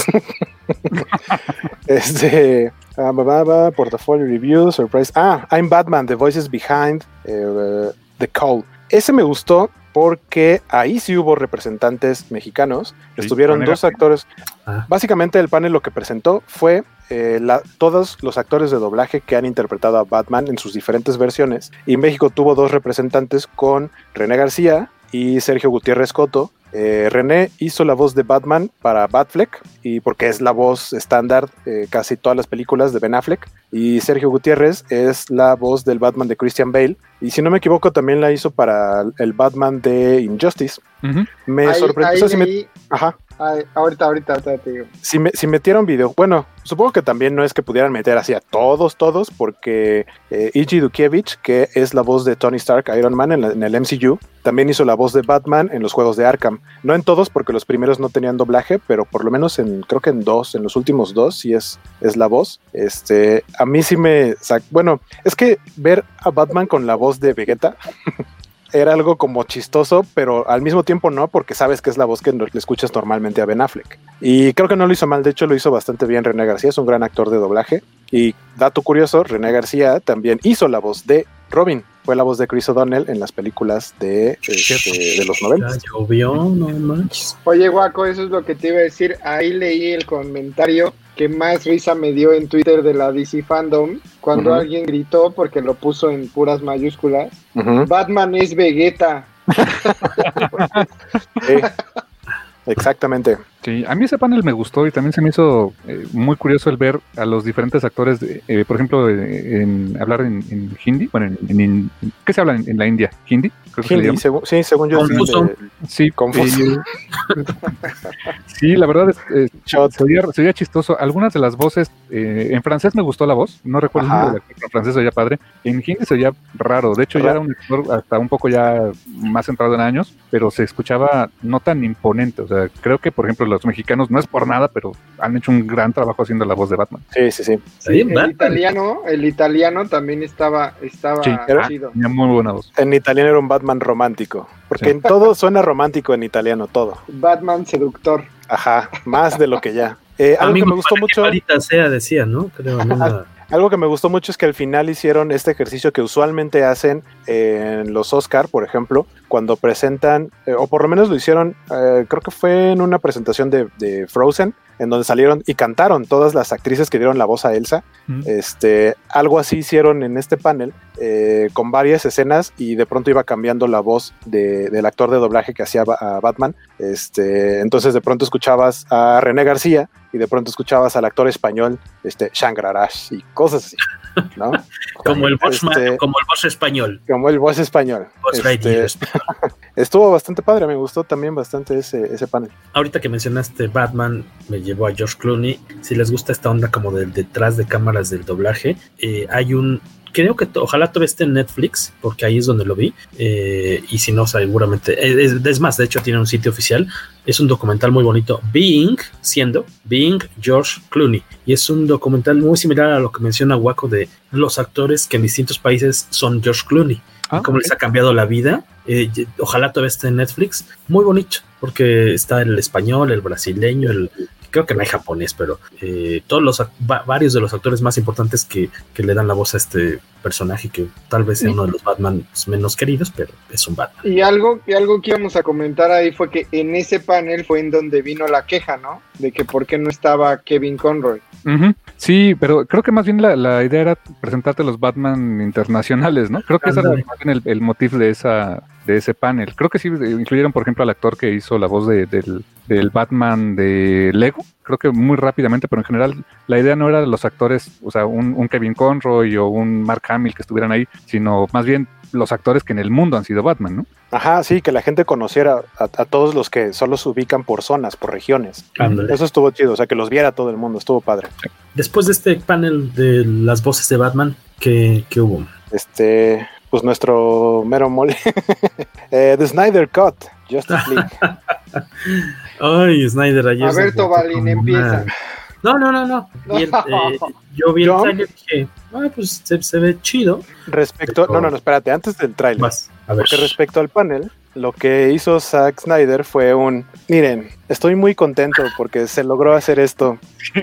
Portfolio Review, Surprise. I'm Batman, The Voices Behind the Call. Ese me gustó porque ahí sí hubo representantes mexicanos. Sí, estuvieron dos actores. Básicamente el panel lo que presentó fue todos los actores de doblaje que han interpretado a Batman en sus diferentes versiones. Y México tuvo dos representantes con René García y Sergio Gutiérrez Coto. René hizo la voz de Batman para Batfleck, y porque es la voz estándar casi todas las películas de Ben Affleck, y Sergio Gutiérrez es la voz del Batman de Christian Bale, y si no me equivoco también la hizo para el Batman de Injustice. Me sorprendió. Ahorita te digo. Si metieron video, bueno, supongo que también no es que pudieran meter así a todos, porque Iji Dukievich, que es la voz de Tony Stark, Iron Man en el MCU, también hizo la voz de Batman en los juegos de Arkham. No en todos, porque los primeros no tenían doblaje, pero por lo menos creo que en los últimos dos sí es la voz. A mí sí bueno, es que ver a Batman con la voz de Vegeta era algo como chistoso, pero al mismo tiempo no, porque sabes que es la voz que le escuchas normalmente a Ben Affleck. Y creo que no lo hizo mal, de hecho lo hizo bastante bien René García, es un gran actor de doblaje. Y dato curioso, René García también hizo la voz de Robin, fue la voz de Chris O'Donnell en las películas de los 90. Llovió, no manches. Oye, Guaco, eso es lo que te iba a decir. Ahí leí el comentario que más risa me dio en Twitter de la DC Fandom cuando alguien gritó, porque lo puso en puras mayúsculas, Batman es Vegeta. Sí, exactamente. Sí, a mí ese panel me gustó y también se me hizo muy curioso el ver a los diferentes actores, por ejemplo, hablar en hindi. Bueno, ¿qué se habla en la India? ¿Hindi? Hindi, según yo. Sí, confuso. Sí, la verdad se veía chistoso. Algunas de las voces, en francés me gustó la voz, no recuerdo el actor, pero en francés se veía padre. En hindi se veía raro, de hecho ya era un actor hasta un poco ya más centrado en años, pero se escuchaba no tan imponente. O sea, creo que, por ejemplo, los mexicanos, no es por nada, pero han hecho un gran trabajo haciendo la voz de Batman. Sí. El italiano también estaba chido. Tenía muy buena voz. En italiano era un Batman romántico, porque en todo suena romántico en italiano, todo. Batman seductor. Más de lo que ya. Algo que me gustó mucho. Decía, ¿no? Creo, algo que me gustó mucho es que al final hicieron este ejercicio que usualmente hacen en los Oscar, por ejemplo, cuando presentan, o por lo menos lo hicieron, creo que fue en una presentación de Frozen, en donde salieron y cantaron todas las actrices que dieron la voz a Elsa. Algo así hicieron en este panel, con varias escenas, y de pronto iba cambiando la voz del actor de doblaje que hacía a Batman. Entonces de pronto escuchabas a René García y de pronto escuchabas al actor español Shangrarash y cosas así, ¿no? como el boss español. Como el boss español. Estuvo bastante padre, me gustó también bastante ese panel. Ahorita que mencionaste Batman, me llevó a George Clooney. Si les gusta esta onda como del detrás de cámaras del doblaje, hay un... Creo que ojalá todavía esté en Netflix, porque ahí es donde lo vi, y si no, seguramente es más, de hecho tiene un sitio oficial. Es un documental muy bonito, Being George Clooney, y es un documental muy similar a lo que menciona Waco de los actores que en distintos países son George Clooney, cómo les ha cambiado la vida. Ojalá todavía esté en Netflix, muy bonito, porque está el español, el brasileño, creo que no hay japonés, pero varios de los actores más importantes que le dan la voz a este personaje, que tal vez sea uno de los Batman menos queridos, pero es un Batman. Y algo que íbamos a comentar ahí fue que en ese panel fue en donde vino la queja, ¿no? De que por qué no estaba Kevin Conroy. Uh-huh. Sí, pero creo que más bien la idea era presentarte los Batman internacionales, ¿no? Creo que ese era más bien el motivo de ese panel. Creo que sí incluyeron, por ejemplo, al actor que hizo la voz del Batman de Lego. Creo que muy rápidamente, pero en general la idea no era de los actores, o sea, un Kevin Conroy o un Mark Hamill que estuvieran ahí, sino más bien los actores que en el mundo han sido Batman, ¿no? Ajá, sí, que la gente conociera a todos los que solo se ubican por zonas, por regiones. Andale. Eso estuvo chido, o sea, que los viera todo el mundo, estuvo padre. Después de este panel de las voces de Batman, ¿qué hubo? Pues nuestro mero mole. The Snyder Cut, Justice League. Ay, Snyder, ayer. A ver, Tobalín, empieza. No. Yo vi el trailer y dije, pues se ve chido. No, espérate, antes del trailer. Porque respecto al panel, lo que hizo Zack Snyder fue miren, estoy muy contento porque se logró hacer esto.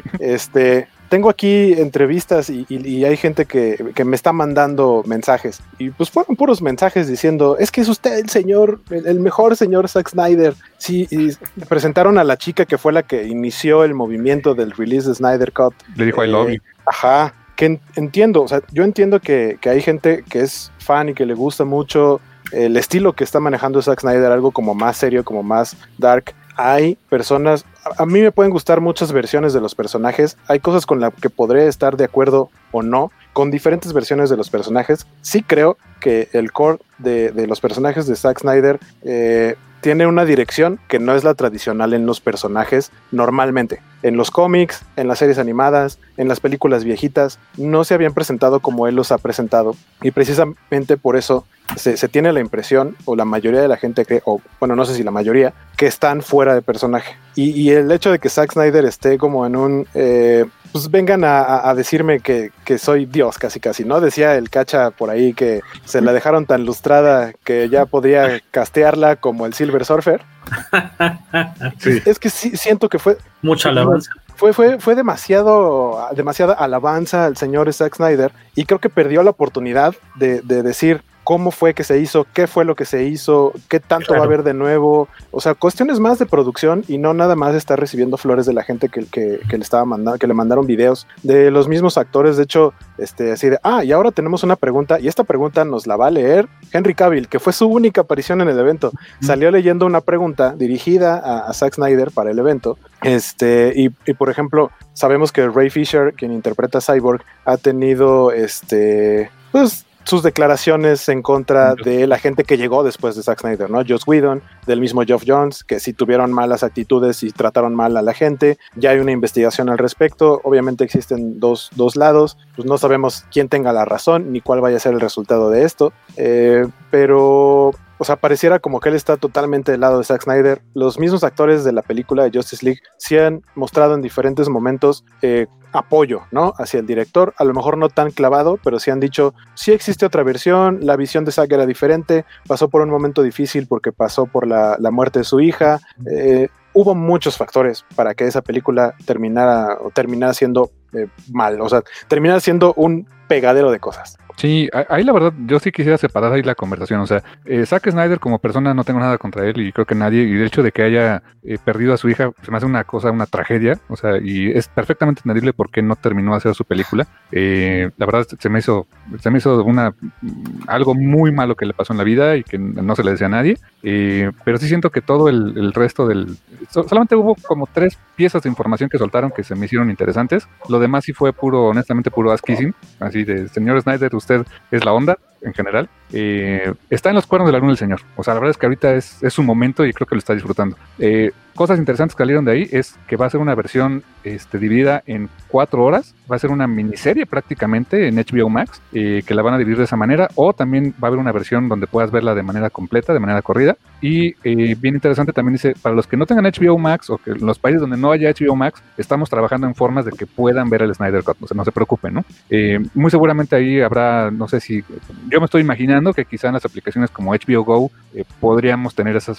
Tengo aquí entrevistas y hay gente que me está mandando mensajes. Y pues fueron puros mensajes diciendo, es que es usted el mejor señor Zack Snyder. Sí, y presentaron a la chica que fue la que inició el movimiento del release de Snyder Cut. Le dijo I love you. Ajá, que entiendo, o sea, yo entiendo que hay gente que es fan y que le gusta mucho el estilo que está manejando Zack Snyder, algo como más serio, como más dark. Hay personas, a mí me pueden gustar muchas versiones de los personajes, hay cosas con las que podré estar de acuerdo o no, con diferentes versiones de los personajes. Sí creo que el core de los personajes de Zack Snyder tiene una dirección que no es la tradicional en los personajes normalmente. En los cómics, en las series animadas, en las películas viejitas, no se habían presentado como él los ha presentado, y precisamente por eso se tiene la impresión, o la mayoría de la gente cree, o bueno, no sé si la mayoría, que están fuera de personaje. Y el hecho de que Zack Snyder esté como en un... pues vengan a decirme que soy Dios, casi, ¿no? Decía el Cacha por ahí que se la dejaron tan lustrada que ya podría castearla como el Silver Surfer. Sí. Es que sí, siento que fue... Mucha alabanza. Fue demasiada alabanza al señor Zack Snyder, y creo que perdió la oportunidad de decir cómo fue que se hizo, qué fue lo que se hizo, qué tanto va a haber de nuevo, o sea, cuestiones más de producción, y no nada más estar recibiendo flores de la gente que le estaba mandando, que le mandaron videos de los mismos actores. De hecho, así de, y ahora tenemos una pregunta, y esta pregunta nos la va a leer Henry Cavill, que fue su única aparición en el evento. Salió leyendo una pregunta dirigida a Zack Snyder para el evento, y por ejemplo, sabemos que Ray Fisher, quien interpreta a Cyborg, ha tenido, pues, sus declaraciones en contra de la gente que llegó después de Zack Snyder, ¿no? Joss Whedon, del mismo Geoff Johns, que sí tuvieron malas actitudes y trataron mal a la gente. Ya hay una investigación al respecto. Obviamente existen dos lados. Pues no sabemos quién tenga la razón ni cuál vaya a ser el resultado de esto. Pero... o sea, pareciera como que él está totalmente del lado de Zack Snyder. Los mismos actores de la película de Justice League sí han mostrado en diferentes momentos apoyo, ¿no? Hacia el director, a lo mejor no tan clavado, pero sí han dicho, sí existe otra versión, la visión de Zack era diferente, pasó por un momento difícil porque pasó por la muerte de su hija. Hubo muchos factores para que esa película terminara siendo mal. O sea, termina siendo un pegadero de cosas. Sí, ahí la verdad, yo sí quisiera separar ahí la conversación. O sea, Zack Snyder como persona no tengo nada contra él y creo que nadie. Y el hecho de que haya perdido a su hija se me hace una tragedia. O sea, y es perfectamente entendible por qué no terminó de hacer su película. La verdad se me hizo algo muy malo que le pasó en la vida y que no se le decía a nadie. Pero sí siento que todo el resto solamente hubo como 3 piezas de información que soltaron que se me hicieron interesantes. Lo demás sí fue honestamente puro ass kissing. Así de, señor Snyder, usted es la onda en general. Está en los cuernos de la luna el señor. O sea, la verdad es que ahorita es su momento y creo que lo está disfrutando. Cosas interesantes que salieron de ahí es que va a ser una versión dividida en 4 horas. Va a ser una miniserie prácticamente en HBO Max, que la van a dividir de esa manera, o también va a haber una versión donde puedas verla de manera completa, de manera corrida. Y bien interesante también dice, para los que no tengan HBO Max o que en los países donde no haya HBO Max, estamos trabajando en formas de que puedan ver el Snyder Cut, o sea, no se preocupen, ¿no? Muy seguramente ahí habrá, no sé si, yo me estoy imaginando que quizá en las aplicaciones como HBO Go podríamos tener esa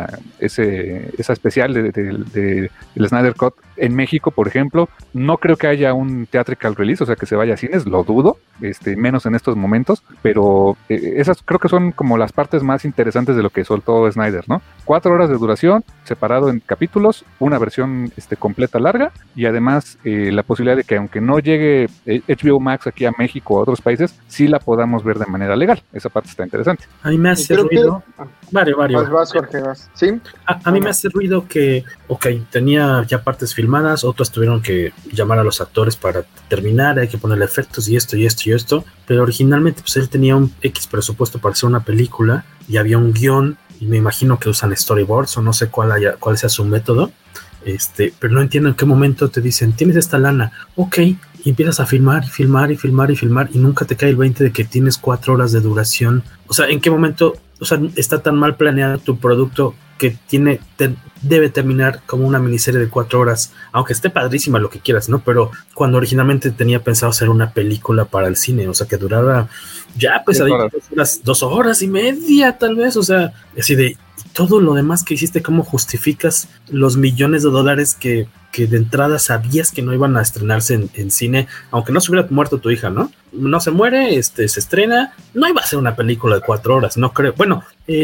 especial del Snyder Cut. En México, por ejemplo, no creo que haya un theatrical release, o sea, que se vaya a cines, lo dudo, menos en estos momentos, pero esas creo que son como las partes más interesantes de lo que soltó Snyder, ¿no? 4 horas de duración, separado en capítulos, una versión completa larga, y además la posibilidad de que aunque no llegue HBO Max aquí a México o a otros países, sí la podamos ver de manera legal. Esa parte está interesante. A mí me hace ruido... Varios. Vas, Jorge, vas. ¿Sí? A mí me hace ruido que, tenía ya partes filmadas, otras tuvieron que llamar a los actores para terminar, hay que ponerle efectos y esto, pero originalmente pues él tenía un X presupuesto para hacer una película y había un guión, y me imagino que usan storyboards o no sé cuál sea su método, pero no entiendo en qué momento te dicen, tienes esta lana, ok, y empiezas a filmar y nunca te cae el 20 de que tienes 4 horas de duración. O sea, ¿en qué momento? O sea, está tan mal planeado tu producto que debe terminar como una miniserie de 4 horas, aunque esté padrísima lo que quieras, ¿no? Pero cuando originalmente tenía pensado hacer una película para el cine, o sea, que durara ya pues 2 horas y media tal vez, o sea, así de todo lo demás que hiciste, ¿cómo justificas los millones de dólares que de entrada sabías que no iban a estrenarse en cine, aunque no se hubiera muerto tu hija, ¿no? No se muere, se estrena, no iba a ser una película de 4 horas, no creo. Bueno,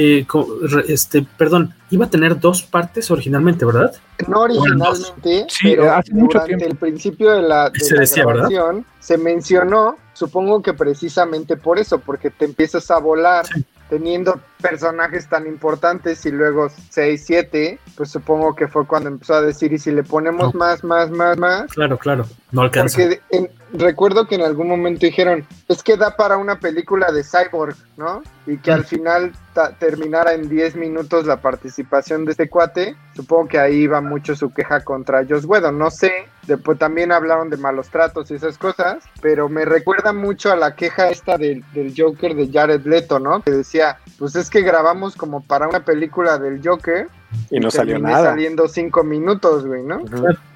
perdón, iba a tener 2 partes originalmente, ¿verdad? No originalmente, sí, pero hace mucho durante tiempo. el principio de la grabación, se mencionó, supongo que precisamente por eso, porque te empiezas a volar. Sí. Teniendo personajes tan importantes y luego 6, 7, pues supongo que fue cuando empezó a decir, y si le ponemos más. Claro, no alcanza. Porque recuerdo que en algún momento dijeron, es que da para una película de Cyborg, ¿no? Y que al final terminara en 10 minutos la participación de este cuate. Supongo que ahí iba mucho su queja contra Joss Whedon, no sé. Después también hablaron de malos tratos y esas cosas, pero me recuerda mucho a la queja esta del Joker de Jared Leto, ¿no? Que decía, pues es que grabamos como para una película del Joker y no salió nada. Saliendo 5 minutos, güey, ¿no?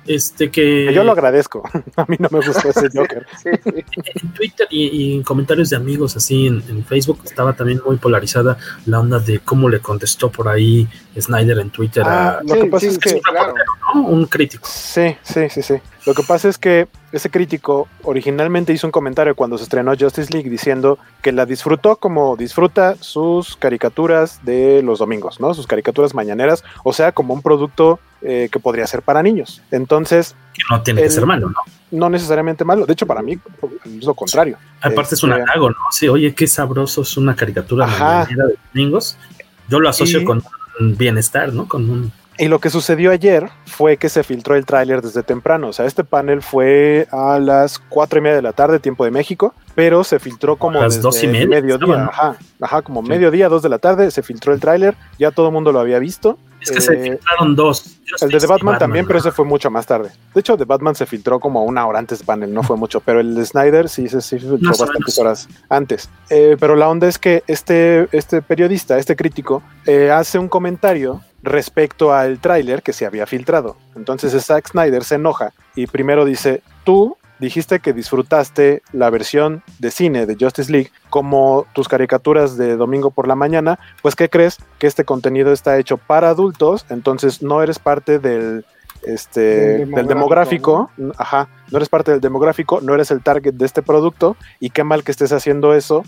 Que yo lo agradezco. A mí no me gustó ese Joker. Sí. En Twitter y en comentarios de amigos así en Facebook estaba también muy polarizada la onda de cómo le contestó por ahí Snyder en Twitter lo que pasa es que claro. ¿no? Un crítico. Sí. Lo que pasa es que ese crítico originalmente hizo un comentario cuando se estrenó Justice League diciendo que la disfrutó como disfruta sus caricaturas de los domingos, ¿no? Sus caricaturas mañaneras, o sea, como un producto que podría ser para niños. Entonces... Que no tiene que ser malo, ¿no? No necesariamente malo. De hecho, para mí es lo contrario. Aparte es un halago, ¿no? Sí, oye, qué sabroso es una caricatura mañanera de domingos. Yo lo asocio con un bienestar, ¿no? Y lo que sucedió ayer fue que se filtró el tráiler desde temprano. O sea, este panel fue a las 4:30 de la tarde, tiempo de México, pero se filtró como a las 2:30, mediodía. Como mediodía, 2 de la tarde, se filtró el tráiler. Ya todo el mundo lo había visto. Es que se filtraron 2. El de The Batman también, pero ese fue mucho más tarde. De hecho, The Batman se filtró como 1 hora antes del panel, no fue mucho, pero el de Snyder sí se filtró bastantes horas antes. Pero la onda es que este periodista, este crítico, hace un comentario respecto al tráiler que se había filtrado. Entonces Zack Snyder se enoja y primero dice, tú dijiste que disfrutaste la versión de cine de Justice League como tus caricaturas de domingo por la mañana, pues ¿qué crees? Que este contenido está hecho para adultos, entonces no eres parte del del demográfico, ¿no? Ajá, no eres parte del demográfico, no eres el target de este producto, y qué mal que estés haciendo eso,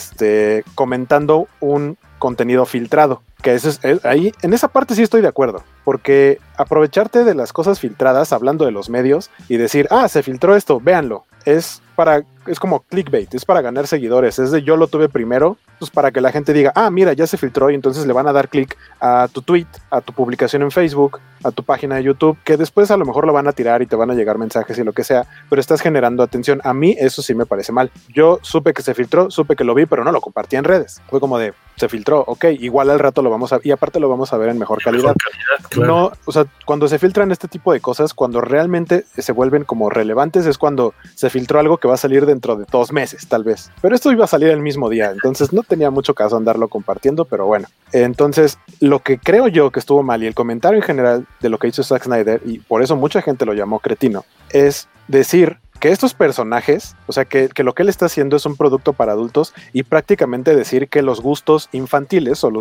comentando un contenido filtrado, que eso es, ahí, en esa parte sí estoy de acuerdo, porque aprovecharte de las cosas filtradas, hablando de los medios, y decir, se filtró esto, véanlo, es como clickbait, es para ganar seguidores, es de yo lo tuve primero, pues para que la gente diga, mira, ya se filtró, y entonces le van a dar clic a tu tweet, a tu publicación en Facebook, a tu página de YouTube, que después a lo mejor lo van a tirar y te van a llegar mensajes y lo que sea, pero estás generando atención. A mí eso sí me parece mal. Yo supe que se filtró, supe que lo vi, pero no lo compartí en redes. Fue como de, se filtró, ok, igual al rato lo vamos a, y aparte lo vamos a ver en mejor calidad. Claro. No, o sea, cuando se filtran este tipo de cosas, cuando realmente se vuelven como relevantes, es cuando se filtró algo que va a salir dentro de 2 meses, tal vez. Pero esto iba a salir el mismo día, entonces no tenía mucho caso andarlo compartiendo, pero bueno. Entonces, lo que creo yo que estuvo mal, y el comentario en general de lo que hizo Zack Snyder, y por eso mucha gente lo llamó cretino, es decir que estos personajes, o sea, que lo que él está haciendo es un producto para adultos, y prácticamente decir que los gustos infantiles o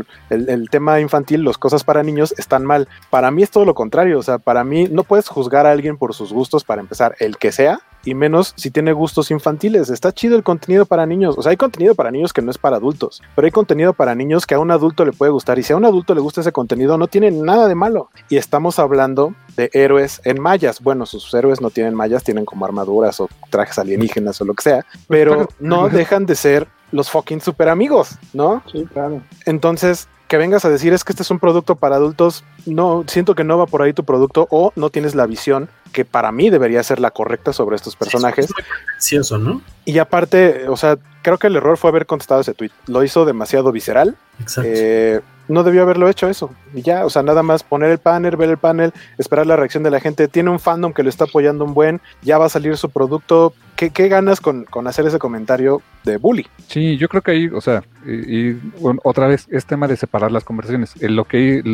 el tema infantil, las cosas para niños están mal. Para mí es todo lo contrario, o sea, para mí no puedes juzgar a alguien por sus gustos, para empezar, el que sea, y menos si tiene gustos infantiles. Está chido el contenido para niños, o sea, hay contenido para niños que no es para adultos, pero hay contenido para niños que a un adulto le puede gustar, y si a un adulto le gusta ese contenido no tiene nada de malo. Y estamos hablando de héroes en mallas. Bueno, sus héroes no tienen mallas, tienen como armaduras o trajes alienígenas o lo que sea, pero no dejan de ser los fucking super amigos, ¿no? Sí, claro. Entonces, que vengas a decir es que este es un producto para adultos, no, siento que no va por ahí tu producto, o no tienes la visión que para mí debería ser la correcta sobre estos personajes. Sí, es muy pretencioso, ¿no? Y aparte, o sea, creo que el error fue haber contestado ese tweet. Lo hizo demasiado visceral. Exacto. No debió haberlo hecho eso. Y ya, o sea, nada más poner el panel, ver el panel, esperar la reacción de la gente. Tiene un fandom que lo está apoyando un buen, ya va a salir su producto. ¿Qué ganas con hacer ese comentario de bully? Sí, yo creo que ahí, o sea, bueno, otra vez es tema de separar las conversaciones. Lo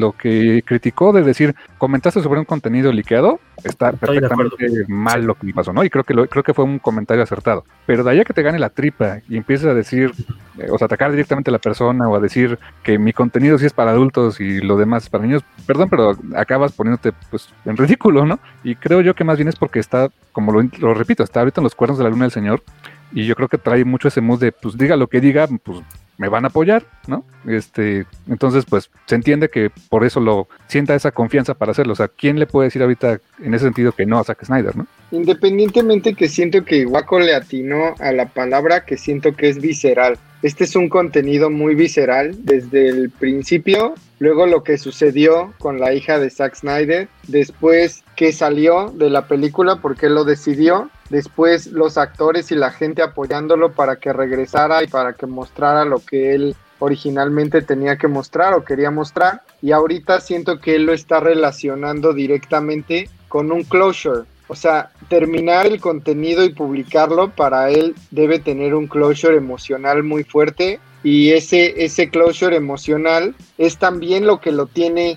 que criticó de decir, comentaste sobre un contenido liqueado, está perfectamente mal lo que me pasó, ¿no? Y creo que fue un comentario acertado. Pero de allá que te gane la tripa y empieces a decir, o sea, atacar directamente a la persona, o a decir que mi contenido sí es para adultos y lo demás es para niños, perdón, pero acabas poniéndote pues en ridículo, ¿no? Y creo yo que más bien es porque está, como lo repito, está ahorita en los cuernos de la luna del señor, y yo creo que trae mucho ese mood de, pues diga lo que diga, pues me van a apoyar, ¿no? Entonces, pues se entiende que por eso lo sienta esa confianza para hacerlo. O sea, ¿quién le puede decir ahorita en ese sentido que no a Zack Snyder, no? Independientemente que siento que Waco le atinó a la palabra que siento que es visceral. Este es un contenido muy visceral desde el principio, luego lo que sucedió con la hija de Zack Snyder, después que salió de la película porque él lo decidió, después los actores y la gente apoyándolo para que regresara y para que mostrara lo que él originalmente tenía que mostrar o quería mostrar, y ahorita siento que él lo está relacionando directamente con un closure. O sea, terminar el contenido y publicarlo para él debe tener un closure emocional muy fuerte, y ese closure emocional es también lo que lo tiene,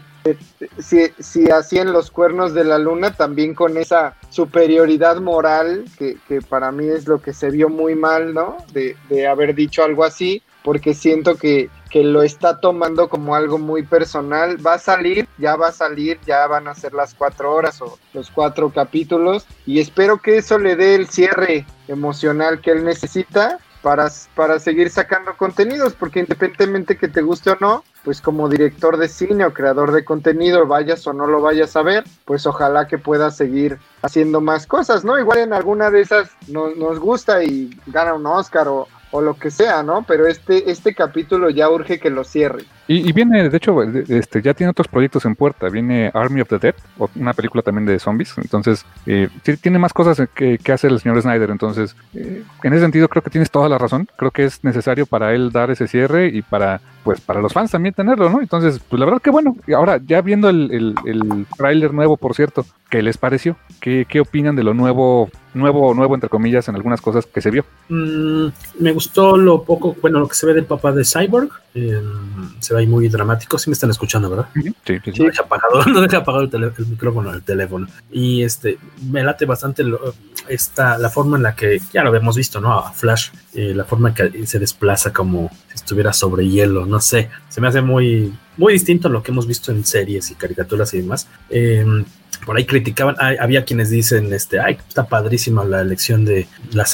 si hacían los cuernos de la luna, también con esa superioridad moral que para mí es lo que se vio muy mal, ¿no? De haber dicho algo así, porque siento que lo está tomando como algo muy personal. Va a salir, ya van a ser las 4 horas o los 4 capítulos, y espero que eso le dé el cierre emocional que él necesita para seguir sacando contenidos, porque independientemente que te guste o no, pues como director de cine o creador de contenido, vayas o no lo vayas a ver, pues ojalá que puedas seguir haciendo más cosas, ¿no? Igual en alguna de esas nos gusta y gana un Oscar o lo que sea, ¿no? Pero este capítulo ya urge que lo cierre. Y viene, de hecho, ya tiene otros proyectos en puerta. Viene Army of the Dead, una película también de zombies. Entonces, tiene más cosas que hacer el señor Snyder. Entonces, en ese sentido, creo que tienes toda la razón. Creo que es necesario para él dar ese cierre y para los fans también tenerlo, ¿no? Entonces, pues la verdad que bueno. Ahora, ya viendo el tráiler nuevo, por cierto, ¿qué les pareció? ¿Qué opinan de lo nuevo entre comillas, en algunas cosas que se vio? Me gustó lo poco, bueno, lo que se ve del papá de Cyborg. Se se ve ahí muy dramático. Sí me están escuchando, ¿verdad? Sí. No deja apagado el micrófono del teléfono. Y me late bastante la forma en la que, ya lo habíamos visto, ¿no? A Flash, la forma en que se desplaza como si estuviera sobre hielo, no sé. Se me hace muy, muy distinto a lo que hemos visto en series y caricaturas y demás. Por ahí criticaban, había quienes dicen, está padrísima la elección de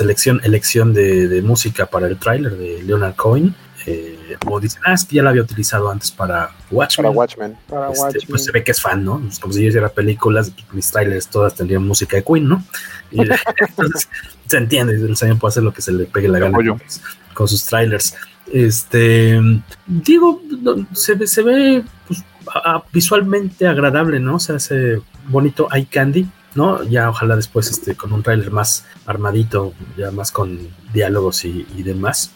música para el tráiler de Leonard Cohen, o dicen, es que ya la había utilizado antes para Watchmen. Pues se ve que es fan, ¿no? Es como si yo hiciera películas, mis trailers todas tendrían música de Queen, ¿no? Y entonces se entiende, el señor puede hacer lo que se le pegue la gana con sus trailers. Digo, se ve pues, visualmente agradable, ¿no? Se hace bonito eye candy, ¿no? Ya ojalá después con un tráiler más armadito, ya más con diálogos y demás.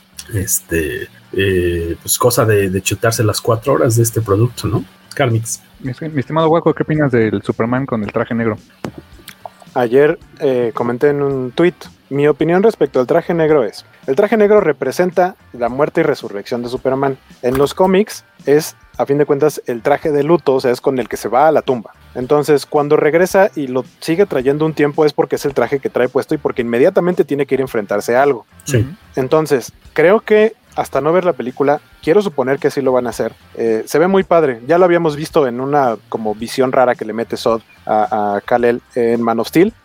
Pues cosa de chutarse las 4 horas de este producto, ¿no? Carmix. Mi estimado Waco, ¿qué opinas del Superman con el traje negro? Ayer comenté en un tweet, mi opinión respecto al traje negro es, el traje negro representa la muerte y resurrección de Superman. En los cómics es, a fin de cuentas, el traje de luto, o sea, es con el que se va a la tumba. Entonces, cuando regresa y lo sigue trayendo un tiempo es porque es el traje que trae puesto y porque inmediatamente tiene que ir a enfrentarse a algo. Sí. Entonces, creo que hasta no ver la película, quiero suponer que sí lo van a hacer. Se ve muy padre. Ya lo habíamos visto en una como visión rara que le mete Zod a Kal-El en Man of Steel.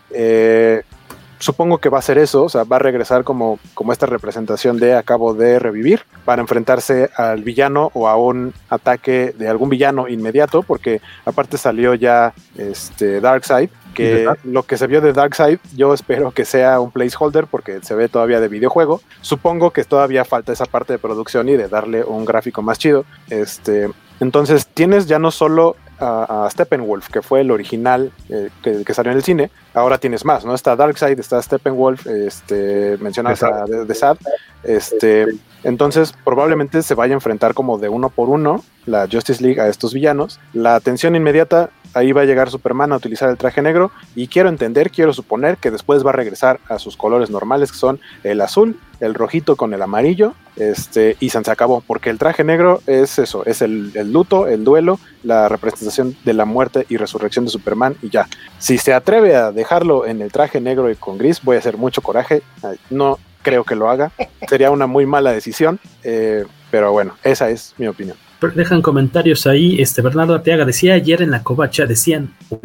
Supongo que va a ser eso, o sea, va a regresar como esta representación de acabo de revivir para enfrentarse al villano o a un ataque de algún villano inmediato, porque aparte salió ya Darkseid, que lo que se vio de Darkseid yo espero que sea un placeholder porque se ve todavía de videojuego. Supongo que todavía falta esa parte de producción y de darle un gráfico más chido. Entonces tienes ya no solo a Steppenwolf, que fue el original que salió en el cine, ahora tienes más, ¿no? Está Darkseid, está Steppenwolf, mencionas a The Sad, entonces probablemente se vaya a enfrentar como de uno por uno la Justice League a estos villanos. La atención inmediata, ahí va a llegar Superman a utilizar el traje negro y quiero suponer que después va a regresar a sus colores normales, que son el azul, el rojito con el amarillo, y se acabó, porque el traje negro es eso, es el luto, el duelo, la representación de la muerte y resurrección de Superman y ya. Si se atreve a dejarlo en el traje negro y con gris, voy a hacer mucho coraje. No creo que lo haga, sería una muy mala decisión, pero bueno, esa es mi opinión. Dejan comentarios ahí. Bernardo Arteaga decía ayer en la covacha, decía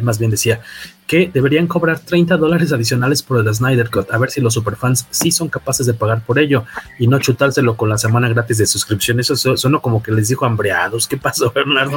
que deberían cobrar $30 adicionales por el Snyder Cut, a ver si los superfans sí son capaces de pagar por ello y no chutárselo con la semana gratis de suscripción. Eso sonó como que les dijo hambreados. ¿Qué pasó, Bernardo?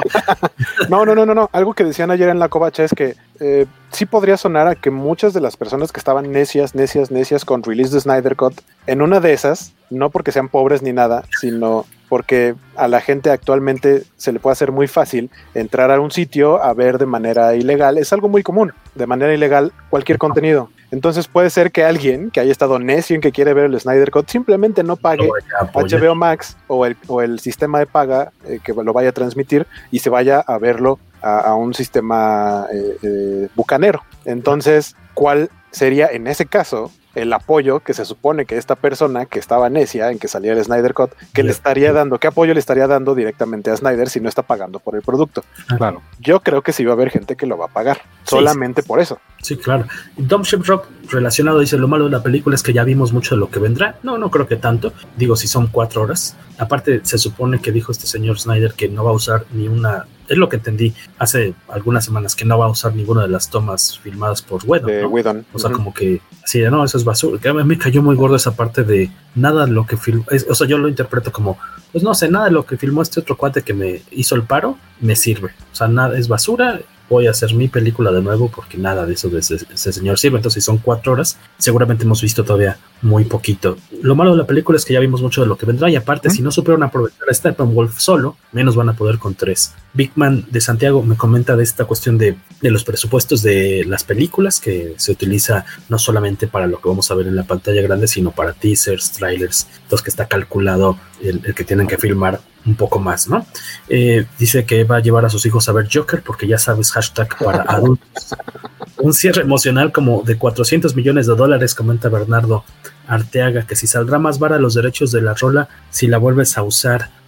No. Algo que decían ayer en la covacha es que sí podría sonar a que muchas de las personas que estaban necias con release de Snyder Cut, en una de esas, no porque sean pobres ni nada, sino porque a la gente actualmente se le puede hacer muy fácil entrar a un sitio a ver de manera ilegal. Es algo muy común, de manera ilegal, cualquier contenido. Entonces puede ser que alguien que haya estado necio en que quiere ver el Snyder Cut simplemente no pague HBO Max o el sistema de paga que lo vaya a transmitir y se vaya a verlo a un sistema bucanero. Entonces, ¿cuál sería en ese caso el apoyo que se supone que esta persona que estaba necia en que saliera el Snyder Cut, que le estaría dando, qué apoyo le estaría dando directamente a Snyder si no está pagando por el producto? Claro. Yo creo que sí va a haber gente que lo va a pagar, solamente por eso. Sí, claro. Dom Rock relacionado dice, lo malo de la película es que ya vimos mucho de lo que vendrá. No creo que tanto. Digo, si son 4 horas. Aparte, se supone que dijo este señor Snyder que no va a usar ni una... Es lo que entendí hace algunas semanas, que no va a usar ninguna de las tomas filmadas por Whedon, ¿no? Whedon. O sea, como que así, no, eso es basura. Que a mí me cayó muy gordo esa parte de nada de lo que filmó. O sea, yo lo interpreto como, pues no sé, nada de lo que filmó este otro cuate que me hizo el paro me sirve. O sea, nada, es basura. Voy a hacer mi película de nuevo porque nada de eso de ese señor sirve. Entonces, si son 4 horas, seguramente hemos visto todavía muy poquito. Lo malo de la película es que ya vimos mucho de lo que vendrá y aparte, si no supieron aprovechar a Steppenwolf solo, menos van a poder con 3. Big Man de Santiago me comenta de esta cuestión de los presupuestos de las películas, que se utiliza no solamente para lo que vamos a ver en la pantalla grande, sino para teasers, trailers, entonces que está calculado el que tienen que filmar un poco más, ¿no? Dice que va a llevar a sus hijos a ver Joker porque ya sabes, hashtag para adultos. Un cierre emocional como de $400 millones, comenta Bernardo Arteaga, que si saldrá más vara los derechos de la rola si la vuelves a usar.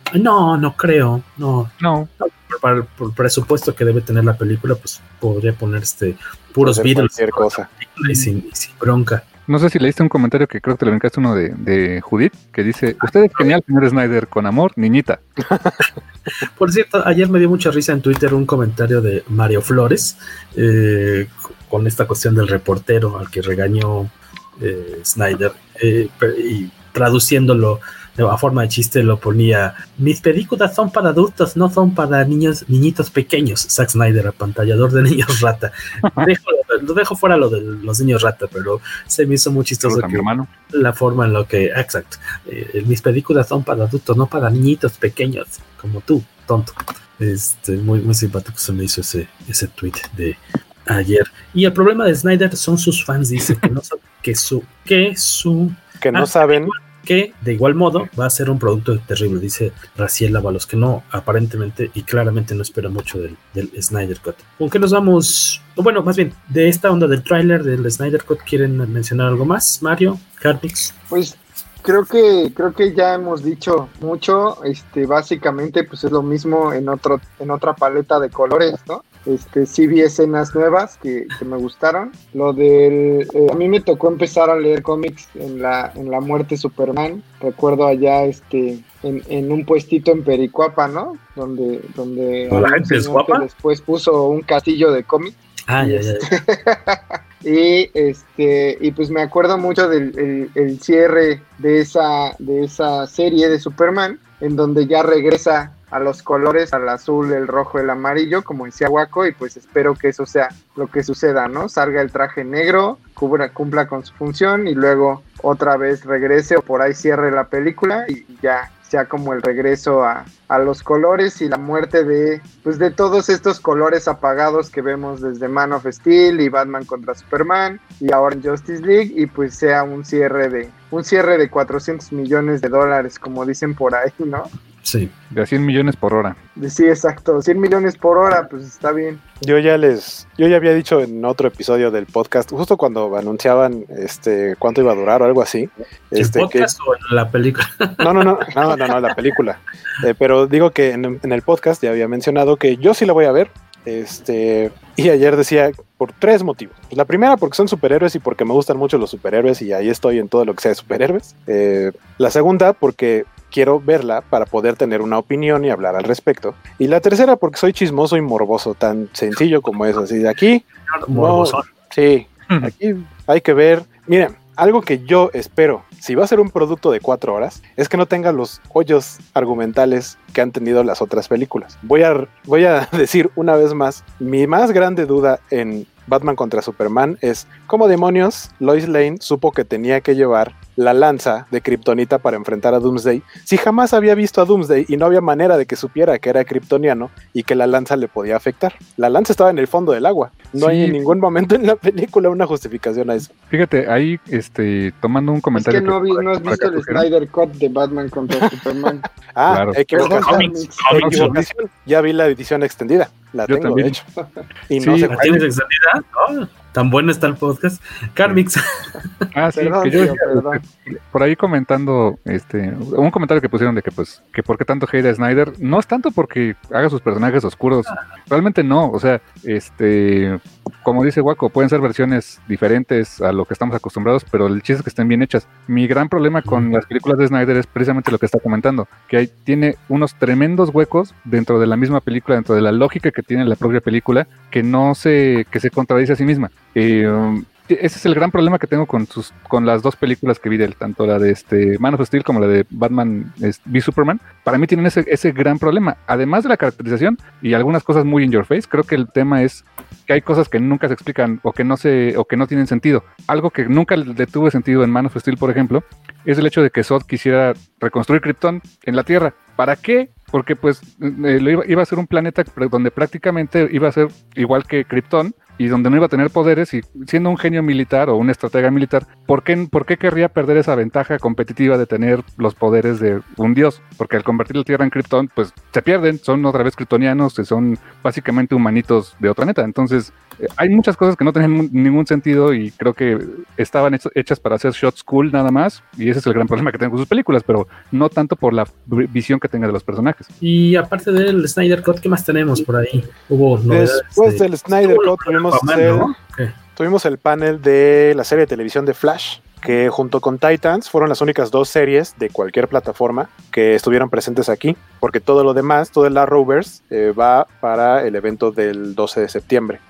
No creo. No. Por el presupuesto que debe tener la película, pues podría poner puros Beatles. Cualquier cosa. Y sin bronca. No sé si leíste un comentario que creo que te lo brincaste, uno de Judith, que dice: usted es genial, señor Snyder, con amor, niñita. Por cierto, ayer me dio mucha risa en Twitter un comentario de Mario Flores con esta cuestión del reportero al que regañó Snyder, y traduciéndolo a forma de chiste lo ponía: mis películas son para adultos, no son para niñitos pequeños. Zack Snyder, apantallador de niños rata. Lo dejo fuera lo de los niños rata, pero se me hizo muy chistoso que la forma en lo que, exacto, mis películas son para adultos, no para niñitos pequeños, como tú, tonto. Muy, muy simpático se me hizo ese tweet de ayer. Y el problema de Snyder son sus fans, dice que no saben que no saben que de igual modo va a ser un producto terrible, dice Raciel Ábalos, que no, aparentemente y claramente no espera mucho del Snyder Cut. ¿Con qué nos vamos? Bueno, más bien, de esta onda del tráiler del Snyder Cut, ¿quieren mencionar algo más, Mario, Carmix? Pues creo que ya hemos dicho mucho, básicamente pues es lo mismo en otra paleta de colores, ¿no? Sí vi escenas nuevas que me gustaron. Lo del a mí me tocó empezar a leer cómics en la muerte de Superman. Recuerdo allá en un puestito en Pericuapa, ¿no? Donde la gente es guapa. Después puso un castillo de cómics. Y pues me acuerdo mucho del el cierre de esa serie de Superman, en donde ya regresa a los colores, al azul, el rojo, el amarillo, como decía Waco, y pues espero que eso sea lo que suceda, ¿no? Salga el traje negro, cumpla con su función y luego otra vez regrese o por ahí cierre la película y ya sea como el regreso a los colores y la muerte de todos estos colores apagados que vemos desde Man of Steel y Batman contra Superman y ahora en Justice League, y pues sea un cierre de $400 millones, como dicen por ahí, ¿no? Sí, de 100 millones por hora. Sí, exacto, 100 millones por hora, pues está bien. Yo ya había dicho en otro episodio del podcast, justo cuando anunciaban cuánto iba a durar o algo así. ¿El podcast o en la película? No, la película. Pero digo que en el podcast ya había mencionado que yo sí la voy a ver. Y ayer decía por 3 motivos. La primera, porque son superhéroes y porque me gustan mucho los superhéroes y ahí estoy en todo lo que sea de superhéroes. La segunda, porque quiero verla para poder tener una opinión y hablar al respecto. Y la tercera, porque soy chismoso y morboso, tan sencillo como eso. Así de aquí. Morbosón. Sí, aquí hay que ver. Miren, algo que yo espero, si va a ser un producto de 4 horas, es que no tenga los hoyos argumentales que han tenido las otras películas. Voy a decir una vez más, mi más grande duda en Batman contra Superman es cómo demonios Lois Lane supo que tenía que llevar la lanza de Kryptonita para enfrentar a Doomsday, si jamás había visto a Doomsday y no había manera de que supiera que era kryptoniano y que la lanza le podía afectar. La lanza estaba en el fondo del agua. No hay en ningún momento en la película una justificación a eso. Fíjate, ahí tomando un comentario. Es que no has visto el Snyder Cut de Batman contra Superman. Claro. Ya vi la edición extendida. La Yo tengo, también. de hecho. Y Sí, no sé ¿la tienes extendida? ¿No? Tan bueno está el podcast. Carmix. Sí, Perdón, que yo tío, perdón. por ahí comentando un comentario que pusieron de que pues que por qué tanto hate a Snyder. No es tanto porque haga sus personajes oscuros, realmente no, o sea, como dice Waco, pueden ser versiones diferentes a lo que estamos acostumbrados, pero el chiste es que estén bien hechas. Mi gran problema con las películas de Snyder es precisamente lo que está comentando, que tiene unos tremendos huecos dentro de la misma película, dentro de la lógica que tiene la propia película, que se contradice a sí misma. Ese es el gran problema que tengo con las dos películas que vi de él, tanto la de Man of Steel como la de Batman v Superman. Para mí tienen ese gran problema. Además de la caracterización y algunas cosas muy in your face, creo que el tema es que hay cosas que nunca se explican o que no tienen sentido. Algo que nunca le tuve sentido en Man of Steel, por ejemplo, es el hecho de que Zod quisiera reconstruir Krypton en la Tierra. ¿Para qué? Porque pues iba a ser un planeta donde prácticamente iba a ser igual que Krypton, y donde no iba a tener poderes, y siendo un genio militar o un estratega militar, ¿por qué querría perder esa ventaja competitiva de tener los poderes de un dios? Porque al convertir la Tierra en Krypton, pues se pierden, son otra vez kryptonianos, que son básicamente humanitos de otro planeta. Entonces, hay muchas cosas que no tienen ningún sentido y creo que estaban hechas para hacer shots cool nada más, y ese es el gran problema que tengo con sus películas, pero no tanto por la visión que tenga de los personajes. Y aparte del Snyder Cut, ¿qué más tenemos por ahí? Hubo novedades. Después del Snyder Cut tuvimos el panel de la serie de televisión de Flash, que junto con Titans fueron las únicas 2 series de cualquier plataforma que estuvieron presentes aquí, porque todo lo demás, todo el Arrowverse va para el evento del 12 de septiembre.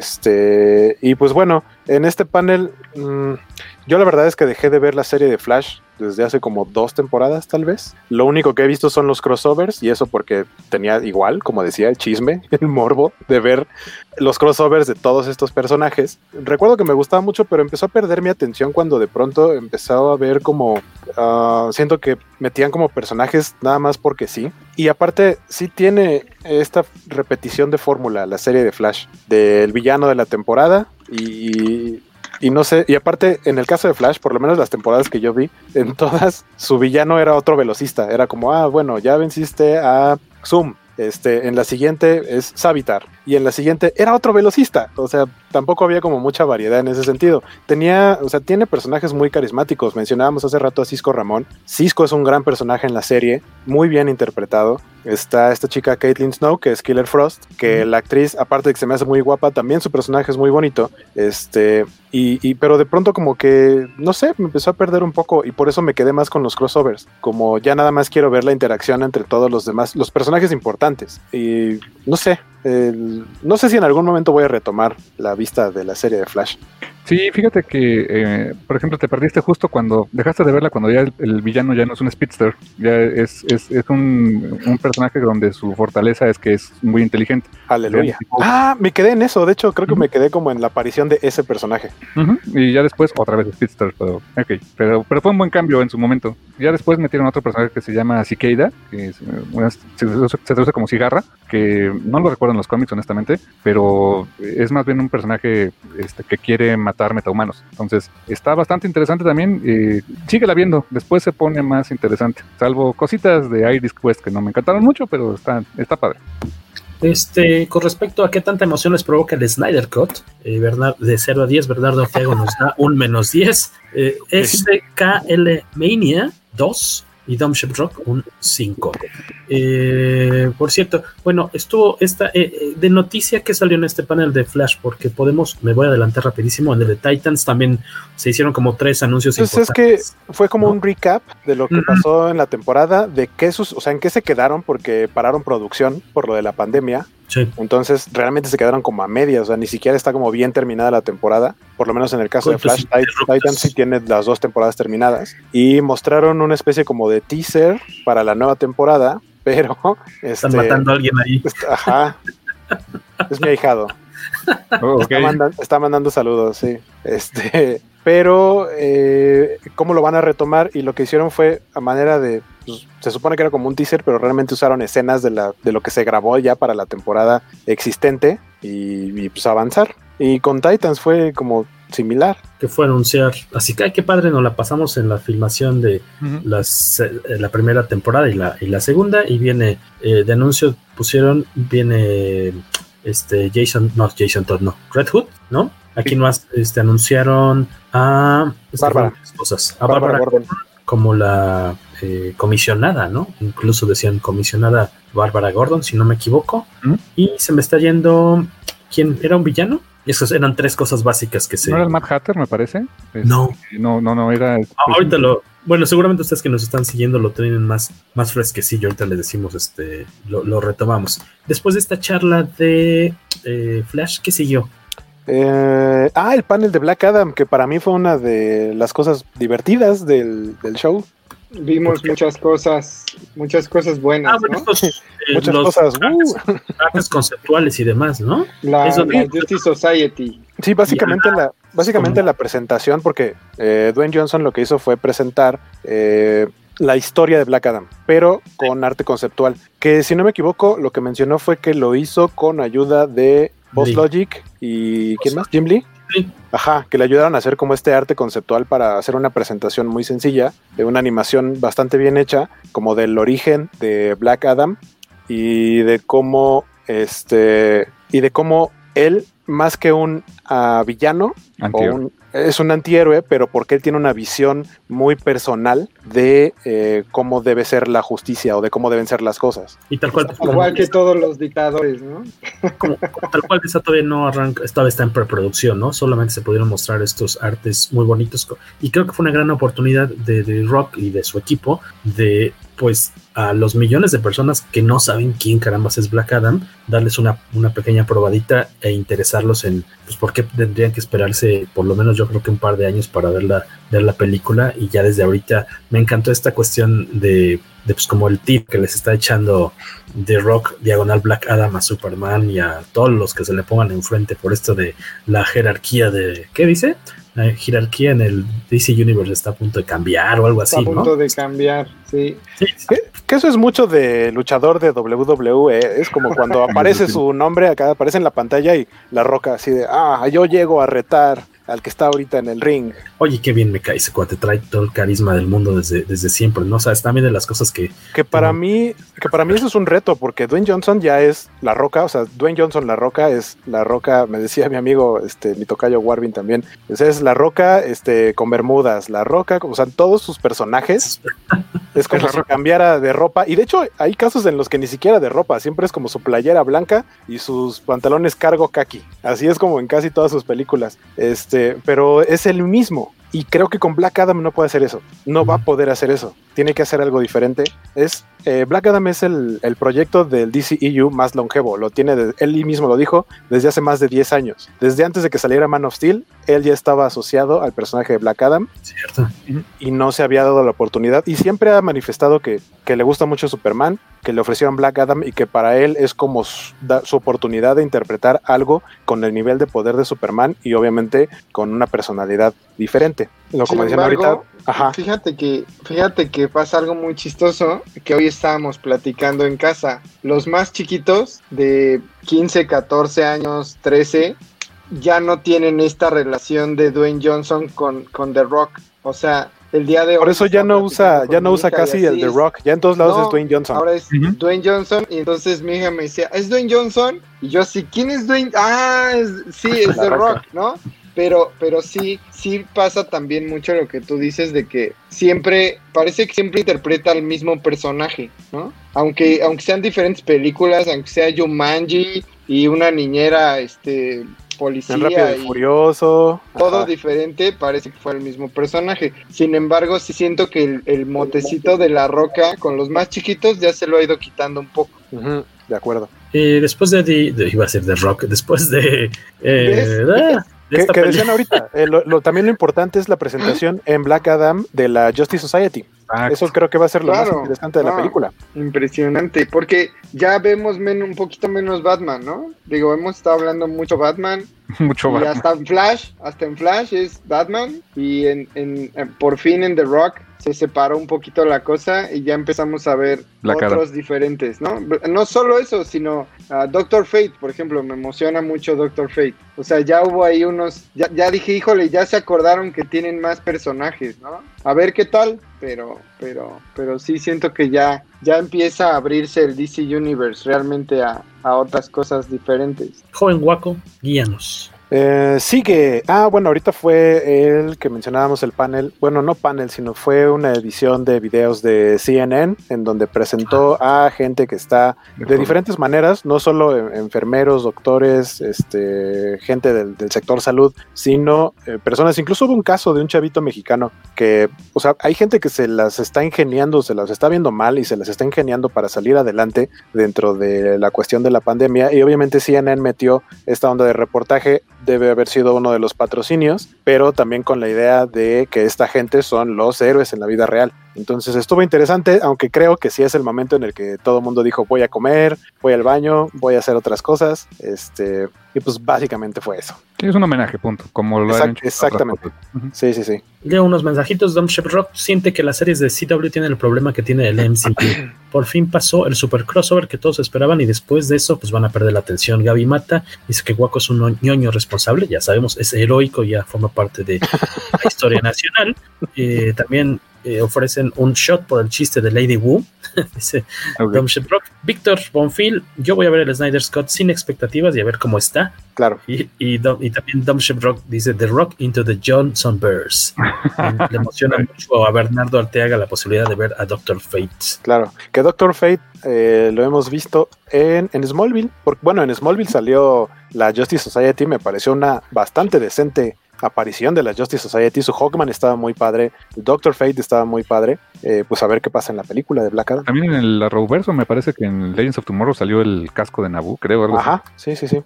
Y pues bueno, en este panel yo la verdad es que dejé de ver la serie de Flash desde hace como 2 temporadas tal vez. Lo único que he visto son los crossovers, y eso porque tenía igual, como decía, el chisme, el morbo de ver los crossovers de todos estos personajes. Recuerdo que me gustaba mucho, pero empezó a perder mi atención cuando de pronto empezaba a ver como siento que metían como personajes nada más porque sí. Y aparte sí tiene esta repetición de fórmula la serie de Flash, del villano de la temporada y no sé, y aparte en el caso de Flash, por lo menos las temporadas que yo vi, en todas su villano era otro velocista, era como, bueno, ya venciste a Zoom, en la siguiente es Savitar, y en la siguiente era otro velocista, o sea, tampoco había como mucha variedad en ese sentido. Tiene personajes muy carismáticos, mencionábamos hace rato a Cisco Ramón. Cisco es un gran personaje en la serie, muy bien interpretado. Está esta chica Caitlin Snow, que es Killer Frost, que la actriz, aparte de que se me hace muy guapa, también su personaje es muy bonito, pero de pronto como que, no sé, me empezó a perder un poco, y por eso me quedé más con los crossovers, como ya nada más quiero ver la interacción entre todos los demás, los personajes importantes, y no sé, no sé si en algún momento voy a retomar la vista de la serie de Flash. Sí, fíjate que, por ejemplo, te perdiste justo cuando dejaste de verla, cuando ya el villano ya no es un speedster, ya es un personaje donde su fortaleza es que es muy inteligente. Aleluya. Me quedé en eso, de hecho creo que me quedé como en la aparición de ese personaje. Y ya después otra vez speedster, pero fue un buen cambio en su momento. Ya después metieron otro personaje que se llama Cicada, que se traduce como cigarra, que no lo recuerdo en los cómics honestamente, pero es más bien un personaje que quiere matar metahumanos. Entonces está bastante interesante también. Síguela viendo, después se pone más interesante, salvo cositas de Iris Quest que no me encantaron mucho, pero está padre. Con respecto a qué tanta emoción les provoca el Snyder Cut, de 0 a 10, Bernardo Ortega nos da un -10. SKL Mania 2 y Dumpship Rock un 5. Por cierto, bueno, estuvo esta de noticia que salió en este panel de Flash, porque me voy a adelantar rapidísimo. En el de Titans también se hicieron como 3 anuncios importantes. Es que fue como un recap de lo que pasó en la temporada, de qué en qué se quedaron, porque pararon producción por lo de la pandemia. Sí. Entonces realmente se quedaron como a medias, o sea, ni siquiera está como bien terminada la temporada, por lo menos en el caso de Flash. Titans sí tiene las 2 temporadas terminadas, y mostraron una especie como de teaser para la nueva temporada, pero están matando a alguien ahí. Ajá. Es mi ahijado. Okay. Está mandando saludos, sí. Pero cómo lo van a retomar, y lo que hicieron fue a manera de, pues, se supone que era como un teaser, pero realmente usaron escenas de lo que se grabó ya para la temporada existente y pues avanzar. Y con Titans fue como similar. Que fue anunciar, así que qué padre, nos la pasamos en la filmación de la primera temporada y la segunda, y viene de anuncio viene Red Hood, ¿no? Aquí más anunciaron a Bárbara Gordon como la comisionada, ¿no? Incluso decían comisionada Bárbara Gordon, si no me equivoco. Y se me está yendo, ¿quién era un villano? Esas eran 3 cosas básicas que se... ¿No era el Mad Hatter, me parece? No, era... ahorita bueno, seguramente ustedes que nos están siguiendo lo tienen más fresquecillo. Ahorita les decimos, lo retomamos. Después de esta charla de Flash, ¿qué siguió? El panel de Black Adam, que para mí fue una de las cosas divertidas del show. Vimos muchas cosas buenas, ¿no? Muchas cosas. Artes conceptuales y demás, ¿no? La Justice Society. Sí, básicamente la presentación, porque Dwayne Johnson lo que hizo fue presentar la historia de Black Adam, pero con arte conceptual. Que si no me equivoco, lo que mencionó fue que lo hizo con ayuda de Boss Logic y ¿quién más? Jim Lee. Ajá, que le ayudaron a hacer como este arte conceptual para hacer una presentación muy sencilla, de una animación bastante bien hecha, como del origen de Black Adam y de cómo él más que un villano, es un antihéroe, pero porque él tiene una visión muy personal de cómo debe ser la justicia o de cómo deben ser las cosas. Y tal cual. Igual que todos los dictadores, ¿no? Tal cual, esa todavía no arranca, todavía está en preproducción, ¿no? Solamente se pudieron mostrar estos artes muy bonitos. Y creo que fue una gran oportunidad de Rock y de su equipo de, pues, a los millones de personas que no saben quién carambas es Black Adam, darles una pequeña probadita e interesarlos en, pues, por qué tendrían que esperarse por lo menos yo creo que un par de años para ver la película. Y ya desde ahorita me encantó esta cuestión de pues como el tip que les está echando The Rock diagonal Black Adam a Superman y a todos los que se le pongan enfrente por esto de la jerarquía de, ¿qué dice? La jerarquía en el DC Universe está a punto de cambiar o algo así, ¿no? Está a punto de cambiar, sí. Que eso es mucho de luchador de WWE, es como cuando aparece su nombre, acá aparece en la pantalla y La Roca así de, yo llego a retar al que está ahorita en el ring. Oye, qué bien me cae ese cuate, trae todo el carisma del mundo desde siempre, ¿no? O sea, es también de las cosas que para mí eso es un reto, porque Dwayne Johnson ya es La Roca, o sea, Dwayne Johnson La Roca es La Roca, me decía mi amigo, mi tocayo Warvin también, es La Roca, con bermudas, La Roca, o sea, todos sus personajes, es como si cambiara de ropa, y de hecho hay casos en los que ni siquiera de ropa, siempre es como su playera blanca y sus pantalones cargo khaki, así es como en casi todas sus películas, pero es el mismo. Y creo que con Black Adam no puede hacer eso. No va a poder hacer eso. Tiene que hacer algo diferente. Black Adam es el proyecto del DCEU más longevo. Lo tiene, él mismo lo dijo, desde hace más de 10 años. Desde antes de que saliera Man of Steel, él ya estaba asociado al personaje de Black Adam. Cierto. Y no se había dado la oportunidad. Y siempre ha manifestado que le gusta mucho Superman, que le ofrecieron Black Adam y que para él es como su oportunidad de interpretar algo con el nivel de poder de Superman y obviamente con una personalidad diferente. Como decían ahorita, fíjate que pasa algo muy chistoso que hoy estábamos platicando en casa. Los más chiquitos de 15, 14 años, 13 ya no tienen esta relación de Dwayne Johnson con The Rock. O sea, el día de hoy. Por eso ya no usa casi el The Rock. Ya en todos lados es Dwayne Johnson. Ahora es Dwayne Johnson. Y entonces mi hija me decía, ¿es Dwayne Johnson? Y yo así, ¿quién es Dwayne? Sí, es The Rock, ¿no? Pero sí pasa también mucho lo que tú dices de que parece que siempre interpreta al mismo personaje, ¿no? Aunque sean diferentes películas, aunque sea Jumanji y una niñera, policía. Rápido y Furioso. Todo diferente, parece que fue el mismo personaje. Sin embargo, sí siento que el motecito de La Roca con los más chiquitos ya se lo ha ido quitando un poco. De acuerdo. Después iba a ser The Rock, después de... que decían ahorita, también lo importante es la presentación en Black Adam de la Justice Society. Eso creo que va a ser lo más interesante de la película. Impresionante, porque ya vemos un poquito menos Batman, ¿no? Digo, hemos estado hablando mucho Batman. Y hasta en Flash es Batman. Y por fin en The Rock se separó un poquito la cosa y ya empezamos a ver otros diferentes, ¿no? No solo eso, sino Doctor Fate, por ejemplo, me emociona mucho Doctor Fate. O sea, ya hubo ahí ya dije, híjole, ya se acordaron que tienen más personajes, ¿no? A ver qué tal, pero sí siento que ya empieza a abrirse el DC Universe realmente a otras cosas diferentes. Joven Guaco, guíanos. Sigue. Bueno, ahorita fue el que mencionábamos el panel. Bueno, no panel, sino fue una edición de videos de CNN en donde presentó a gente que está de diferentes maneras, no solo enfermeros, doctores, gente del sector salud, sino personas. Incluso hubo un caso de un chavito mexicano que, o sea, hay gente que se las está ingeniando, se las está viendo mal y se las está ingeniando para salir adelante dentro de la cuestión de la pandemia, y obviamente CNN metió esta onda de reportaje. Debe haber sido uno de los patrocinios, pero también con la idea de que esta gente son los héroes en la vida real. Entonces estuvo interesante, aunque creo que sí es el momento en el que todo el mundo dijo voy a comer, voy al baño, voy a hacer otras cosas, y pues básicamente fue eso. Sí, es un homenaje, punto, como lo han hecho. Exactamente. Sí. Leo unos mensajitos. Dom Shep Rock siente que las series de CW tienen el problema que tiene el MCU. Por fin pasó el super crossover que todos esperaban y después de eso pues van a perder la atención. Gaby Mata dice que Guaco es un ñoño responsable, ya sabemos, es heroico, ya forma parte de la historia nacional. También ofrecen un shot por el chiste de Lady Wu. Dice Dom Shep Rock. Víctor Bonfil, yo voy a ver el Snyder Cut sin expectativas y a ver cómo está. Claro. Y también Dumpship Rock dice The Rock into the Johnson Bears. Le emociona mucho a Bernardo Arteaga la posibilidad de ver a Dr. Fate. Claro, que Dr. Fate lo hemos visto en Smallville. Bueno, en Smallville salió la Justice Society, me pareció una bastante decente aparición de la Justice Society. Su Hawkman estaba muy padre, Dr. Fate estaba muy padre. Pues a ver qué pasa en la película de Black Adam. También en el Arrowverso me parece que en Legends of Tomorrow salió el casco de Nabu, creo. Algo Ajá, así. sí.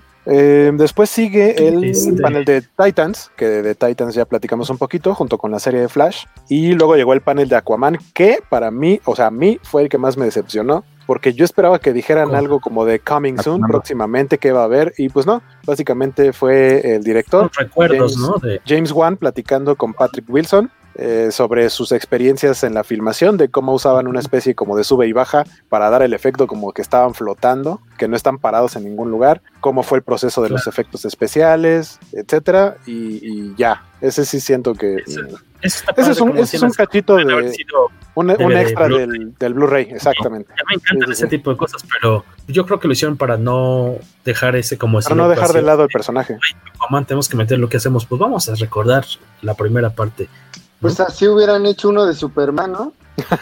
Después sigue el panel de Titans, que de Titans ya platicamos un poquito, junto con la serie de Flash. Y luego llegó el panel de Aquaman, que para mí, o sea, a mí fue el que más me decepcionó, porque yo esperaba que dijeran algo como de Coming Soon, próximamente, que va a haber, y pues no, básicamente fue el director, recuerdos, James Wan, platicando con Patrick Wilson sobre sus experiencias en la filmación, de cómo usaban una especie como de sube y baja para dar el efecto como que estaban flotando, que no están parados en ningún lugar, cómo fue el proceso de los efectos especiales, etcétera, y ya, ese sí siento que ese es un cachito de un extra del Blu-ray, exactamente. No, me encantan ese tipo de cosas, pero yo creo que lo hicieron para no dejar ese como para no dejar de lado el personaje. Tenemos que meter lo que hacemos, pues vamos a recordar la primera parte. Pues así hubieran hecho uno de Superman, ¿no?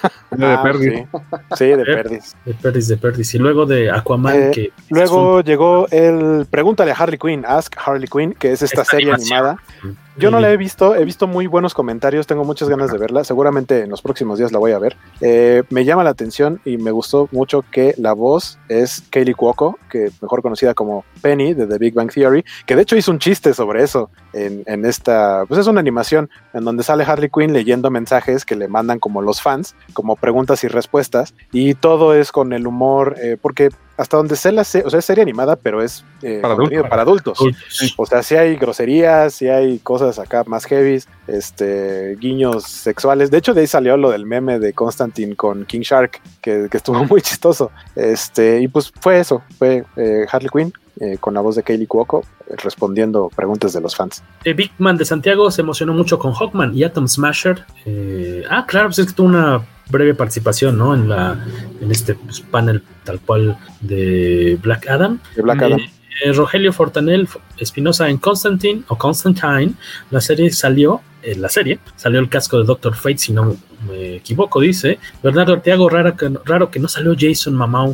De Perdis. Sí, de Perdis. De Perdis. Y luego de Aquaman. Luego llegó el Pregúntale a Harley Quinn, Ask Harley Quinn, que es esta serie animada. Yo no la he visto muy buenos comentarios, tengo muchas ganas de verla, seguramente en los próximos días la voy a ver. Me llama la atención y me gustó mucho que la voz es Kaley Cuoco, que mejor conocida como Penny de The Big Bang Theory, que de hecho hizo un chiste sobre eso en esta, pues es una animación en donde sale Harley Quinn leyendo mensajes que le mandan como los fans, como preguntas y respuestas, y todo es con el humor, porque hasta donde sé o sea, es serie animada, pero es para adultos. O sea, sí hay groserías, sí hay cosas acá más heavies, guiños sexuales. De hecho, de ahí salió lo del meme de Constantine con King Shark, que estuvo muy chistoso. Y pues fue eso, fue Harley Quinn con la voz de Kaley Cuoco respondiendo preguntas de los fans. Big Man de Santiago se emocionó mucho con Hawkman y Atom Smasher. Claro, pues es que tuvo una breve participación, ¿no? En este panel tal cual de Black Adam. Rogelio Fortanel Espinosa en Constantine, la serie salió el casco de Dr. Fate, si no me equivoco, dice Bernardo Arteaga, raro que no salió Jason Momoa.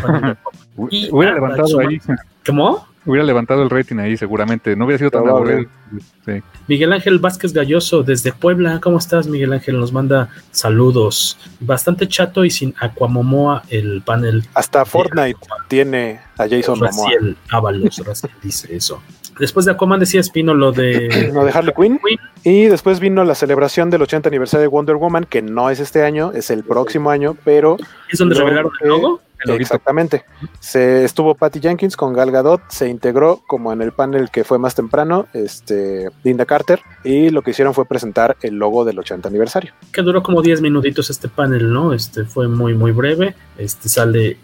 Hubiera levantado ahí. ¿Cómo? Hubiera levantado el rating ahí, seguramente. No hubiera sido tan aburrido. Sí. Miguel Ángel Vázquez Galloso desde Puebla. ¿Cómo estás, Miguel Ángel? Nos manda saludos. Bastante chato y sin Aquamomoa el panel. Hasta Fortnite tiene a Jason Momoa. Raciel Ábalos, Raciel dice eso. Después de Aquaman decías, vino lo de Harley Quinn. Y después vino la celebración del 80 aniversario de Wonder Woman, que no es este año, es el próximo año, pero... ¿Es donde revelaron el logo? Exactamente. Estuvo Patty Jenkins con Gal Gadot, se integró como en el panel que fue más temprano, Linda Carter, y lo que hicieron fue presentar el logo del 80 aniversario. Que duró como 10 minutitos este panel, ¿no? Fue muy muy breve. Sale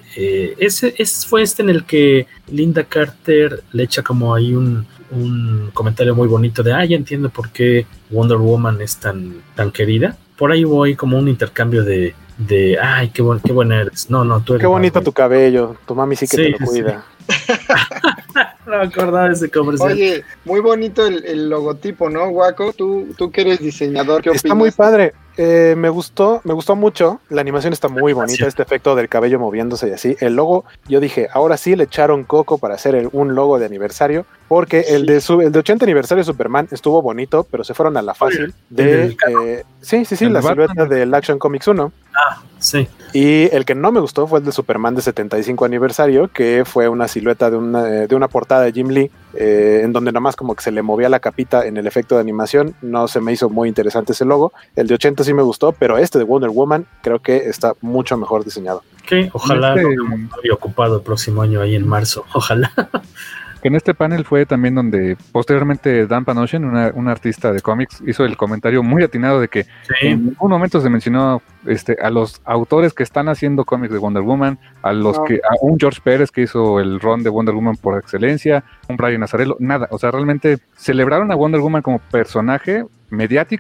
fue en el que Linda Carter le echa como ahí un comentario muy bonito de ya entiendo por qué Wonder Woman es tan querida. Por ahí voy como un intercambio de ay, qué buena eres. No, tú eres. Qué bonito tu cabello. Tu mami sí que te lo cuida. No me acordaba de ese comercial. Oye, muy bonito el logotipo, ¿no, Guaco? Tú que eres diseñador, ¿qué opinas? Está muy padre. Me gustó mucho. La animación está muy bonita, este efecto del cabello moviéndose y así. El logo, yo dije, ahora sí le echaron coco para hacer un logo de aniversario, porque el de 80 aniversario de Superman estuvo bonito, pero se fueron a la fácil de la silueta del Action Comics 1. Sí. Y el que no me gustó fue el de Superman de 75 aniversario, que fue una silueta de una portada de Jim Lee, en donde nomás como que se le movía la capita en el efecto de animación. No se me hizo muy interesante ese logo. El de 80 sí me gustó, pero este de Wonder Woman creo que está mucho mejor diseñado. Ojalá lo había ocupado el próximo año ahí en marzo. Ojalá. Que en este panel fue también donde posteriormente Dan Panosian, un artista de cómics, hizo el comentario muy atinado de que en ningún momento se mencionó a los autores que están haciendo cómics de Wonder Woman, a un George Pérez que hizo el run de Wonder Woman por excelencia, un Brian Azzarello, nada. O sea, realmente celebraron a Wonder Woman como personaje mediático,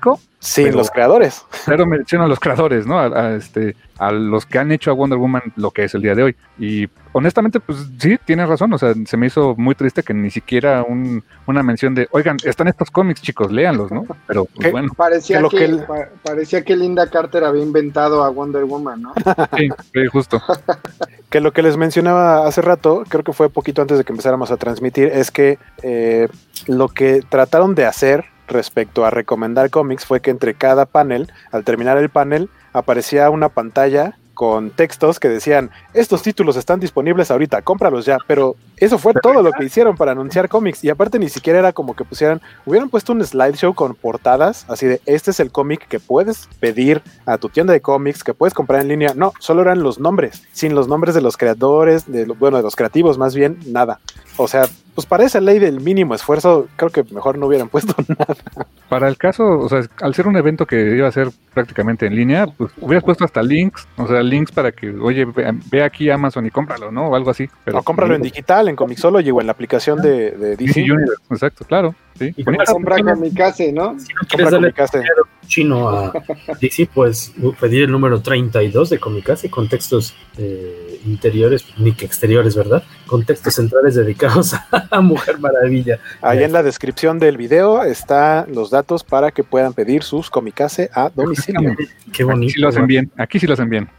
Sin los creadores. Pero menciono a los creadores, ¿no? A los que han hecho a Wonder Woman lo que es el día de hoy. Y honestamente, pues sí, tienes razón. O sea, se me hizo muy triste que ni siquiera una mención de, oigan, están estos cómics, chicos, léanlos, ¿no? Pero pues, bueno. Parecía que Linda Carter había inventado a Wonder Woman, ¿no? Sí, justo. Que lo que les mencionaba hace rato, creo que fue poquito antes de que empezáramos a transmitir, es que lo que trataron de hacer respecto a recomendar cómics fue que entre cada panel, al terminar el panel, aparecía una pantalla con textos que decían, estos títulos están disponibles ahorita, cómpralos ya, pero eso fue todo lo que hicieron para anunciar cómics, y aparte ni siquiera era como que hubieran puesto un slideshow con portadas, así de, este es el cómic que puedes pedir a tu tienda de cómics, que puedes comprar en línea. No, solo eran los nombres, sin los nombres de los creadores, de los creativos más bien, nada. O sea, pues para esa ley del mínimo esfuerzo, creo que mejor no hubieran puesto nada. Para el caso, o sea, al ser un evento que iba a ser prácticamente en línea, pues hubieras puesto hasta links, o sea, links para que, oye, ve aquí a Amazon y cómpralo, ¿no? O algo así. Pero, no, cómpralo en digital, en Comixology o en la aplicación de DC Universe. Exacto, claro. Sí. Y compra Kamikaze, ¿no? Si no quieres darle dinero chino a DC, pues pedir el número 32 de Kamikaze con textos interiores, ni que exteriores, ¿verdad? Con textos centrales dedicados a Mujer Maravilla. Ahí en la descripción del video están los datos para que puedan pedir sus Kamikaze a domicilio. Qué bonito. Aquí sí lo hacen bien.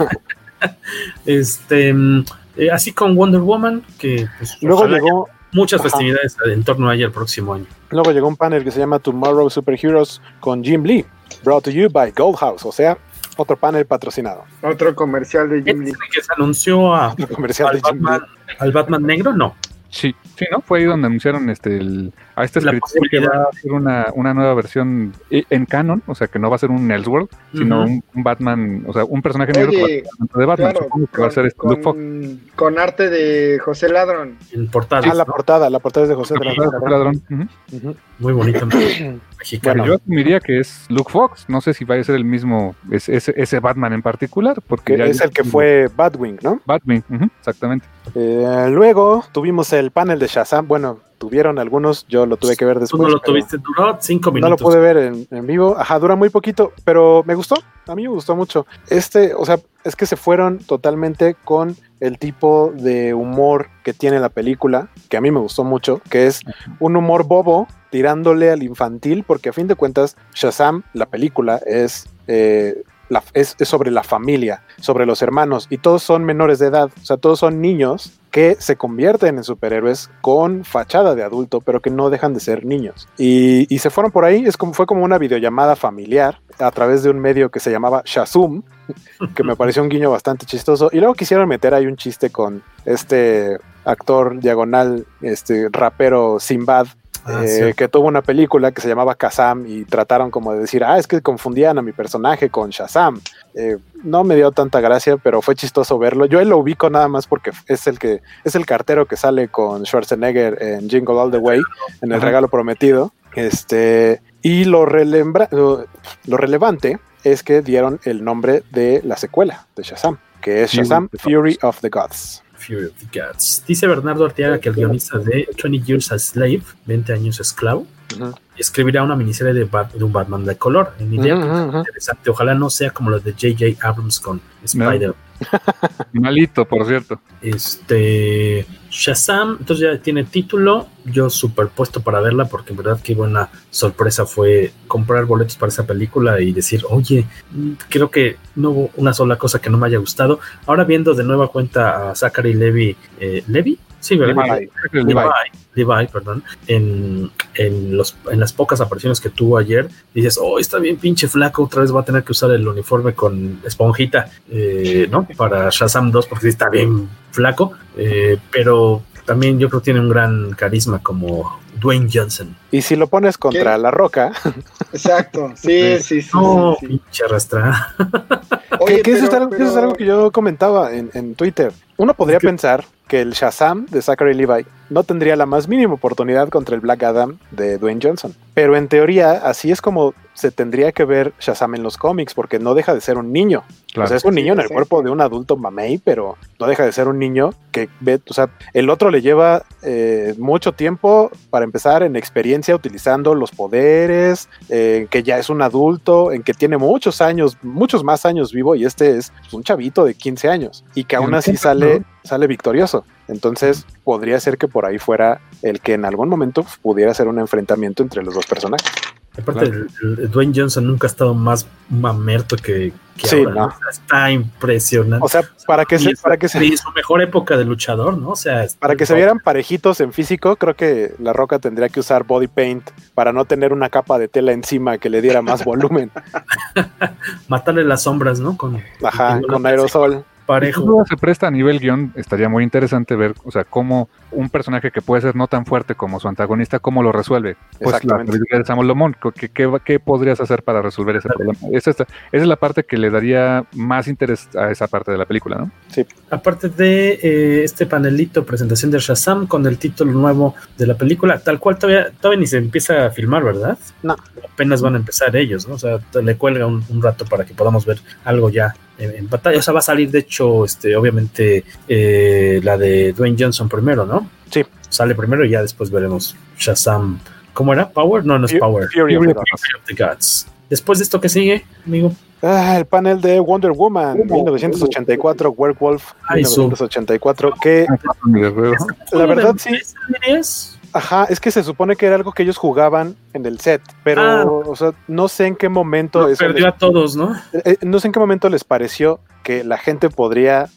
Así con Wonder Woman, que pues, luego llegó muchas festividades en torno a ella el próximo año. Luego llegó un panel que se llama Tomorrow Superheroes con Jim Lee, brought to you by Gold House, o sea, otro panel patrocinado. Otro comercial de Jim Lee. Que se anunció al Batman negro, ¿no? Sí, ¿no? Fue ahí donde anunciaron a este escritor que va a hacer una nueva versión en canon, o sea, que no va a ser un Elseworld, sino un Batman, o sea, un personaje negro de Batman, claro, supongo que va a ser Luke Fox. Con arte de José Ladrón. En portada. La portada es de José Ladrón. Muy bonito. Bueno, yo asumiría que es Luke Fox, no sé si va a ser el mismo, ese Batman en particular, porque es el que fue Batwing, ¿no? Batwing, exactamente. Luego tuvimos el panel de Shazam, bueno, tuvieron algunos, yo lo tuve que ver después. Tú no lo tuviste, duró 5 minutos. No lo pude ver en vivo, dura muy poquito, pero me gustó, a mí me gustó mucho. O sea, es que se fueron totalmente con el tipo de humor que tiene la película, que a mí me gustó mucho, que es un humor bobo, tirándole al infantil, porque a fin de cuentas, Shazam, la película, es sobre la familia, sobre los hermanos, y todos son menores de edad, o sea, todos son niños que se convierten en superhéroes con fachada de adulto, pero que no dejan de ser niños. Y se fueron por ahí, fue como una videollamada familiar a través de un medio que se llamaba Shazam, que me pareció un guiño bastante chistoso, y luego quisieron meter ahí un chiste con este actor diagonal, rapero Sinbad, que tuvo una película que se llamaba Kazam y trataron como de decir, es que confundían a mi personaje con Shazam. No me dio tanta gracia, pero fue chistoso verlo. Yo él lo ubico nada más porque es el cartero que sale con Schwarzenegger en Jingle All the Way, en El Regalo Prometido. Y lo relevante es que dieron el nombre de la secuela de Shazam, que es Shazam Fury of the Gods. Fury of the Gods. Dice Bernardo Arteaga que el guionista de 20 Years a Slave, 20 años esclavo, escribirá una miniserie de un Batman de color. En idea interesante. Ojalá no sea como la de J.J. Abrams con Spider. Malito, por cierto. Shazam, entonces ya tiene título. Yo súper puesto para verla, porque en verdad qué buena sorpresa fue comprar boletos para esa película y decir, oye, creo que no hubo una sola cosa que no me haya gustado. Ahora viendo de nueva cuenta a Zachary Levi, ¿Levi? Sí, ¿verdad? Levi, perdón, en las pocas apariciones que tuvo ayer, dices, está bien pinche flaco, otra vez va a tener que usar el uniforme con esponjita, ¿no? Para Shazam 2, porque sí está bien flaco, pero también yo creo que tiene un gran carisma como Dwayne Johnson. Y si lo pones contra La Roca. Exacto, sí. No, pinche arrastra. Oye, eso es algo que yo comentaba en Twitter. Uno podría pensar que el Shazam de Zachary Levi no tendría la más mínima oportunidad contra el Black Adam de Dwayne Johnson. Pero en teoría, así es como se tendría que ver Shazam en los cómics, porque no deja de ser un niño. Claro. O sea, es un niño en el cuerpo de un adulto mamey, pero no deja de ser un niño que ve, o sea, el otro le lleva mucho tiempo para empezar, en experiencia utilizando los poderes, que ya es un adulto, en que tiene muchos más años vivo, y este es un chavito de 15 años, y que aún así sale victorioso. Entonces podría ser que por ahí fuera el que en algún momento pudiera ser un enfrentamiento entre los dos personajes. Aparte, el Dwayne Johnson nunca ha estado más mamerto que sí, ahora, ¿no? Está impresionante. O sea, para que su mejor época de luchador, ¿no? O sea, para que se vieran parejitos en físico, creo que La Roca tendría que usar body paint para no tener una capa de tela encima que le diera más volumen. Matarle las sombras, ¿no? Con aerosol. Parejo. Si todo se presta a nivel guión, estaría muy interesante ver, o sea, cómo un personaje que puede ser no tan fuerte como su antagonista, cómo lo resuelve. Pues la película de Samuel Lomond, ¿qué podrías hacer para resolver ese problema? Esa es la parte que le daría más interés a esa parte de la película, ¿no? Sí. Aparte de este panelito, presentación de Shazam con el título nuevo de la película, tal cual todavía ni se empieza a filmar, ¿verdad? No. Apenas van a empezar ellos, ¿no? O sea, le cuelga un rato para que podamos ver algo ya en pantalla. O sea, va a salir, de hecho, obviamente, la de Dwayne Johnson primero, ¿no? Sí. Sale primero y ya después veremos Shazam. ¿Cómo era? ¿Power? No es Power. Fury of the Gods. Después de esto, ¿qué sigue, amigo? El panel de Wonder Woman 1984, Werewolf 1984, que la verdad sí. Ajá, es que se supone que era algo que ellos jugaban en el set, pero o sea, no sé en qué momento perdió a todos, ¿no? No sé en qué momento les pareció que la gente podría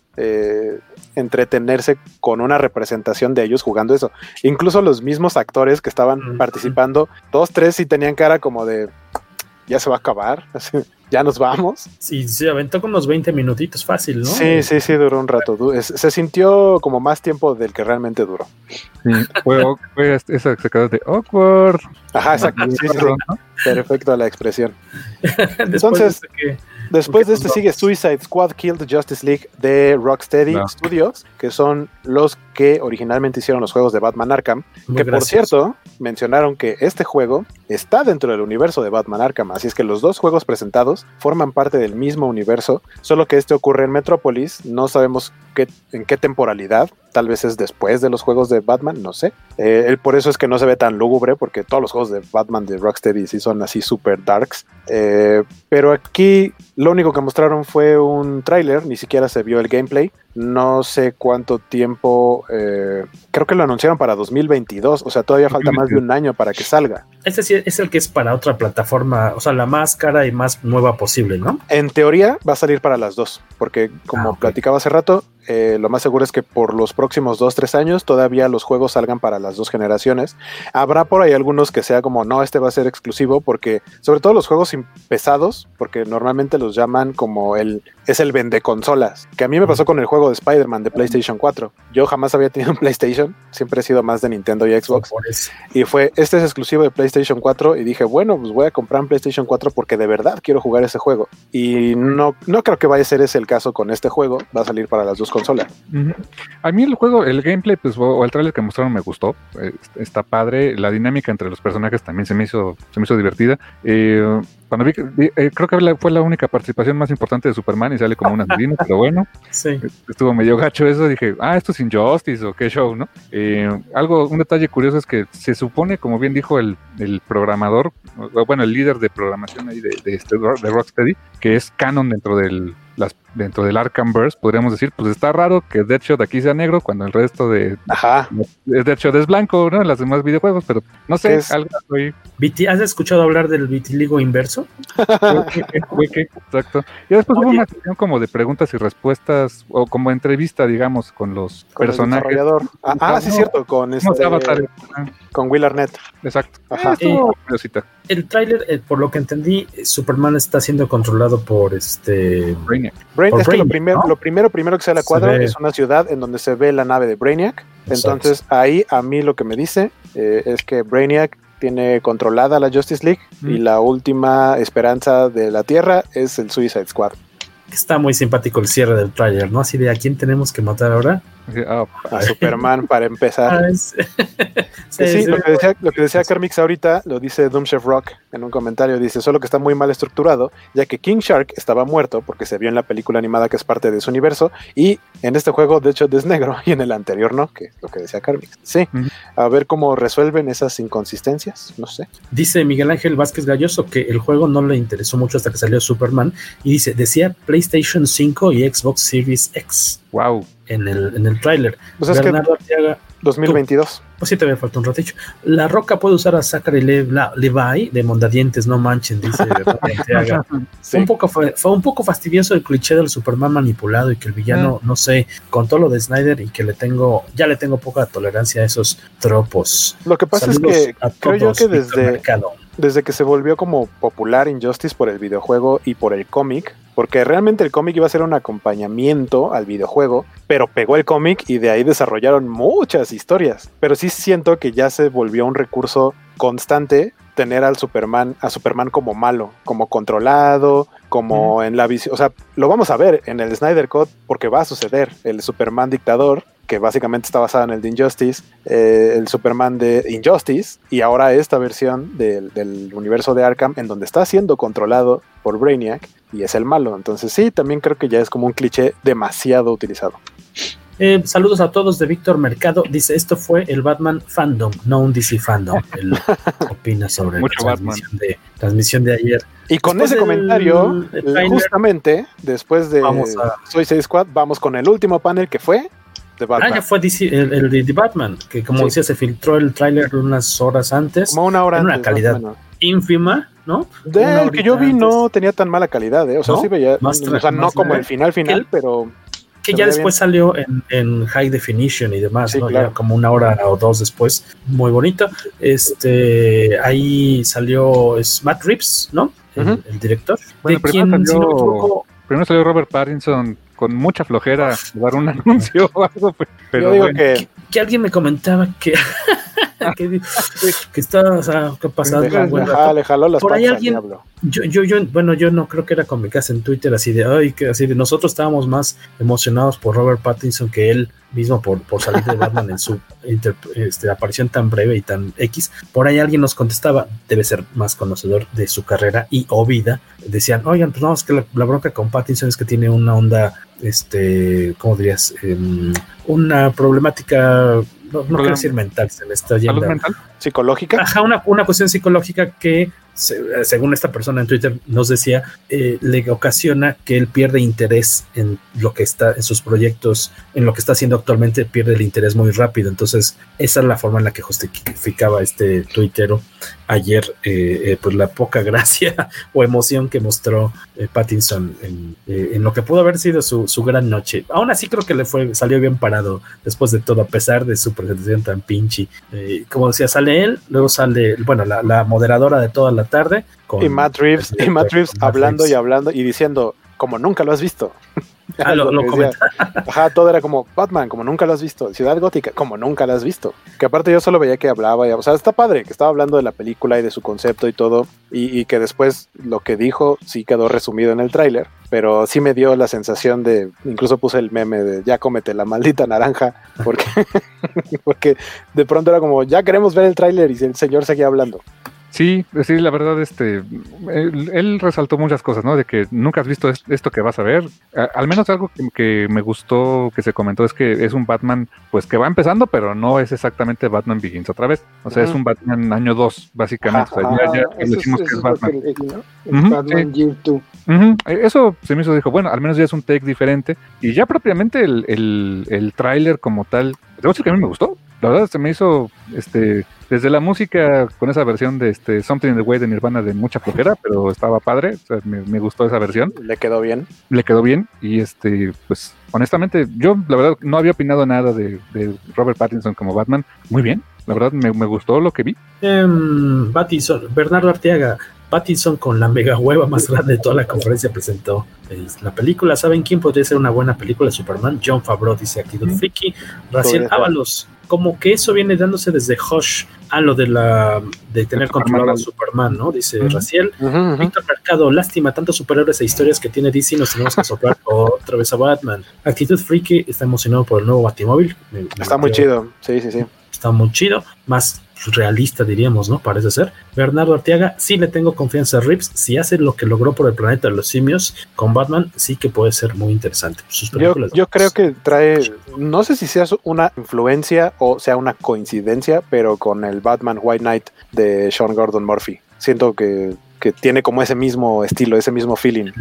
entretenerse con una representación de ellos jugando eso. Incluso los mismos actores que estaban participando, 2, 3 sí tenían cara como de ya se va a acabar, así, ya nos vamos. Sí, se aventó con unos 20 minutitos fácil, ¿no? Sí, duró un rato. Se sintió como más tiempo del que realmente duró. Sí, fue esa que se quedó de awkward. Ajá, exacto. Sí. Perfecto la expresión. Entonces, después de este sigue Suicide Squad Kill the Justice League de Rocksteady Studios, que son los que originalmente hicieron los juegos de Batman Arkham, por cierto, mencionaron que este juego está dentro del universo de Batman Arkham, así es que los dos juegos presentados forman parte del mismo universo, solo que este ocurre en Metrópolis, no sabemos en qué temporalidad, tal vez es después de los juegos de Batman, no sé. Por eso es que no se ve tan lúgubre, porque todos los juegos de Batman de Rocksteady sí son así super darks. Pero aquí lo único que mostraron fue un tráiler, ni siquiera se vio el gameplay. No sé cuánto tiempo, creo que lo anunciaron para 2022, o sea, todavía falta más de un año para que salga. Este sí es el que es para otra plataforma, o sea, la más cara y más nueva posible, ¿no? En teoría va a salir para las dos, porque como platicaba hace rato, lo más seguro es que por los próximos 2-3 años todavía los juegos salgan para las dos generaciones. Habrá por ahí algunos que sea como, no, este va a ser exclusivo, porque sobre todo los juegos pesados, porque normalmente los llaman como es el vende consolas, que a mí me pasó con el juego de Spider-Man de PlayStation 4. Yo jamás había tenido un PlayStation, siempre he sido más de Nintendo y Xbox. Y este es exclusivo de PlayStation 4 y dije, bueno, pues voy a comprar un PlayStation 4 porque de verdad quiero jugar ese juego. Y no creo que vaya a ser ese el caso con este juego, va a salir para las dos consolas. A mí el juego, el gameplay, pues, o el trailer que mostraron me gustó, está padre, la dinámica entre los personajes también se me hizo divertida. Cuando vi, creo que fue la única participación más importante de Superman y sale como un asesino, pero bueno, estuvo medio gacho eso, dije, esto es Injustice o qué show, ¿no? Un detalle curioso es que se supone, como bien dijo el programador, bueno, el líder de programación ahí de Rocksteady, que es canon dentro del Arkhamverse, podríamos decir, pues está raro que Deadshot aquí sea negro cuando el resto de Deadshot es blanco, ¿no? En los demás videojuegos, pero no sé, algo ahí. ¿Has escuchado hablar del vitiligo inverso? Exacto. Y después hubo una sesión como de preguntas y respuestas, o como entrevista, digamos, con los personajes. El desarrollador. Sí, es cierto, con Will Arnett. Exacto. Ajá. El tráiler, por lo que entendí, Superman está siendo controlado por Brainiac. Es que lo primero que sale a cuadro es una ciudad en donde se ve la nave de Brainiac. Entonces ahí a mí lo que me dice es que Brainiac tiene controlada la Justice League y la última esperanza de la Tierra es el Suicide Squad. Está muy simpático el cierre del tráiler, ¿no? Así de, ¿a quién tenemos que matar ahora? A Superman para empezar. Sí, lo que decía Carmix ahorita lo dice Doomchef Rock en un comentario, dice solo que está muy mal estructurado, ya que King Shark estaba muerto porque se vio en la película animada que es parte de su universo, y en este juego de hecho es negro y en el anterior no, que es lo que decía Carmix. Sí, a ver cómo resuelven esas inconsistencias, no sé. Dice Miguel Ángel Vázquez Galloso que el juego no le interesó mucho hasta que salió Superman, y dice, decía PlayStation 5 y Xbox Series X. Wow. En el tráiler. Pues es Bernardo Arteaga, 2022. Pues sí, todavía falta un ratillo. La Roca puede usar a Zachary Levi de Mondadientes, no manchen, dice Bernardo Arteaga. Sí. Fue un poco fastidioso el cliché del Superman manipulado y que el villano, no sé, con todo lo de Snyder y que ya le tengo poca tolerancia a esos tropos. Lo que pasa Saludos es que creo yo que desde que se volvió como popular Injustice por el videojuego y por el cómic, porque realmente el cómic iba a ser un acompañamiento al videojuego, pero pegó el cómic y de ahí desarrollaron muchas historias. Pero sí siento que ya se volvió un recurso constante tener a Superman como malo, como controlado, como en la visión, o sea, lo vamos a ver en el Snyder Cut porque va a suceder, el Superman dictador, que básicamente está basado en el de Injustice, el Superman de Injustice, y ahora esta versión del universo de Arkham, en donde está siendo controlado por Brainiac, y es el malo. Entonces sí, también creo que ya es como un cliché demasiado utilizado. Saludos a todos de Víctor Mercado. Dice, esto fue el Batman fandom, no un DC fandom. Él opina sobre la transmisión de ayer. Y con después ese comentario, justamente, después de Suicide Squad, vamos con el último panel que fue de Batman. Ya fue DC, el de Batman, que como decía, se filtró el tráiler unas horas antes. Como una hora en antes. Una calidad ínfima, ¿no? El que yo vi no tenía tan mala calidad, O sea, ¿no? Sí veía, o sea, no como el final, pero... Que ya después salió en High Definition y demás, sí, ¿no? Claro. Ya como una hora o dos después, muy bonito. Ahí salió Matt Reeves, ¿no? El director. Bueno, primero salió Robert Pattinson con mucha flojera dar un anuncio o algo, pero yo digo que alguien me comentaba que que está, o sea, que pasado le jaló las por ahí alguien, yo no creo que era con mi casa en Twitter así de nosotros estábamos más emocionados por Robert Pattinson que él mismo por salir de Batman en su aparición tan breve y tan X. Por ahí alguien nos contestaba, debe ser más conocedor de su carrera y o vida. Decían, oigan, pues no, es que la bronca con Pattinson es que tiene una onda, ¿cómo dirías? Una problemática, no quiero decir mental, se me está yendo. ¿Salud mental? ¿Psicológica? Ajá, una cuestión psicológica que, según esta persona en Twitter nos decía, le ocasiona que él pierde interés en lo que está, en sus proyectos, en lo que está haciendo actualmente, pierde el interés muy rápido. Entonces, esa es la forma en la que justificaba este tuitero ayer, pues la poca gracia o emoción que mostró Pattinson en lo que pudo haber sido su gran noche. Aún así creo que salió bien parado después de todo, a pesar de su presentación tan pinche. Como decía, sale él, luego sale, bueno, la moderadora de toda la tarde. Y Matt Reeves hablando y hablando y diciendo, como nunca lo has visto. Lo comenta. Ajá, todo era como Batman, como nunca lo has visto. Ciudad Gótica, como nunca lo has visto. Que aparte yo solo veía que hablaba, o sea, está padre, que estaba hablando de la película y de su concepto y todo, y que después lo que dijo sí quedó resumido en el tráiler, pero sí me dio la sensación de, incluso puse el meme de ya cómete la maldita naranja, porque de pronto era como, ya queremos ver el tráiler y el señor seguía hablando. Sí, la verdad, él resaltó muchas cosas, ¿no? De que nunca has visto esto que vas a ver. Al menos algo que me gustó que se comentó es que es un Batman, pues que va empezando, pero no es exactamente Batman Begins otra vez. O sea, es un Batman año 2, básicamente. O sea, ya decimos que es Batman. Batman Year 2. Eso se me hizo, dijo, bueno, al menos ya es un take diferente. Y ya propiamente el tráiler como tal, debo decir que a mí me gustó. La verdad se me hizo, desde la música con esa versión de Something in the Way de Nirvana de mucha flojera, pero estaba padre, o sea, me gustó esa versión. Le quedó bien y pues honestamente yo la verdad no había opinado nada de Robert Pattinson como Batman. Muy bien, la verdad me gustó lo que vi. Pattinson, Bernardo Arteaga, Pattinson, con la mega hueva más grande de toda la conferencia, presentó la película. ¿Saben quién podría ser una buena película de Superman? John Favreau, dice Actitud Friki. Raciel Ábalos, como que eso viene dándose desde Hush a lo de tener controlado a Superman, ¿no? Dice Raciel. Víctor Mercado, lástima, tantos superhéroes e historias que tiene DC, nos tenemos que soplar otra vez a Batman. Actitud Friki está emocionado por el nuevo Batimóvil. Está muy chido, sí. Está muy chido, más realista diríamos, ¿no? Parece ser. Bernardo Arteaga, sí le tengo confianza a Reeves, si hace lo que logró por el planeta de los simios con Batman, sí que puede ser muy interesante. Sus películas yo creo que trae, no sé si sea una influencia o sea una coincidencia, pero con el Batman White Knight de Sean Gordon Murphy. Siento que tiene como ese mismo estilo, ese mismo feeling.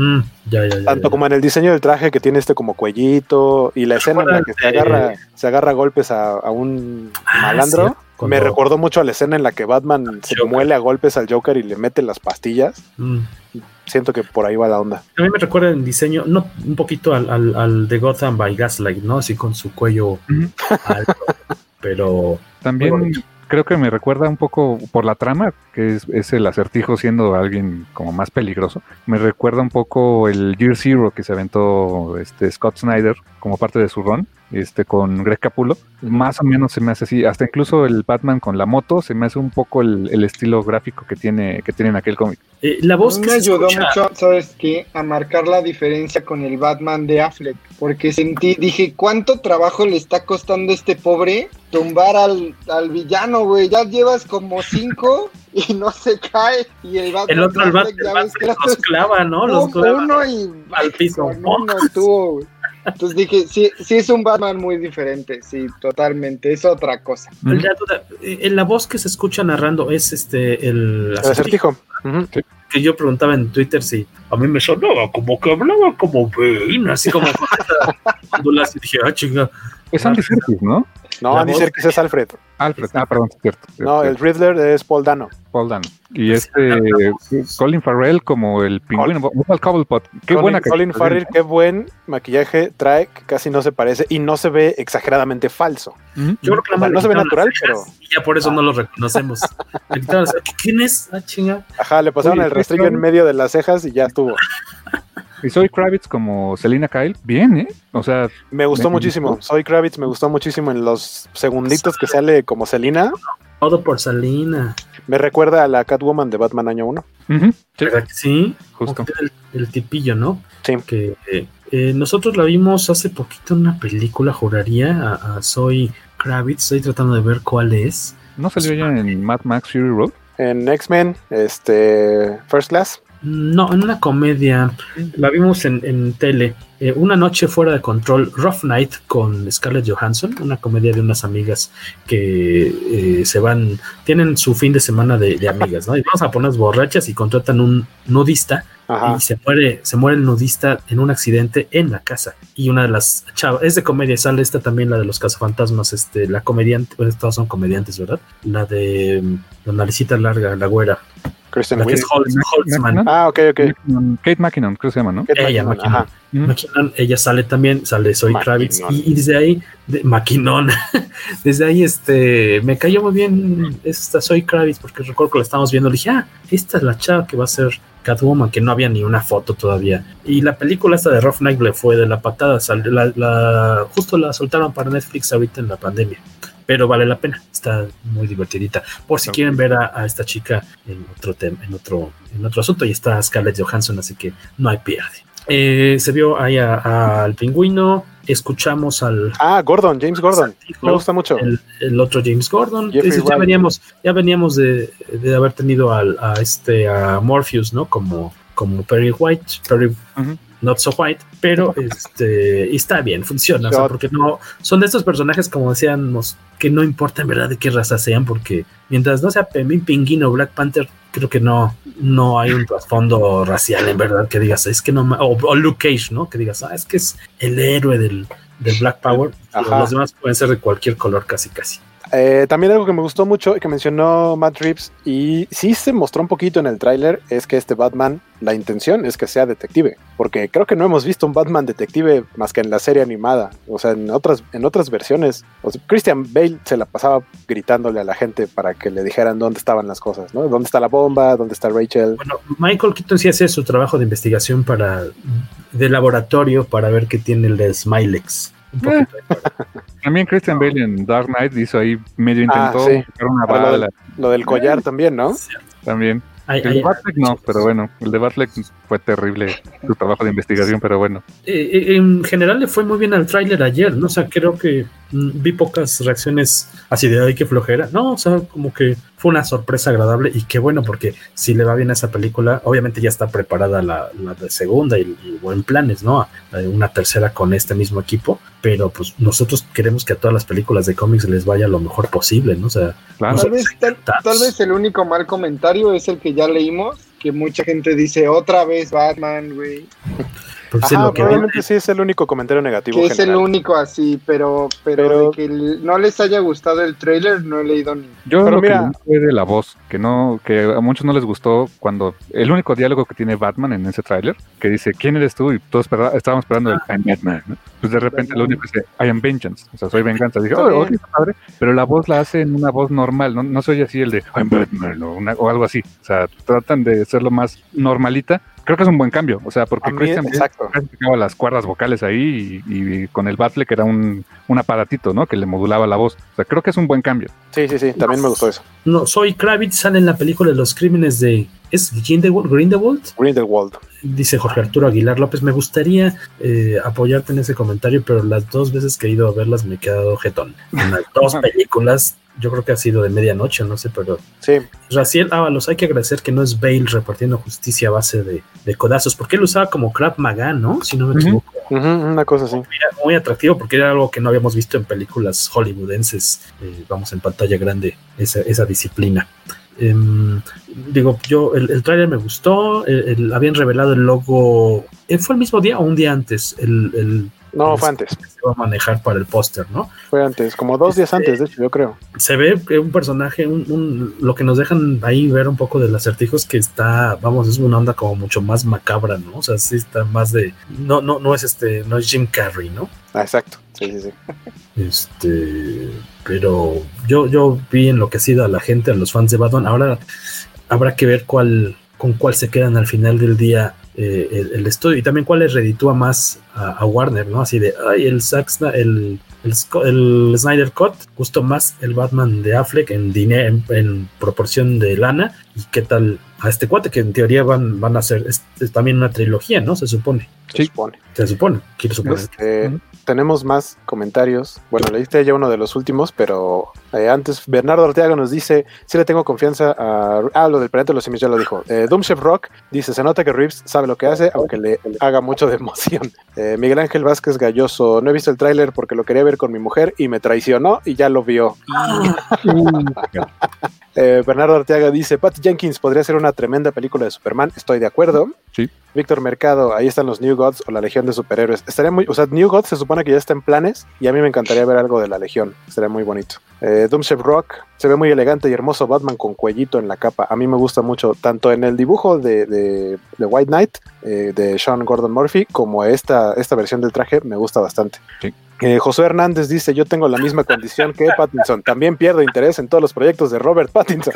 Tanto como en el diseño del traje, que tiene como cuellito, y la escena en la que se agarra golpes a un malandro. Sí, me recordó mucho a la escena en la que Batman se muele a golpes al Joker y le mete las pastillas. Siento que por ahí va la onda. A mí me recuerda el diseño, no, un poquito al de Gotham by Gaslight, ¿no? Así con su cuello alto. Pero también creo que me recuerda un poco por la trama, que es el Acertijo siendo alguien como más peligroso. Me recuerda un poco el Year Zero que se aventó Scott Snyder como parte de su run, con Greg Capullo. Más o menos se me hace así. Hasta incluso el Batman con la moto se me hace un poco el estilo gráfico que tiene en aquel cómic. La voz que me ayudó mucho, ¿sabes qué? A marcar la diferencia con el Batman de Affleck, porque dije, ¿cuánto trabajo le está costando a este pobre tumbar al villano, güey? Ya llevas como 5 y no se cae, y el Batman, el Batman los clava, ¿no? Los clava uno y al piso. No estuvo, güey. Entonces dije, sí es un Batman muy diferente, sí, totalmente, es otra cosa. La voz que se escucha narrando es el Acertijo. Que yo preguntaba en Twitter si a mí me sonaba como que hablaba como Bane, así como y dije, chinga. Es Andy Serkis, ¿no? No, Andy Serkis es Alfred. Perdón, es cierto. No, el Riddler es Paul Dano. Y Colin Farrell como el pingüino. Colin Farrell, qué buen maquillaje trae, que casi no se parece y no se ve exageradamente falso. Yo creo que no se ve natural, pero y ya por eso no lo reconocemos. ¿Quién es? Chinga. Ajá, le pasaron el rastrillo en medio de las cejas y ya estuvo. Y Zoe Kravitz como Selina Kyle, bien, o sea... Me gustó muchísimo, Zoe Kravitz me gustó muchísimo en los segunditos que sale como Selina. Todo por Selina. Me recuerda a la Catwoman de Batman año 1. Sí, justo. El tipillo, ¿no? Sí. Que nosotros la vimos hace poquito en una película, juraría, a Zoe Kravitz, estoy tratando de ver cuál es. ¿No salió ya en Mad Max Fury Road? En X-Men, First Class. No, en una comedia. La vimos en tele. Una noche fuera de control, Rough Night con Scarlett Johansson, una comedia de unas amigas que tienen su fin de semana de amigas, ¿no? Y vamos a ponernos borrachas y contratan un nudista. Ajá. Y se muere el nudista en un accidente en la casa. Y una de las chavas, es de comedia, sale esta también, la de los cazafantasmas, la comediante, bueno, todas son comediantes, ¿verdad? La de la naricita larga, la güera. Kristen Wiig. Holtzman. Ok. Kate McKinnon, creo que se llama, ¿no? McKinnon, ella sale también, sale Zoe Kravitz, y desde ahí, McKinnon, desde ahí me cayó muy bien esta Zoe Kravitz, porque recuerdo que la estábamos viendo, le dije, esta es la chava que va a ser Catwoman, que no había ni una foto todavía, y la película esta de Rough Night le fue de la patada, justo la soltaron para Netflix ahorita en la pandemia, pero vale la pena, está muy divertidita, por si quieren ver a esta chica en otro tema, en otro asunto, y está Scarlett Johansson, así que no hay pierde. Se vio ahí al pingüino, escuchamos al James Gordon, me gusta mucho el otro James Gordon. Ya veníamos de haber tenido a Morpheus, ¿no? Como Perry Not So White, pero está bien, funciona, o sea, porque no son de estos personajes, como decíamos, que no importa en verdad de qué raza sean, porque mientras no sea Pingüino o Black Panther, creo que no hay un trasfondo racial en verdad que digas, es que no, o Luke Cage, ¿no? Que digas, es que es el héroe del Black Power. Los demás pueden ser de cualquier color casi. También algo que me gustó mucho, que mencionó Matt Reeves, y sí se mostró un poquito en el tráiler, es que este Batman, la intención es que sea detective, porque creo que no hemos visto un Batman detective más que en la serie animada, o sea, en otras versiones. O sea, Christian Bale se la pasaba gritándole a la gente para que le dijeran dónde estaban las cosas, ¿no? ¿Dónde está la bomba? ¿Dónde está Rachel? Bueno, Michael Keaton sí hace su trabajo de investigación de laboratorio para ver qué tiene el de Smilex. También Christian Bale en Dark Knight hizo ahí, medio intentó buscar una bala. Lo del collar también, ¿no? Sí, también. El de Batfleck no, pero bueno, el de Batfleck fue terrible su trabajo de investigación, pero bueno. En general le fue muy bien al tráiler ayer, ¿no? O sea, creo que vi pocas reacciones así de, ay, qué flojera. No, o sea, como que fue una sorpresa agradable y qué bueno, porque si le va bien a esa película, obviamente ya está preparada la de segunda y buen planes, ¿no? Una tercera con este mismo equipo, pero pues nosotros queremos que a todas las películas de cómics les vaya lo mejor posible, ¿no? O sea, claro. Tal vez el único mal comentario es el que ya leímos, que mucha gente dice otra vez Batman, güey. Ajá, probablemente sí es el único comentario negativo. Que es el único así, pero de que no les haya gustado el tráiler no he leído ni. Yo creo que fue de la voz, que a muchos no les gustó cuando el único diálogo que tiene Batman en ese tráiler, que dice, ¿quién eres tú? Y todos estábamos esperando el I'm Batman, ¿no? Pues de repente lo único que dice, I am vengeance, o sea, soy venganza. Dije, está padre, pero la voz la hace en una voz normal, no soy así el de I'm Batman o algo así, o sea, tratan de hacerlo más normalita. Creo que es un buen cambio, o sea, porque Christian practicaba las cuerdas vocales ahí y con el Batfleck era un aparatito, ¿no? Que le modulaba la voz. O sea, creo que es un buen cambio. Sí, también me gustó eso. No, Zoe Kravitz sale en la película de los crímenes de... ¿Es Grindelwald? Grindelwald. Dice Jorge Arturo Aguilar López, me gustaría apoyarte en ese comentario, pero las 2 veces que he ido a verlas me he quedado jetón. En las 2 películas... Yo creo que ha sido de medianoche, no sé, pero... Sí. Raciel Ábalos, hay que agradecer que no es Bale repartiendo justicia a base de codazos, porque él usaba como Krav Maga, ¿no? Si no me equivoco. Una cosa así. Era muy atractivo porque era algo que no habíamos visto en películas hollywoodenses, vamos, en pantalla grande, esa disciplina. Digo, el tráiler me gustó, habían revelado el logo, ¿fue el mismo día o un día antes? No, fue antes. Se va a manejar para el póster, ¿no? Fue antes, como 2 días antes, de hecho, yo creo. Se ve que un personaje, lo que nos dejan ahí ver un poco del acertijo es que está, vamos, es una onda como mucho más macabra, ¿no? O sea, sí está más de, no es Jim Carrey, ¿no? Exacto, sí. Pero yo vi enloquecida a la gente, a los fans de Batman. Ahora habrá que ver con cuál se quedan al final del día el estudio y también cuál les reditúa más a Warner, ¿no? Así de, ay, el Snyder Cut gustó más el Batman de Affleck en dinero, en proporción de lana, y qué tal a este cuate que en teoría van a hacer es también una trilogía, ¿no? Se supone. Se supone. Quiero suponer. Tenemos más comentarios. Bueno, leíste ya uno de los últimos, pero antes Bernardo Ortega nos dice, sí le tengo confianza a... lo del planeta de los simios ya lo dijo. Doomchef Rock dice, se nota que Reeves sabe lo que hace, aunque le haga mucho de emoción. Miguel Ángel Vázquez Galloso, no he visto el tráiler porque lo quería ver con mi mujer y me traicionó y ya lo vio. Bernardo Arteaga dice, Patty Jenkins podría ser una tremenda película de Superman, estoy de acuerdo. Sí. Víctor Mercado, ahí están los New Gods o la Legión de Superhéroes. Estaría muy, o sea, New Gods se supone que ya está en planes y a mí me encantaría ver algo de la Legión, estaría muy bonito. Doomchef Rock, se ve muy elegante y hermoso Batman con cuellito en la capa. A mí me gusta mucho, tanto en el dibujo de White Knight, de Sean Gordon Murphy, como esta versión del traje, me gusta bastante. Sí. Josué Hernández dice, yo tengo la misma condición que Pattinson, también pierdo interés en todos los proyectos de Robert Pattinson.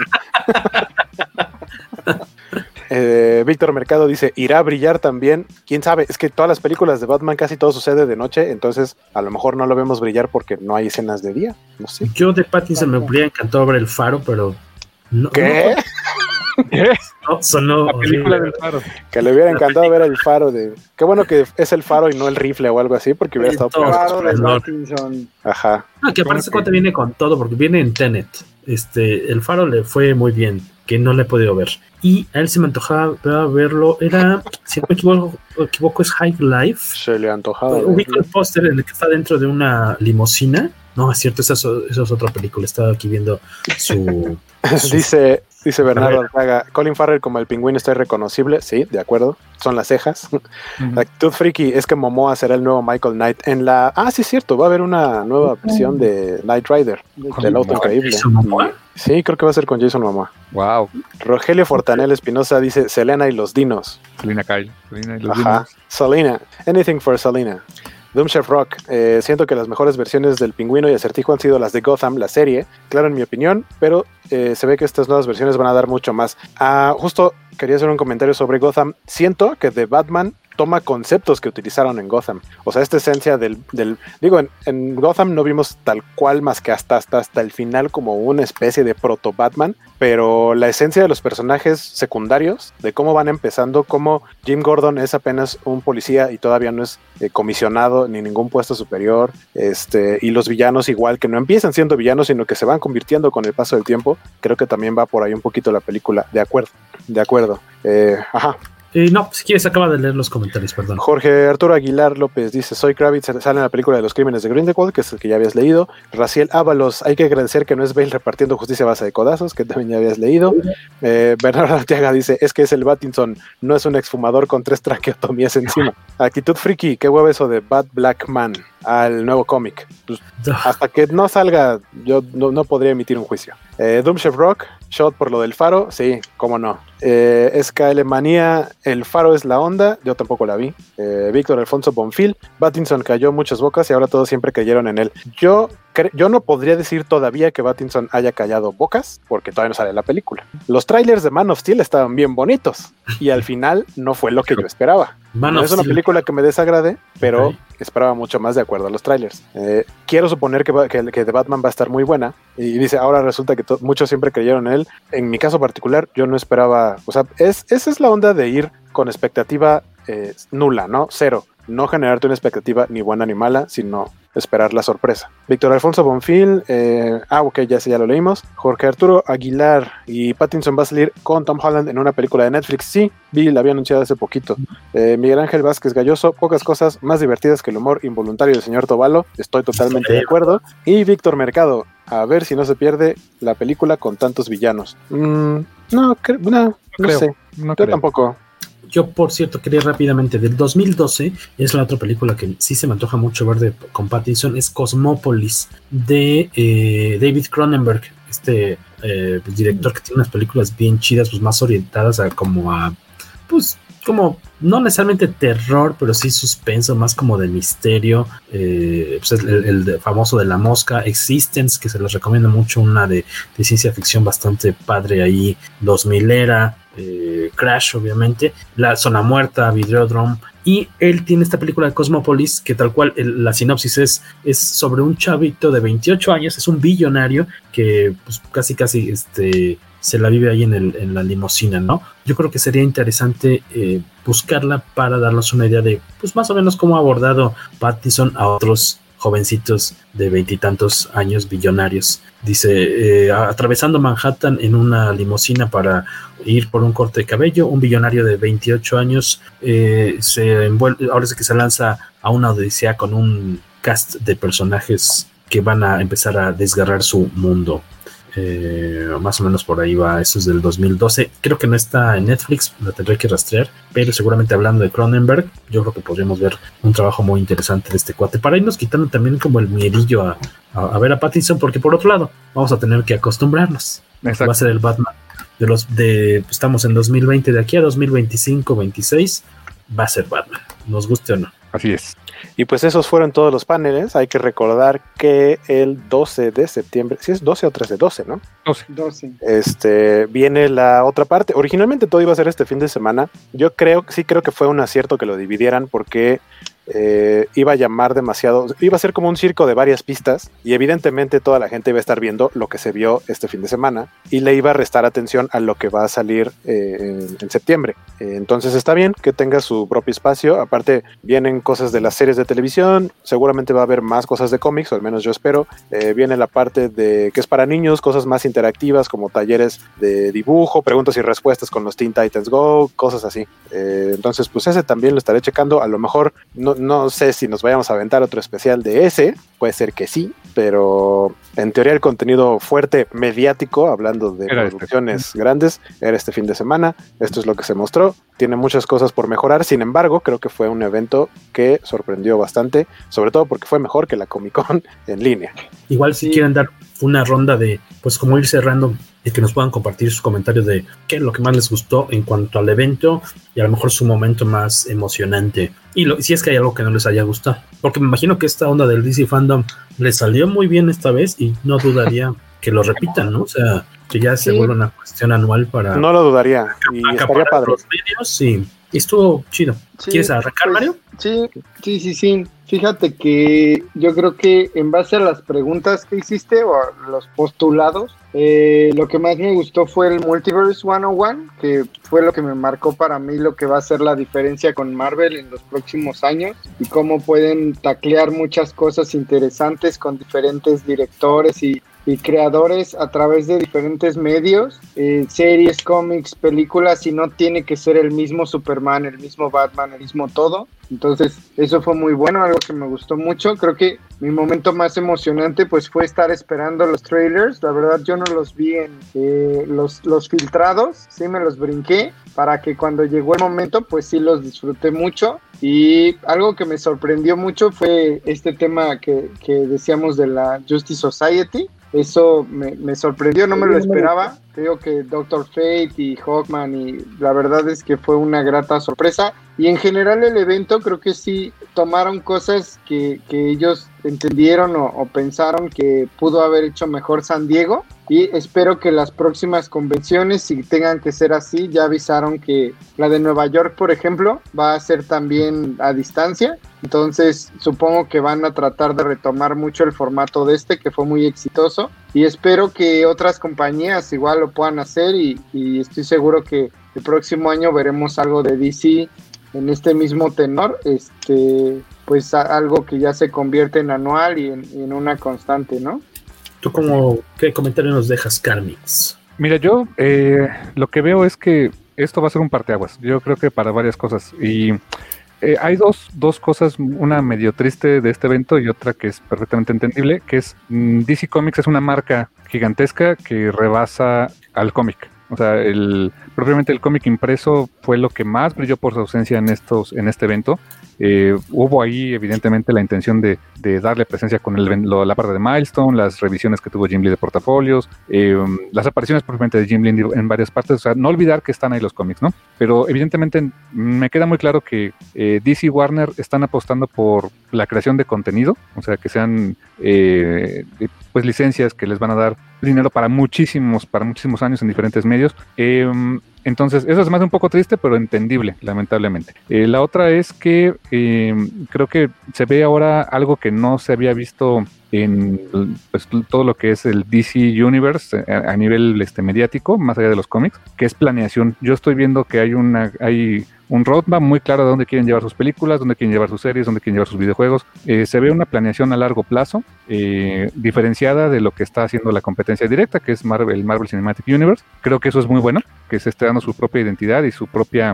Víctor Mercado dice, irá a brillar también, quién sabe, es que todas las películas de Batman casi todo sucede de noche, entonces a lo mejor no lo vemos brillar porque no hay escenas de día, no sé. Yo de Pattinson me habría encantado ver El Faro, pero no. ¿Qué? ¿Qué? No, sonó la película del Faro. Que le hubiera encantado ver El Faro de... Qué bueno que es El Faro y no El Rifle o algo así, porque hubiera estado... El Faro de Pattinson. Ajá. No, que aparte ese cuate viene con todo, porque viene en Tenet. El Faro le fue muy bien, que no le he podido ver. Y a él se me antojaba verlo, era, si no me equivoco, es High Life. Se le antojaba. Ubico el póster en el que está dentro de una limusina. No, es cierto, esa es otra película. Estaba aquí viendo su dice Dice Bernardo Artaga, Colin Farrell como el pingüino está irreconocible. Sí, de acuerdo. Son las cejas. Actitud Freaky es que Momoa será el nuevo Michael Knight en la... Ah, sí es cierto, va a haber una nueva versión de Knight Rider, del auto increíble. Sí, creo que va a ser con Jason Momoa. Wow. Rogelio Fortanel Espinosa dice Selena y los dinos. Selena Kyle. Selena y los dinos. Selena. Anything for Selena. Doomchef Rock, siento que las mejores versiones del Pingüino y Acertijo han sido las de Gotham, la serie, claro en mi opinión, pero se ve que estas nuevas versiones van a dar mucho más. Justo quería hacer un comentario sobre Gotham. Siento que The Batman toma conceptos que utilizaron en Gotham. O sea, esta esencia digo, en Gotham no vimos tal cual más que hasta el final como una especie de proto-Batman, pero la esencia de los personajes secundarios, de cómo van empezando, como Jim Gordon es apenas un policía y todavía no es comisionado ni ningún puesto superior, y los villanos igual, que no empiezan siendo villanos, sino que se van convirtiendo con el paso del tiempo. Creo que también va por ahí un poquito la película. De acuerdo. Ajá. No, si quieres acaba de leer los comentarios, perdón. Jorge Arturo Aguilar López dice, soy Kravitz, sale en la película de los crímenes de Grindelwald, que es el que ya habías leído. Raciel Ábalos, hay que agradecer que no es Bale repartiendo justicia a base de codazos, que también ya habías leído. Bernardo Arteaga dice, es que es el Pattinson, no es un exfumador con 3 traqueotomías encima. Actitud Freaky, qué huevo eso de Bad Black Man al nuevo cómic. Pues, hasta que no salga, yo no podría emitir un juicio. Doomchef Rock, shot por lo del faro, sí, cómo no. SKL Manía, el faro es la onda, yo tampoco la vi. Víctor Alfonso Bonfil, Pattinson cayó muchas bocas y ahora todos siempre creyeron en él. Yo no podría decir todavía que Pattinson haya callado bocas, porque todavía no sale la película. Los trailers de Man of Steel estaban bien bonitos, y al final no fue lo que yo esperaba. No es una película que me desagrade, pero esperaba mucho más de acuerdo a los trailers. Quiero suponer que The Batman va a estar muy buena, y dice, ahora resulta que muchos siempre creyeron en él. En mi caso particular, yo no esperaba, o sea, esa es la onda de ir con expectativa nula, ¿no? Cero. No generarte una expectativa ni buena ni mala, sino esperar la sorpresa. Víctor Alfonso Bonfil, ok, ya lo leímos. Jorge Arturo Aguilar, y Pattinson va a salir con Tom Holland en una película de Netflix. Sí, la había anunciado hace poquito. Miguel Ángel Vázquez Galloso, pocas cosas más divertidas que el humor involuntario del señor Tobalo. Estoy totalmente de acuerdo. Y Víctor Mercado, a ver si no se pierde la película con tantos villanos. No sé. Yo tampoco. Yo, por cierto, quería rápidamente, del 2012, es la otra película que sí se me antoja mucho ver con Pattinson, es Cosmópolis, de David Cronenberg, director que tiene unas películas bien chidas, pues más orientadas como no necesariamente terror, pero sí suspenso, más como de misterio. Pues el famoso de La Mosca, Existence, que se les recomiendo mucho, una de ciencia ficción bastante padre ahí, 2000era, Crash, obviamente, La Zona Muerta, Videodrome, y él tiene esta película de Cosmópolis, que tal cual la sinopsis es sobre un chavito de 28 años, es un billonario que pues casi se la vive ahí en la limusina, ¿no? Yo creo que sería interesante buscarla para darnos una idea de, pues más o menos cómo ha abordado Pattinson a otros jovencitos de 20 y tantos años billonarios. Dice, atravesando Manhattan en una limusina para ir por un corte de cabello, un billonario de 28 años ahora sí que se lanza a una odisea con un cast de personajes que van a empezar a desgarrar su mundo. Más o menos por ahí va. Eso es del 2012. Creo que no está en Netflix, la tendré que rastrear, pero seguramente hablando de Cronenberg, yo creo que podríamos ver un trabajo muy interesante de este cuate, para irnos quitando también como el miedillo a ver a Pattinson, porque por otro lado vamos a tener que acostumbrarnos. Exacto. Va a ser el Batman estamos en 2020, de aquí a 2025, 26 va a ser Batman, nos guste o no. Así es. Y pues esos fueron todos los paneles. Hay que recordar que el 12 de septiembre, si es 12 o 13, 12, ¿no? 12. Viene la otra parte. Originalmente todo iba a ser este fin de semana. Yo creo que fue un acierto que lo dividieran, porque iba a llamar demasiado, iba a ser como un circo de varias pistas, y evidentemente toda la gente iba a estar viendo lo que se vio este fin de semana y le iba a restar atención a lo que va a salir en septiembre. Entonces está bien que tenga su propio espacio. Aparte vienen cosas de las series de televisión, seguramente va a haber más cosas de cómics, o al menos yo espero. Viene la parte de que es para niños, cosas más interactivas como talleres de dibujo, preguntas y respuestas con los Teen Titans Go, cosas así. Entonces pues ese también lo estaré checando. A lo mejor no sé si nos vayamos a aventar otro especial de ese, puede ser que sí, pero en teoría el contenido fuerte mediático, hablando de producciones grandes, era este fin de semana. Esto es lo que se mostró. Tiene muchas cosas por mejorar, sin embargo, creo que fue un evento que sorprendió bastante, sobre todo porque fue mejor que la Comic-Con en línea. Igual si quieren dar una ronda de, pues como ir cerrando y que nos puedan compartir sus comentarios de qué es lo que más les gustó en cuanto al evento y a lo mejor su momento más emocionante. Y si es que hay algo que no les haya gustado. Porque me imagino que esta onda del DC Fandom les salió muy bien esta vez y no dudaría que lo repitan, ¿no? O sea, que ya se vuelva una cuestión anual para... No lo dudaría. Y estaría padre. Los medios, sí. Y estuvo chido. Sí, ¿Quieres arrancar, Mario? Sí. Fíjate que yo creo que en base a las preguntas que hiciste o a los postulados, lo que más me gustó fue el Multiverse 101, que fue lo que me marcó para mí lo que va a ser la diferencia con Marvel en los próximos años y cómo pueden taclear muchas cosas interesantes con diferentes directores y creadores a través de diferentes medios, series, cómics, películas, y no tiene que ser el mismo Superman, el mismo Batman, el mismo todo. Entonces eso fue muy bueno, algo que me gustó mucho. Creo que mi momento más emocionante pues fue estar esperando los trailers. La verdad yo no los vi en los filtrados, sí me los brinqué para que cuando llegó el momento pues sí los disfruté mucho. Y algo que me sorprendió mucho fue este tema que decíamos de la Justice Society. Eso me sorprendió, no me lo esperaba. Creo que Dr. Fate y Hawkman, y la verdad es que fue una grata sorpresa. Y en general el evento creo que sí tomaron cosas que ellos entendieron o pensaron que pudo haber hecho mejor San Diego. Y espero que las próximas convenciones, si tengan que ser así, ya avisaron que la de Nueva York, por ejemplo, va a ser también a distancia. Entonces supongo que van a tratar de retomar mucho el formato de que fue muy exitoso. Y espero que otras compañías igual lo puedan hacer y estoy seguro que el próximo año veremos algo de DC en este mismo tenor. Pues algo que ya se convierte en anual y en una constante, ¿no? ¿Tú qué comentario nos dejas, Carmix? Mira, yo lo que veo es que esto va a ser un parteaguas. Yo creo que para varias cosas. Y hay dos cosas, una medio triste de este evento y otra que es perfectamente entendible, que es DC Comics es una marca gigantesca que rebasa al cómic. O sea, propiamente el cómic impreso fue lo que más brilló por su ausencia en este evento. Hubo ahí evidentemente la intención de darle presencia con la parte de Milestone, las revisiones que tuvo Jim Lee de portafolios, las apariciones propiamente de Jim Lee en varias partes. O sea, no olvidar que están ahí los cómics, ¿no? Pero evidentemente me queda muy claro que DC y Warner están apostando por la creación de contenido, o sea, que sean pues licencias que les van a dar dinero para muchísimos años en diferentes medios. Entonces, eso es más un poco triste, pero entendible, lamentablemente. La otra es que creo que se ve ahora algo que no se había visto en pues, todo lo que es el DC Universe a nivel mediático, más allá de los cómics, que es planeación. Yo estoy viendo que hay un roadmap muy claro de dónde quieren llevar sus películas, dónde quieren llevar sus series, dónde quieren llevar sus videojuegos. Se ve una planeación a largo plazo, diferenciada de lo que está haciendo la competencia directa, que es el Marvel Cinematic Universe. Creo que eso es muy bueno, que se esté dando su propia identidad y su propia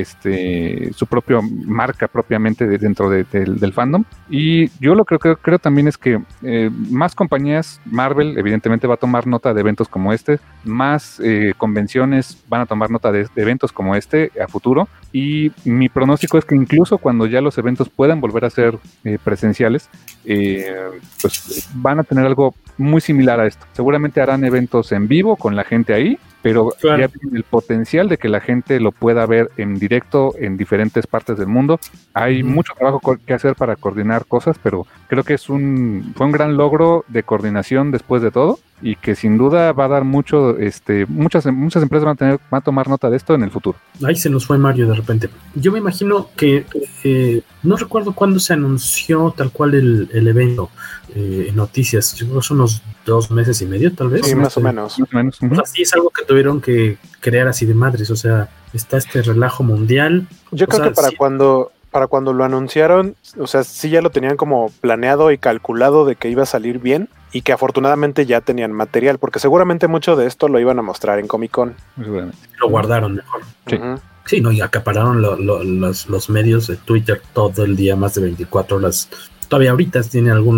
marca propiamente dentro del fandom. Y yo lo que creo también es que más compañías, Marvel evidentemente va a tomar nota de eventos como este, más convenciones van a tomar nota de eventos como este a futuro, y mi pronóstico es que incluso cuando ya los eventos puedan volver a ser presenciales, pues van a tener algo muy similar a esto. Seguramente harán eventos en vivo con la gente ahí, pero claro, ya tiene el potencial de que la gente lo pueda ver en directo en diferentes partes del mundo. Hay mucho trabajo que hacer para coordinar cosas, pero creo que fue un gran logro de coordinación después de todo, y que sin duda va a dar mucho, muchas empresas van a tomar nota de esto en el futuro. Ahí se nos fue Mario de repente. Yo me imagino que no recuerdo cuándo se anunció tal cual el evento en noticias. Yo creo que son unos 2 meses y medio, tal vez. Sí, más o menos. O sea, sí es algo que tuvieron que crear así de madres. O sea, está este relajo mundial. Yo creo que para cuando lo anunciaron, o sea, sí ya lo tenían como planeado y calculado de que iba a salir bien, y que afortunadamente ya tenían material, porque seguramente mucho de esto lo iban a mostrar en Comic Con. Lo guardaron mejor. Sí. Sí, no, y acapararon los medios de Twitter todo el día, más de 24 horas. Todavía ahorita tiene algunos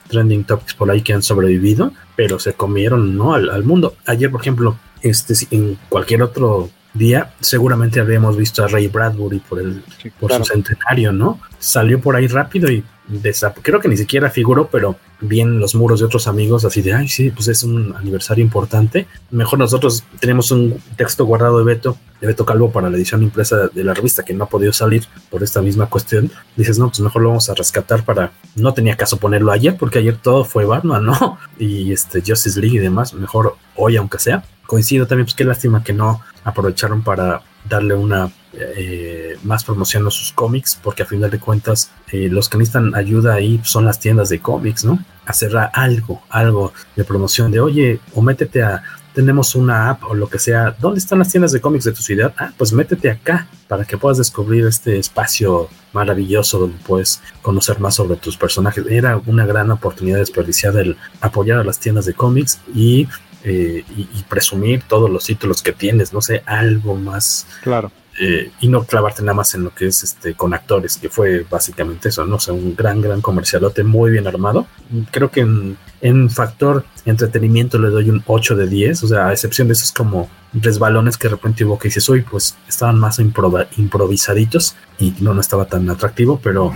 trending topics por ahí que han sobrevivido, pero se comieron, ¿no? al mundo. Ayer, por ejemplo, en cualquier otro día seguramente habríamos visto a Ray Bradbury por su centenario, ¿no? Salió por ahí rápido y creo que ni siquiera figuró, pero vi en los muros de otros amigos así de, ay, sí, pues es un aniversario importante. Mejor nosotros tenemos un texto guardado de Beto Calvo para la edición impresa de la revista que no ha podido salir por esta misma cuestión. Dices, no, pues mejor lo vamos a rescatar no tenía caso ponerlo ayer porque ayer todo fue Batman, ¿no? Y Justice League y demás, mejor hoy aunque sea. Coincido también, pues qué lástima que no aprovecharon para darle una más promoción a sus cómics, porque a final de cuentas los que necesitan ayuda ahí son las tiendas de cómics, ¿no? Hacer algo de promoción de, oye, o métete tenemos una app o lo que sea. ¿Dónde están las tiendas de cómics de tu ciudad? Pues métete acá para que puedas descubrir este espacio maravilloso donde puedes conocer más sobre tus personajes. Era una gran oportunidad desperdiciada el apoyar a las tiendas de cómics y presumir todos los títulos que tienes, no sé, algo más. Claro. Y no clavarte nada más en lo que es con actores, que fue básicamente eso, no sé, un gran comercialote muy bien armado. Creo que en factor entretenimiento le doy un 8 de 10, o sea, a excepción de esos como resbalones que de repente hubo que dices, uy, pues estaban más improvisaditos y no estaba tan atractivo, pero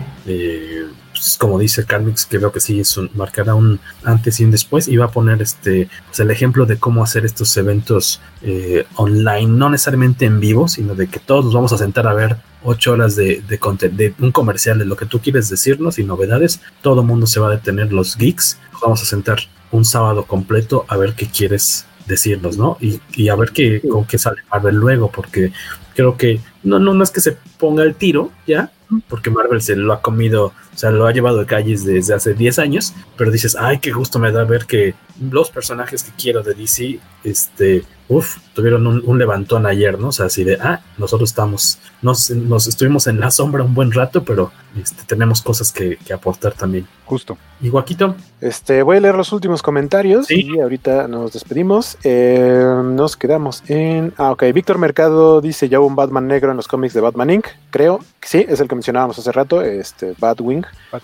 pues como dice Carmix, que veo que sí marcará un antes y un después, y va a poner pues el ejemplo de cómo hacer estos eventos online, no necesariamente en vivo, sino de que todos nos vamos a sentar a ver 8 horas de un comercial de lo que tú quieres decirnos y novedades. Todo el mundo se va a detener, los geeks, nos vamos a sentar un sábado completo a ver qué quieres decirnos, ¿no? Y a ver con qué sale Marvel luego, porque creo que no es que se ponga el tiro ya, porque Marvel se lo ha comido, o sea, lo ha llevado de calles desde hace 10 años, pero dices, ay, qué gusto me da ver que los personajes que quiero de DC, tuvieron un levantón ayer, ¿no? O sea, así de, nosotros nos estuvimos en la sombra un buen rato, pero tenemos cosas que aportar también. Justo. ¿Y Joaquito? Voy a leer los últimos comentarios, ¿sí? Y ahorita nos despedimos. Nos quedamos en... ok, Víctor Mercado dice, ya hubo un Batman negro en los cómics de Batman Inc., creo. Sí, es el que mencionábamos hace rato, Batwing.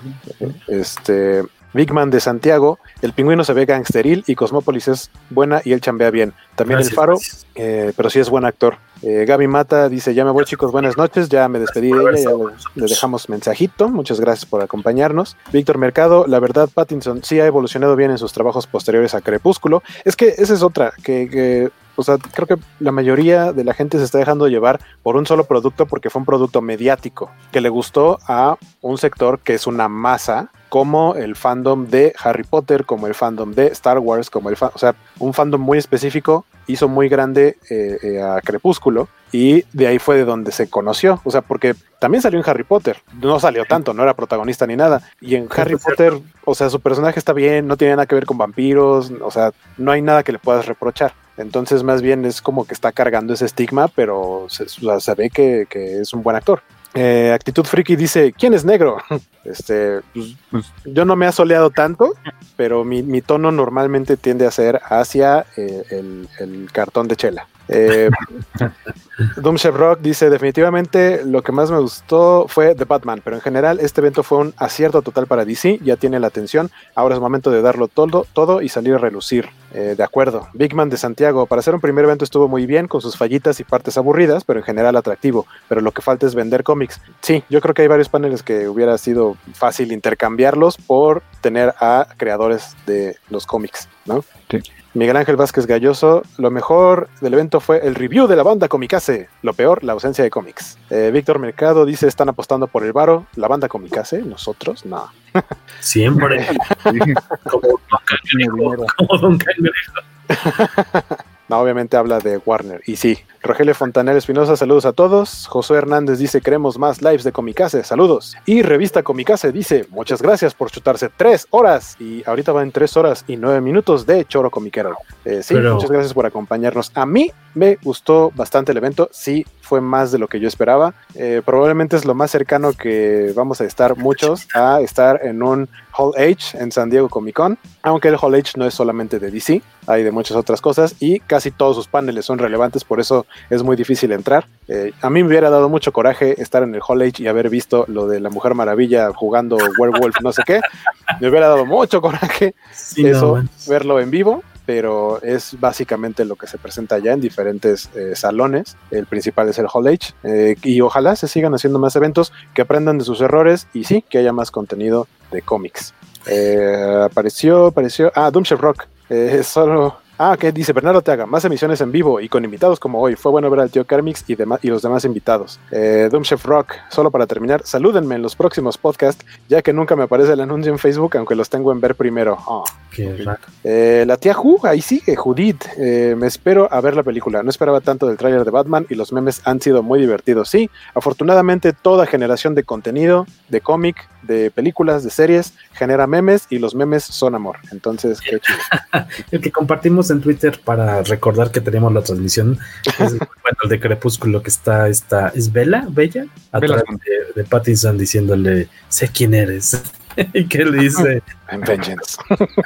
Big Man de Santiago, el Pingüino se ve gangsteril y Cosmópolis es buena y él chambea bien. También gracias, el Faro, pero sí es buen actor. Gaby Mata dice, ya me voy chicos, buenas noches, ya me despedí de ella, ya le dejamos mensajito, muchas gracias por acompañarnos. Víctor Mercado, la verdad Pattinson sí ha evolucionado bien en sus trabajos posteriores a Crepúsculo. Es que esa es otra, o sea, creo que la mayoría de la gente se está dejando llevar por un solo producto porque fue un producto mediático que le gustó a un sector que es una masa, como el fandom de Harry Potter, como el fandom de Star Wars, o sea, un fandom muy específico hizo muy grande a Crepúsculo, y de ahí fue de donde se conoció, o sea, porque también salió en Harry Potter, no salió tanto, no era protagonista ni nada, y en Harry Potter, o sea, su personaje está bien, no tiene nada que ver con vampiros, o sea, no hay nada que le puedas reprochar. Entonces más bien es como que está cargando ese estigma, pero se ve que es un buen actor. Actitud Friki dice, ¿quién es negro? Yo no me ha soleado tanto, pero mi tono normalmente tiende a ser hacia el cartón de chela. Doom Chef Rock dice, definitivamente lo que más me gustó fue The Batman, pero en general este evento fue un acierto total para DC, ya tiene la atención, ahora es momento de darlo todo y salir a relucir. De acuerdo. Big Man de Santiago, para hacer un primer evento estuvo muy bien, con sus fallitas y partes aburridas, pero en general atractivo, pero lo que falta es vender cómics. Sí, yo creo que hay varios paneles que hubiera sido fácil intercambiarlos por tener a creadores de los cómics, ¿no? Sí. Miguel Ángel Vázquez Galloso, lo mejor del evento fue el review de la banda Comicase, lo peor, la ausencia de cómics. Víctor Mercado dice, están apostando por el varo, la banda Comicase, nosotros, no. Siempre. Como Don Cangrejo. No, obviamente habla de Warner, y sí. Rogelio Fontanel Espinosa, saludos a todos. Josué Hernández dice, queremos más lives de Comicase, saludos. Y Revista Comicase dice, muchas gracias por chutarse 3 horas. Y ahorita van 3 horas y 9 minutos de choro comiquero. Muchas gracias por acompañarnos. A mí me gustó bastante el evento, sí, fue más de lo que yo esperaba. Probablemente es lo más cercano que vamos a estar muchos a estar en un Hall H en San Diego Comic Con, aunque el Hall H no es solamente de DC, hay de muchas otras cosas y casi todos sus paneles son relevantes, por eso es muy difícil entrar. A mí me hubiera dado mucho coraje estar en el Hall H y haber visto lo de la Mujer Maravilla jugando Werewolf no sé qué, Me hubiera dado mucho coraje verlo en vivo, pero es básicamente lo que se presenta ya en diferentes salones. El principal es el Hall H, y ojalá se sigan haciendo más eventos, que aprendan de sus errores y sí, que haya más contenido de cómics. Apareció Doomship Rock, que dice Bernardo Teaga, más emisiones en vivo y con invitados como hoy. Fue bueno ver al tío Carmix y los demás invitados. Doomchef Rock, solo para terminar, salúdenme en los próximos podcasts, ya que nunca me aparece el anuncio en Facebook, aunque los tengo en ver primero. Qué raro. La tía Ju, ahí sigue, Judith. Me espero a ver la película. No esperaba tanto del tráiler de Batman y los memes han sido muy divertidos. Sí, afortunadamente toda generación de contenido, de cómic, de películas, de series, genera memes y los memes son amor. Entonces, qué chido. El que compartimos en Twitter para recordar que tenemos la transmisión es el de Crepúsculo, que está es Bella atrás de Pattinson diciéndole sé quién eres. ¿Y qué le dice? I'm vengeance.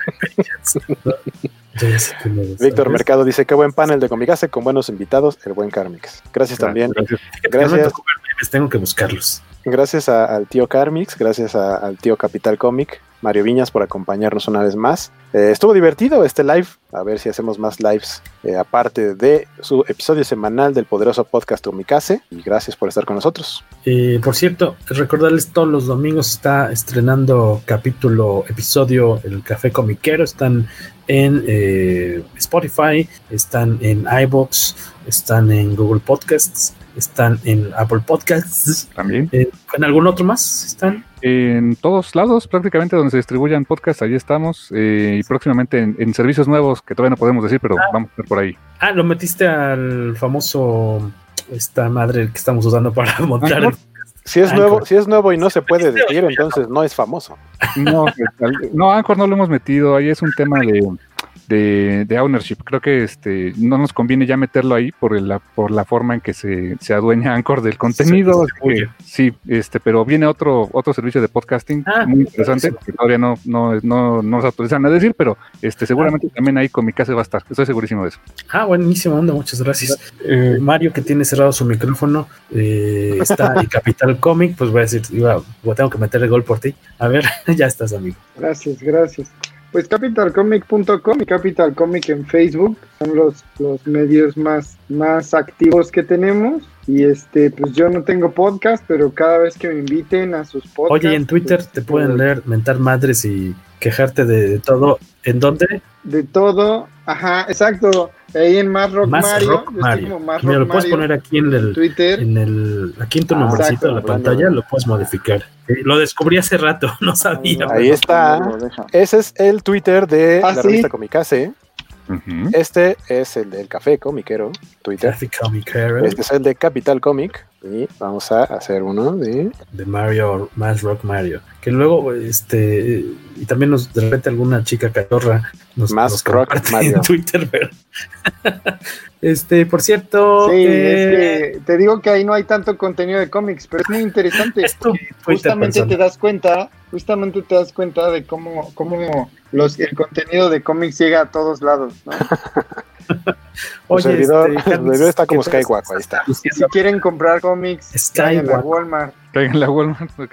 Víctor Mercado dice qué buen panel de Comicase con buenos invitados, el buen Carmix. Gracias también. Gracias. Tengo que buscarlos. Gracias al tío Carmix, gracias al tío Capital Comic, Mario Viñas, por acompañarnos una vez más. Estuvo divertido este live, a ver si hacemos más lives aparte de su episodio semanal del poderoso podcast Comicase, y gracias por estar con nosotros. Por cierto, recordarles, todos los domingos está estrenando episodio el Café Comiquero. Están en Spotify, están en iVoox, están en Google Podcasts, están en Apple Podcasts. También. ¿En algún otro más están? En todos lados, prácticamente donde se distribuyan podcasts, ahí estamos. Y próximamente en servicios nuevos que todavía no podemos decir, pero vamos a ver por ahí. Lo metiste al famoso, esta madre que estamos usando para montar el... Si es nuevo y no se puede decir, entonces no es famoso. No, Anchor no lo hemos metido. Ahí es un tema de ownership. Creo que no nos conviene ya meterlo ahí por la forma en que se adueña Anchor del contenido. Sí, pero viene otro servicio de podcasting muy interesante, que todavía no nos autorizan a decir, pero seguramente también ahí Comicase va a estar. Estoy segurísimo de eso. Buenísimo, onda, muchas gracias. Mario, que tiene cerrado su micrófono, está en Capital Comic, pues voy a decir, tengo que meter el gol por ti. A ver, ya estás, amigo. Gracias. Pues capitalcomic.com y Capital Comic en Facebook son los medios más activos que tenemos. Y pues yo no tengo podcast, pero cada vez que me inviten a sus podcasts. Oye, en Twitter te pueden leer, mentar madres y quejarte de todo. ¿En dónde? De todo, ajá, exacto. Ahí en Más Rock Mario. Mira, lo puedes poner aquí en el Twitter. Aquí en tu nombrecito de la pantalla, lo puedes modificar. Lo descubrí hace rato, no sabía. Ahí está. Ese es el Twitter de la revista Comicase. Uh-huh. Este es el del Café Comiquero, Twitter. Café Comiquero. Este es el de Capital Comic. Y vamos a hacer uno de Mario, Más Rock Mario. Que luego, y también de repente alguna chica catorra nos Rock Mario en Twitter, pero por cierto, sí, es que te digo que ahí no hay tanto contenido de cómics, pero es muy interesante. Justamente te das cuenta de cómo el contenido de cómics llega a todos lados, ¿no? Oye, el servidor está como Skywalk, ahí está. Si quieren comprar cómics, caigan en la Walmart. Caigan en la Walmart, ok.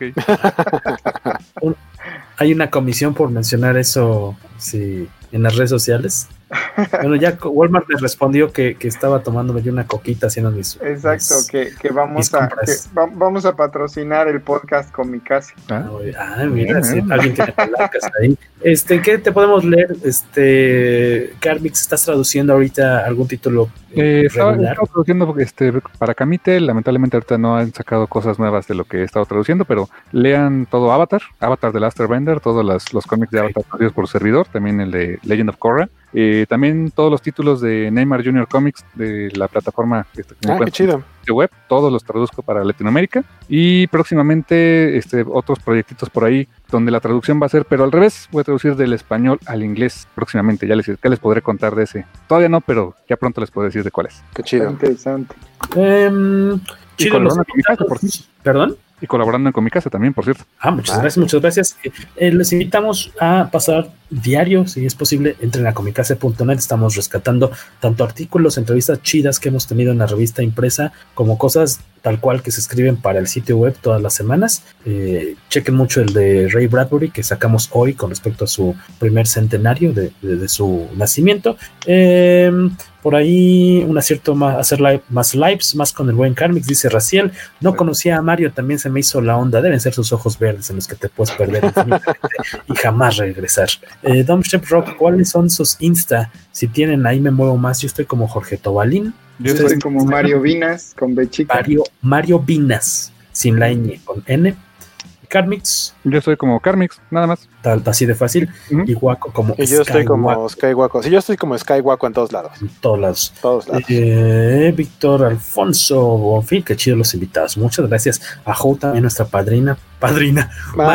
Hay una comisión por mencionar eso, sí, en las redes sociales. Bueno, ya Walmart me respondió que estaba tomándome yo una coquita haciendo mis... Exacto, que vamos a patrocinar el podcast Comicase. Mira, sí, alguien tiene palancas ahí. ¿Qué te podemos leer? Carmix, ¿estás traduciendo ahorita algún título regular? Estaba traduciendo para Camite. Lamentablemente ahorita no han sacado cosas nuevas de lo que he estado traduciendo, pero lean todo Avatar de Last Airbender, todos los cómics de Avatar traducidos por su servidor, también el de Legend of Korra. También todos los títulos de Neymar Junior Comics de la plataforma qué chido. De web, todos los traduzco para Latinoamérica, y próximamente otros proyectitos por ahí donde la traducción va a ser, pero al revés, voy a traducir del español al inglés próximamente. Ya les podré contar de ese. Todavía no, pero ya pronto les puedo decir de cuál es. Qué chido. Interesante. Y colaborando en Comicase, por sí. ¿Perdón? Y colaborando en Comicase también, por cierto. Muchas gracias. Les invitamos a pasar diario, si es posible, entren a comicase.net. Estamos rescatando tanto artículos, entrevistas chidas que hemos tenido en la revista impresa, como cosas tal cual que se escriben para el sitio web todas las semanas. Chequen mucho el de Ray Bradbury que sacamos hoy con respecto a su primer centenario de su nacimiento. Por ahí un acierto más, hacer más lives, más con el buen Carmix, dice Raciel. No conocía a Mario, también se me hizo la onda. Deben ser sus ojos verdes en los que te puedes perder infinitamente y jamás regresar. Domshep Rock, ¿cuáles son sus Insta? Si tienen, ahí me muevo más. Yo estoy como Jorge Tobalín. Yo estoy como Mario Vinas con B chica. Mario Vinas, sin la ñ, con N. Carmix. Yo soy como Carmix, nada más. Tal, así de fácil. Y Guaco como y yo estoy como Sky Guaco. Sí, yo estoy como Sky Guaco en todos lados. En todos lados. Víctor Alfonso Bonfil, qué chido los invitados. Muchas gracias a Jo, también nuestra padrina. Madrina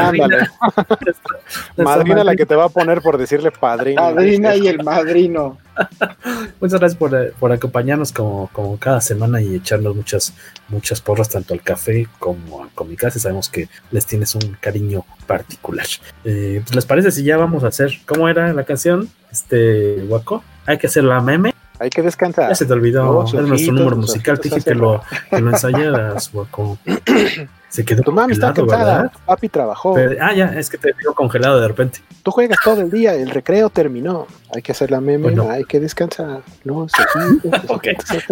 la que te va a poner por decirle padrina. Padrina y el madrino. Muchas gracias por acompañarnos como cada semana y echarnos muchas porras tanto al café como a Comicase. Sabemos que les tienes un cariño particular. Pues ¿les parece si ya vamos a hacer cómo era la canción? Guaco, hay que hacer la meme. Hay que descansar. Ya se te olvidó, es nuestro número musical. Te dije que lo ensayaras, Guaco. Se quedó tu mami está cansada, ¿verdad? Papi trabajó. Ya, es que te vio congelado de repente. Tú juegas todo el día, el recreo terminó. Hay que hacer la meme, bueno. Hay que descansar. No, ok.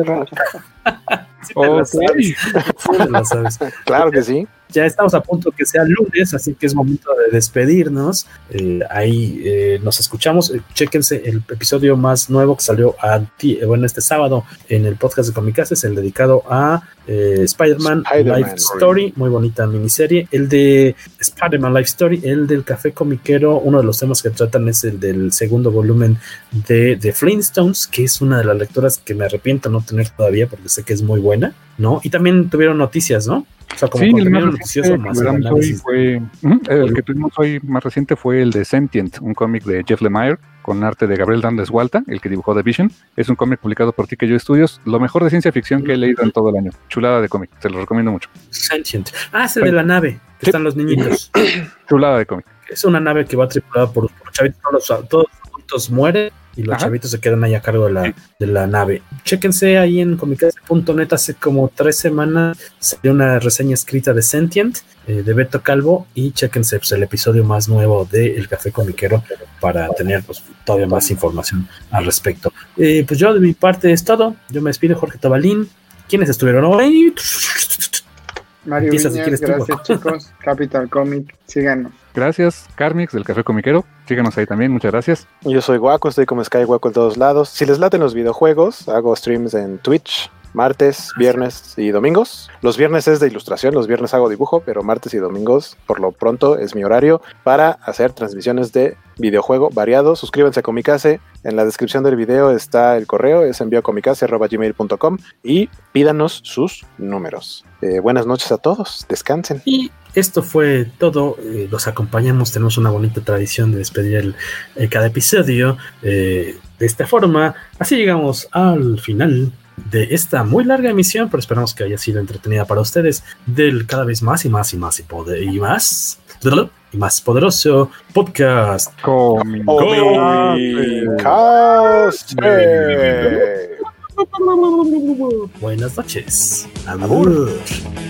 Sabes. Claro que sí. Ya estamos a punto que sea lunes, así que es momento de despedirnos. Ahí nos escuchamos. Chéquense el episodio más nuevo que salió este sábado en el podcast de Comicase, es el dedicado a Spider-Man Life Story, muy bonita miniserie. El de Spider-Man Life Story, el del Café Comiquero, uno de los temas que tratan es el del segundo volumen de Flintstones, que es una de las lecturas que me arrepiento no tener todavía porque sé que es muy buena, ¿no? Y también tuvieron noticias, ¿no? O sea, como contenido noticioso más el que tuvimos hoy más reciente fue el de Sentient, un cómic de Jeff Lemire con arte de Gabriel Dandes Walta, el que dibujó The Vision. Es un cómic publicado por TKO Studios, lo mejor de ciencia ficción que he leído en todo el año. Chulada de cómic, se lo recomiendo mucho. Sentient. Ese de la nave, que están los niñitos. Chulada de cómic. Es una nave que va tripulada por chavitos, todos los adultos mueren y los chavitos se quedan ahí a cargo de la nave. Chéquense ahí en comicase.net, hace como 3 semanas salió una reseña escrita de Sentient, de Beto Calvo, y chéquense pues, el episodio más nuevo de El Café Comiquero para tener pues, todavía más información al respecto. Pues yo de mi parte es todo. Yo me despido, Jorge Tobalín. ¿Quiénes estuvieron hoy? Mario Viñas, gracias chicos. Capital Comic, síganos. Gracias, Carmix del Café Comiquero. Síganos ahí también, muchas gracias. Yo soy Guaco, estoy como Sky Guaco en todos lados. Si les laten los videojuegos, hago streams en Twitch, martes, viernes y domingos. Los viernes es de ilustración, los viernes hago dibujo, pero martes y domingos, por lo pronto, es mi horario para hacer transmisiones de videojuego variado. Suscríbanse a Comicase. En la descripción del video está el correo, es enviocomicase@gmail.com, y pídanos sus números. Buenas noches a todos, descansen. Y esto fue todo. Los acompañamos, tenemos una bonita tradición de despedir cada episodio de esta forma. Así llegamos al final de esta muy larga emisión, pero esperamos que haya sido entretenida para ustedes, del cada vez más y más poderoso podcast Comicase. Buenas noches. Amor.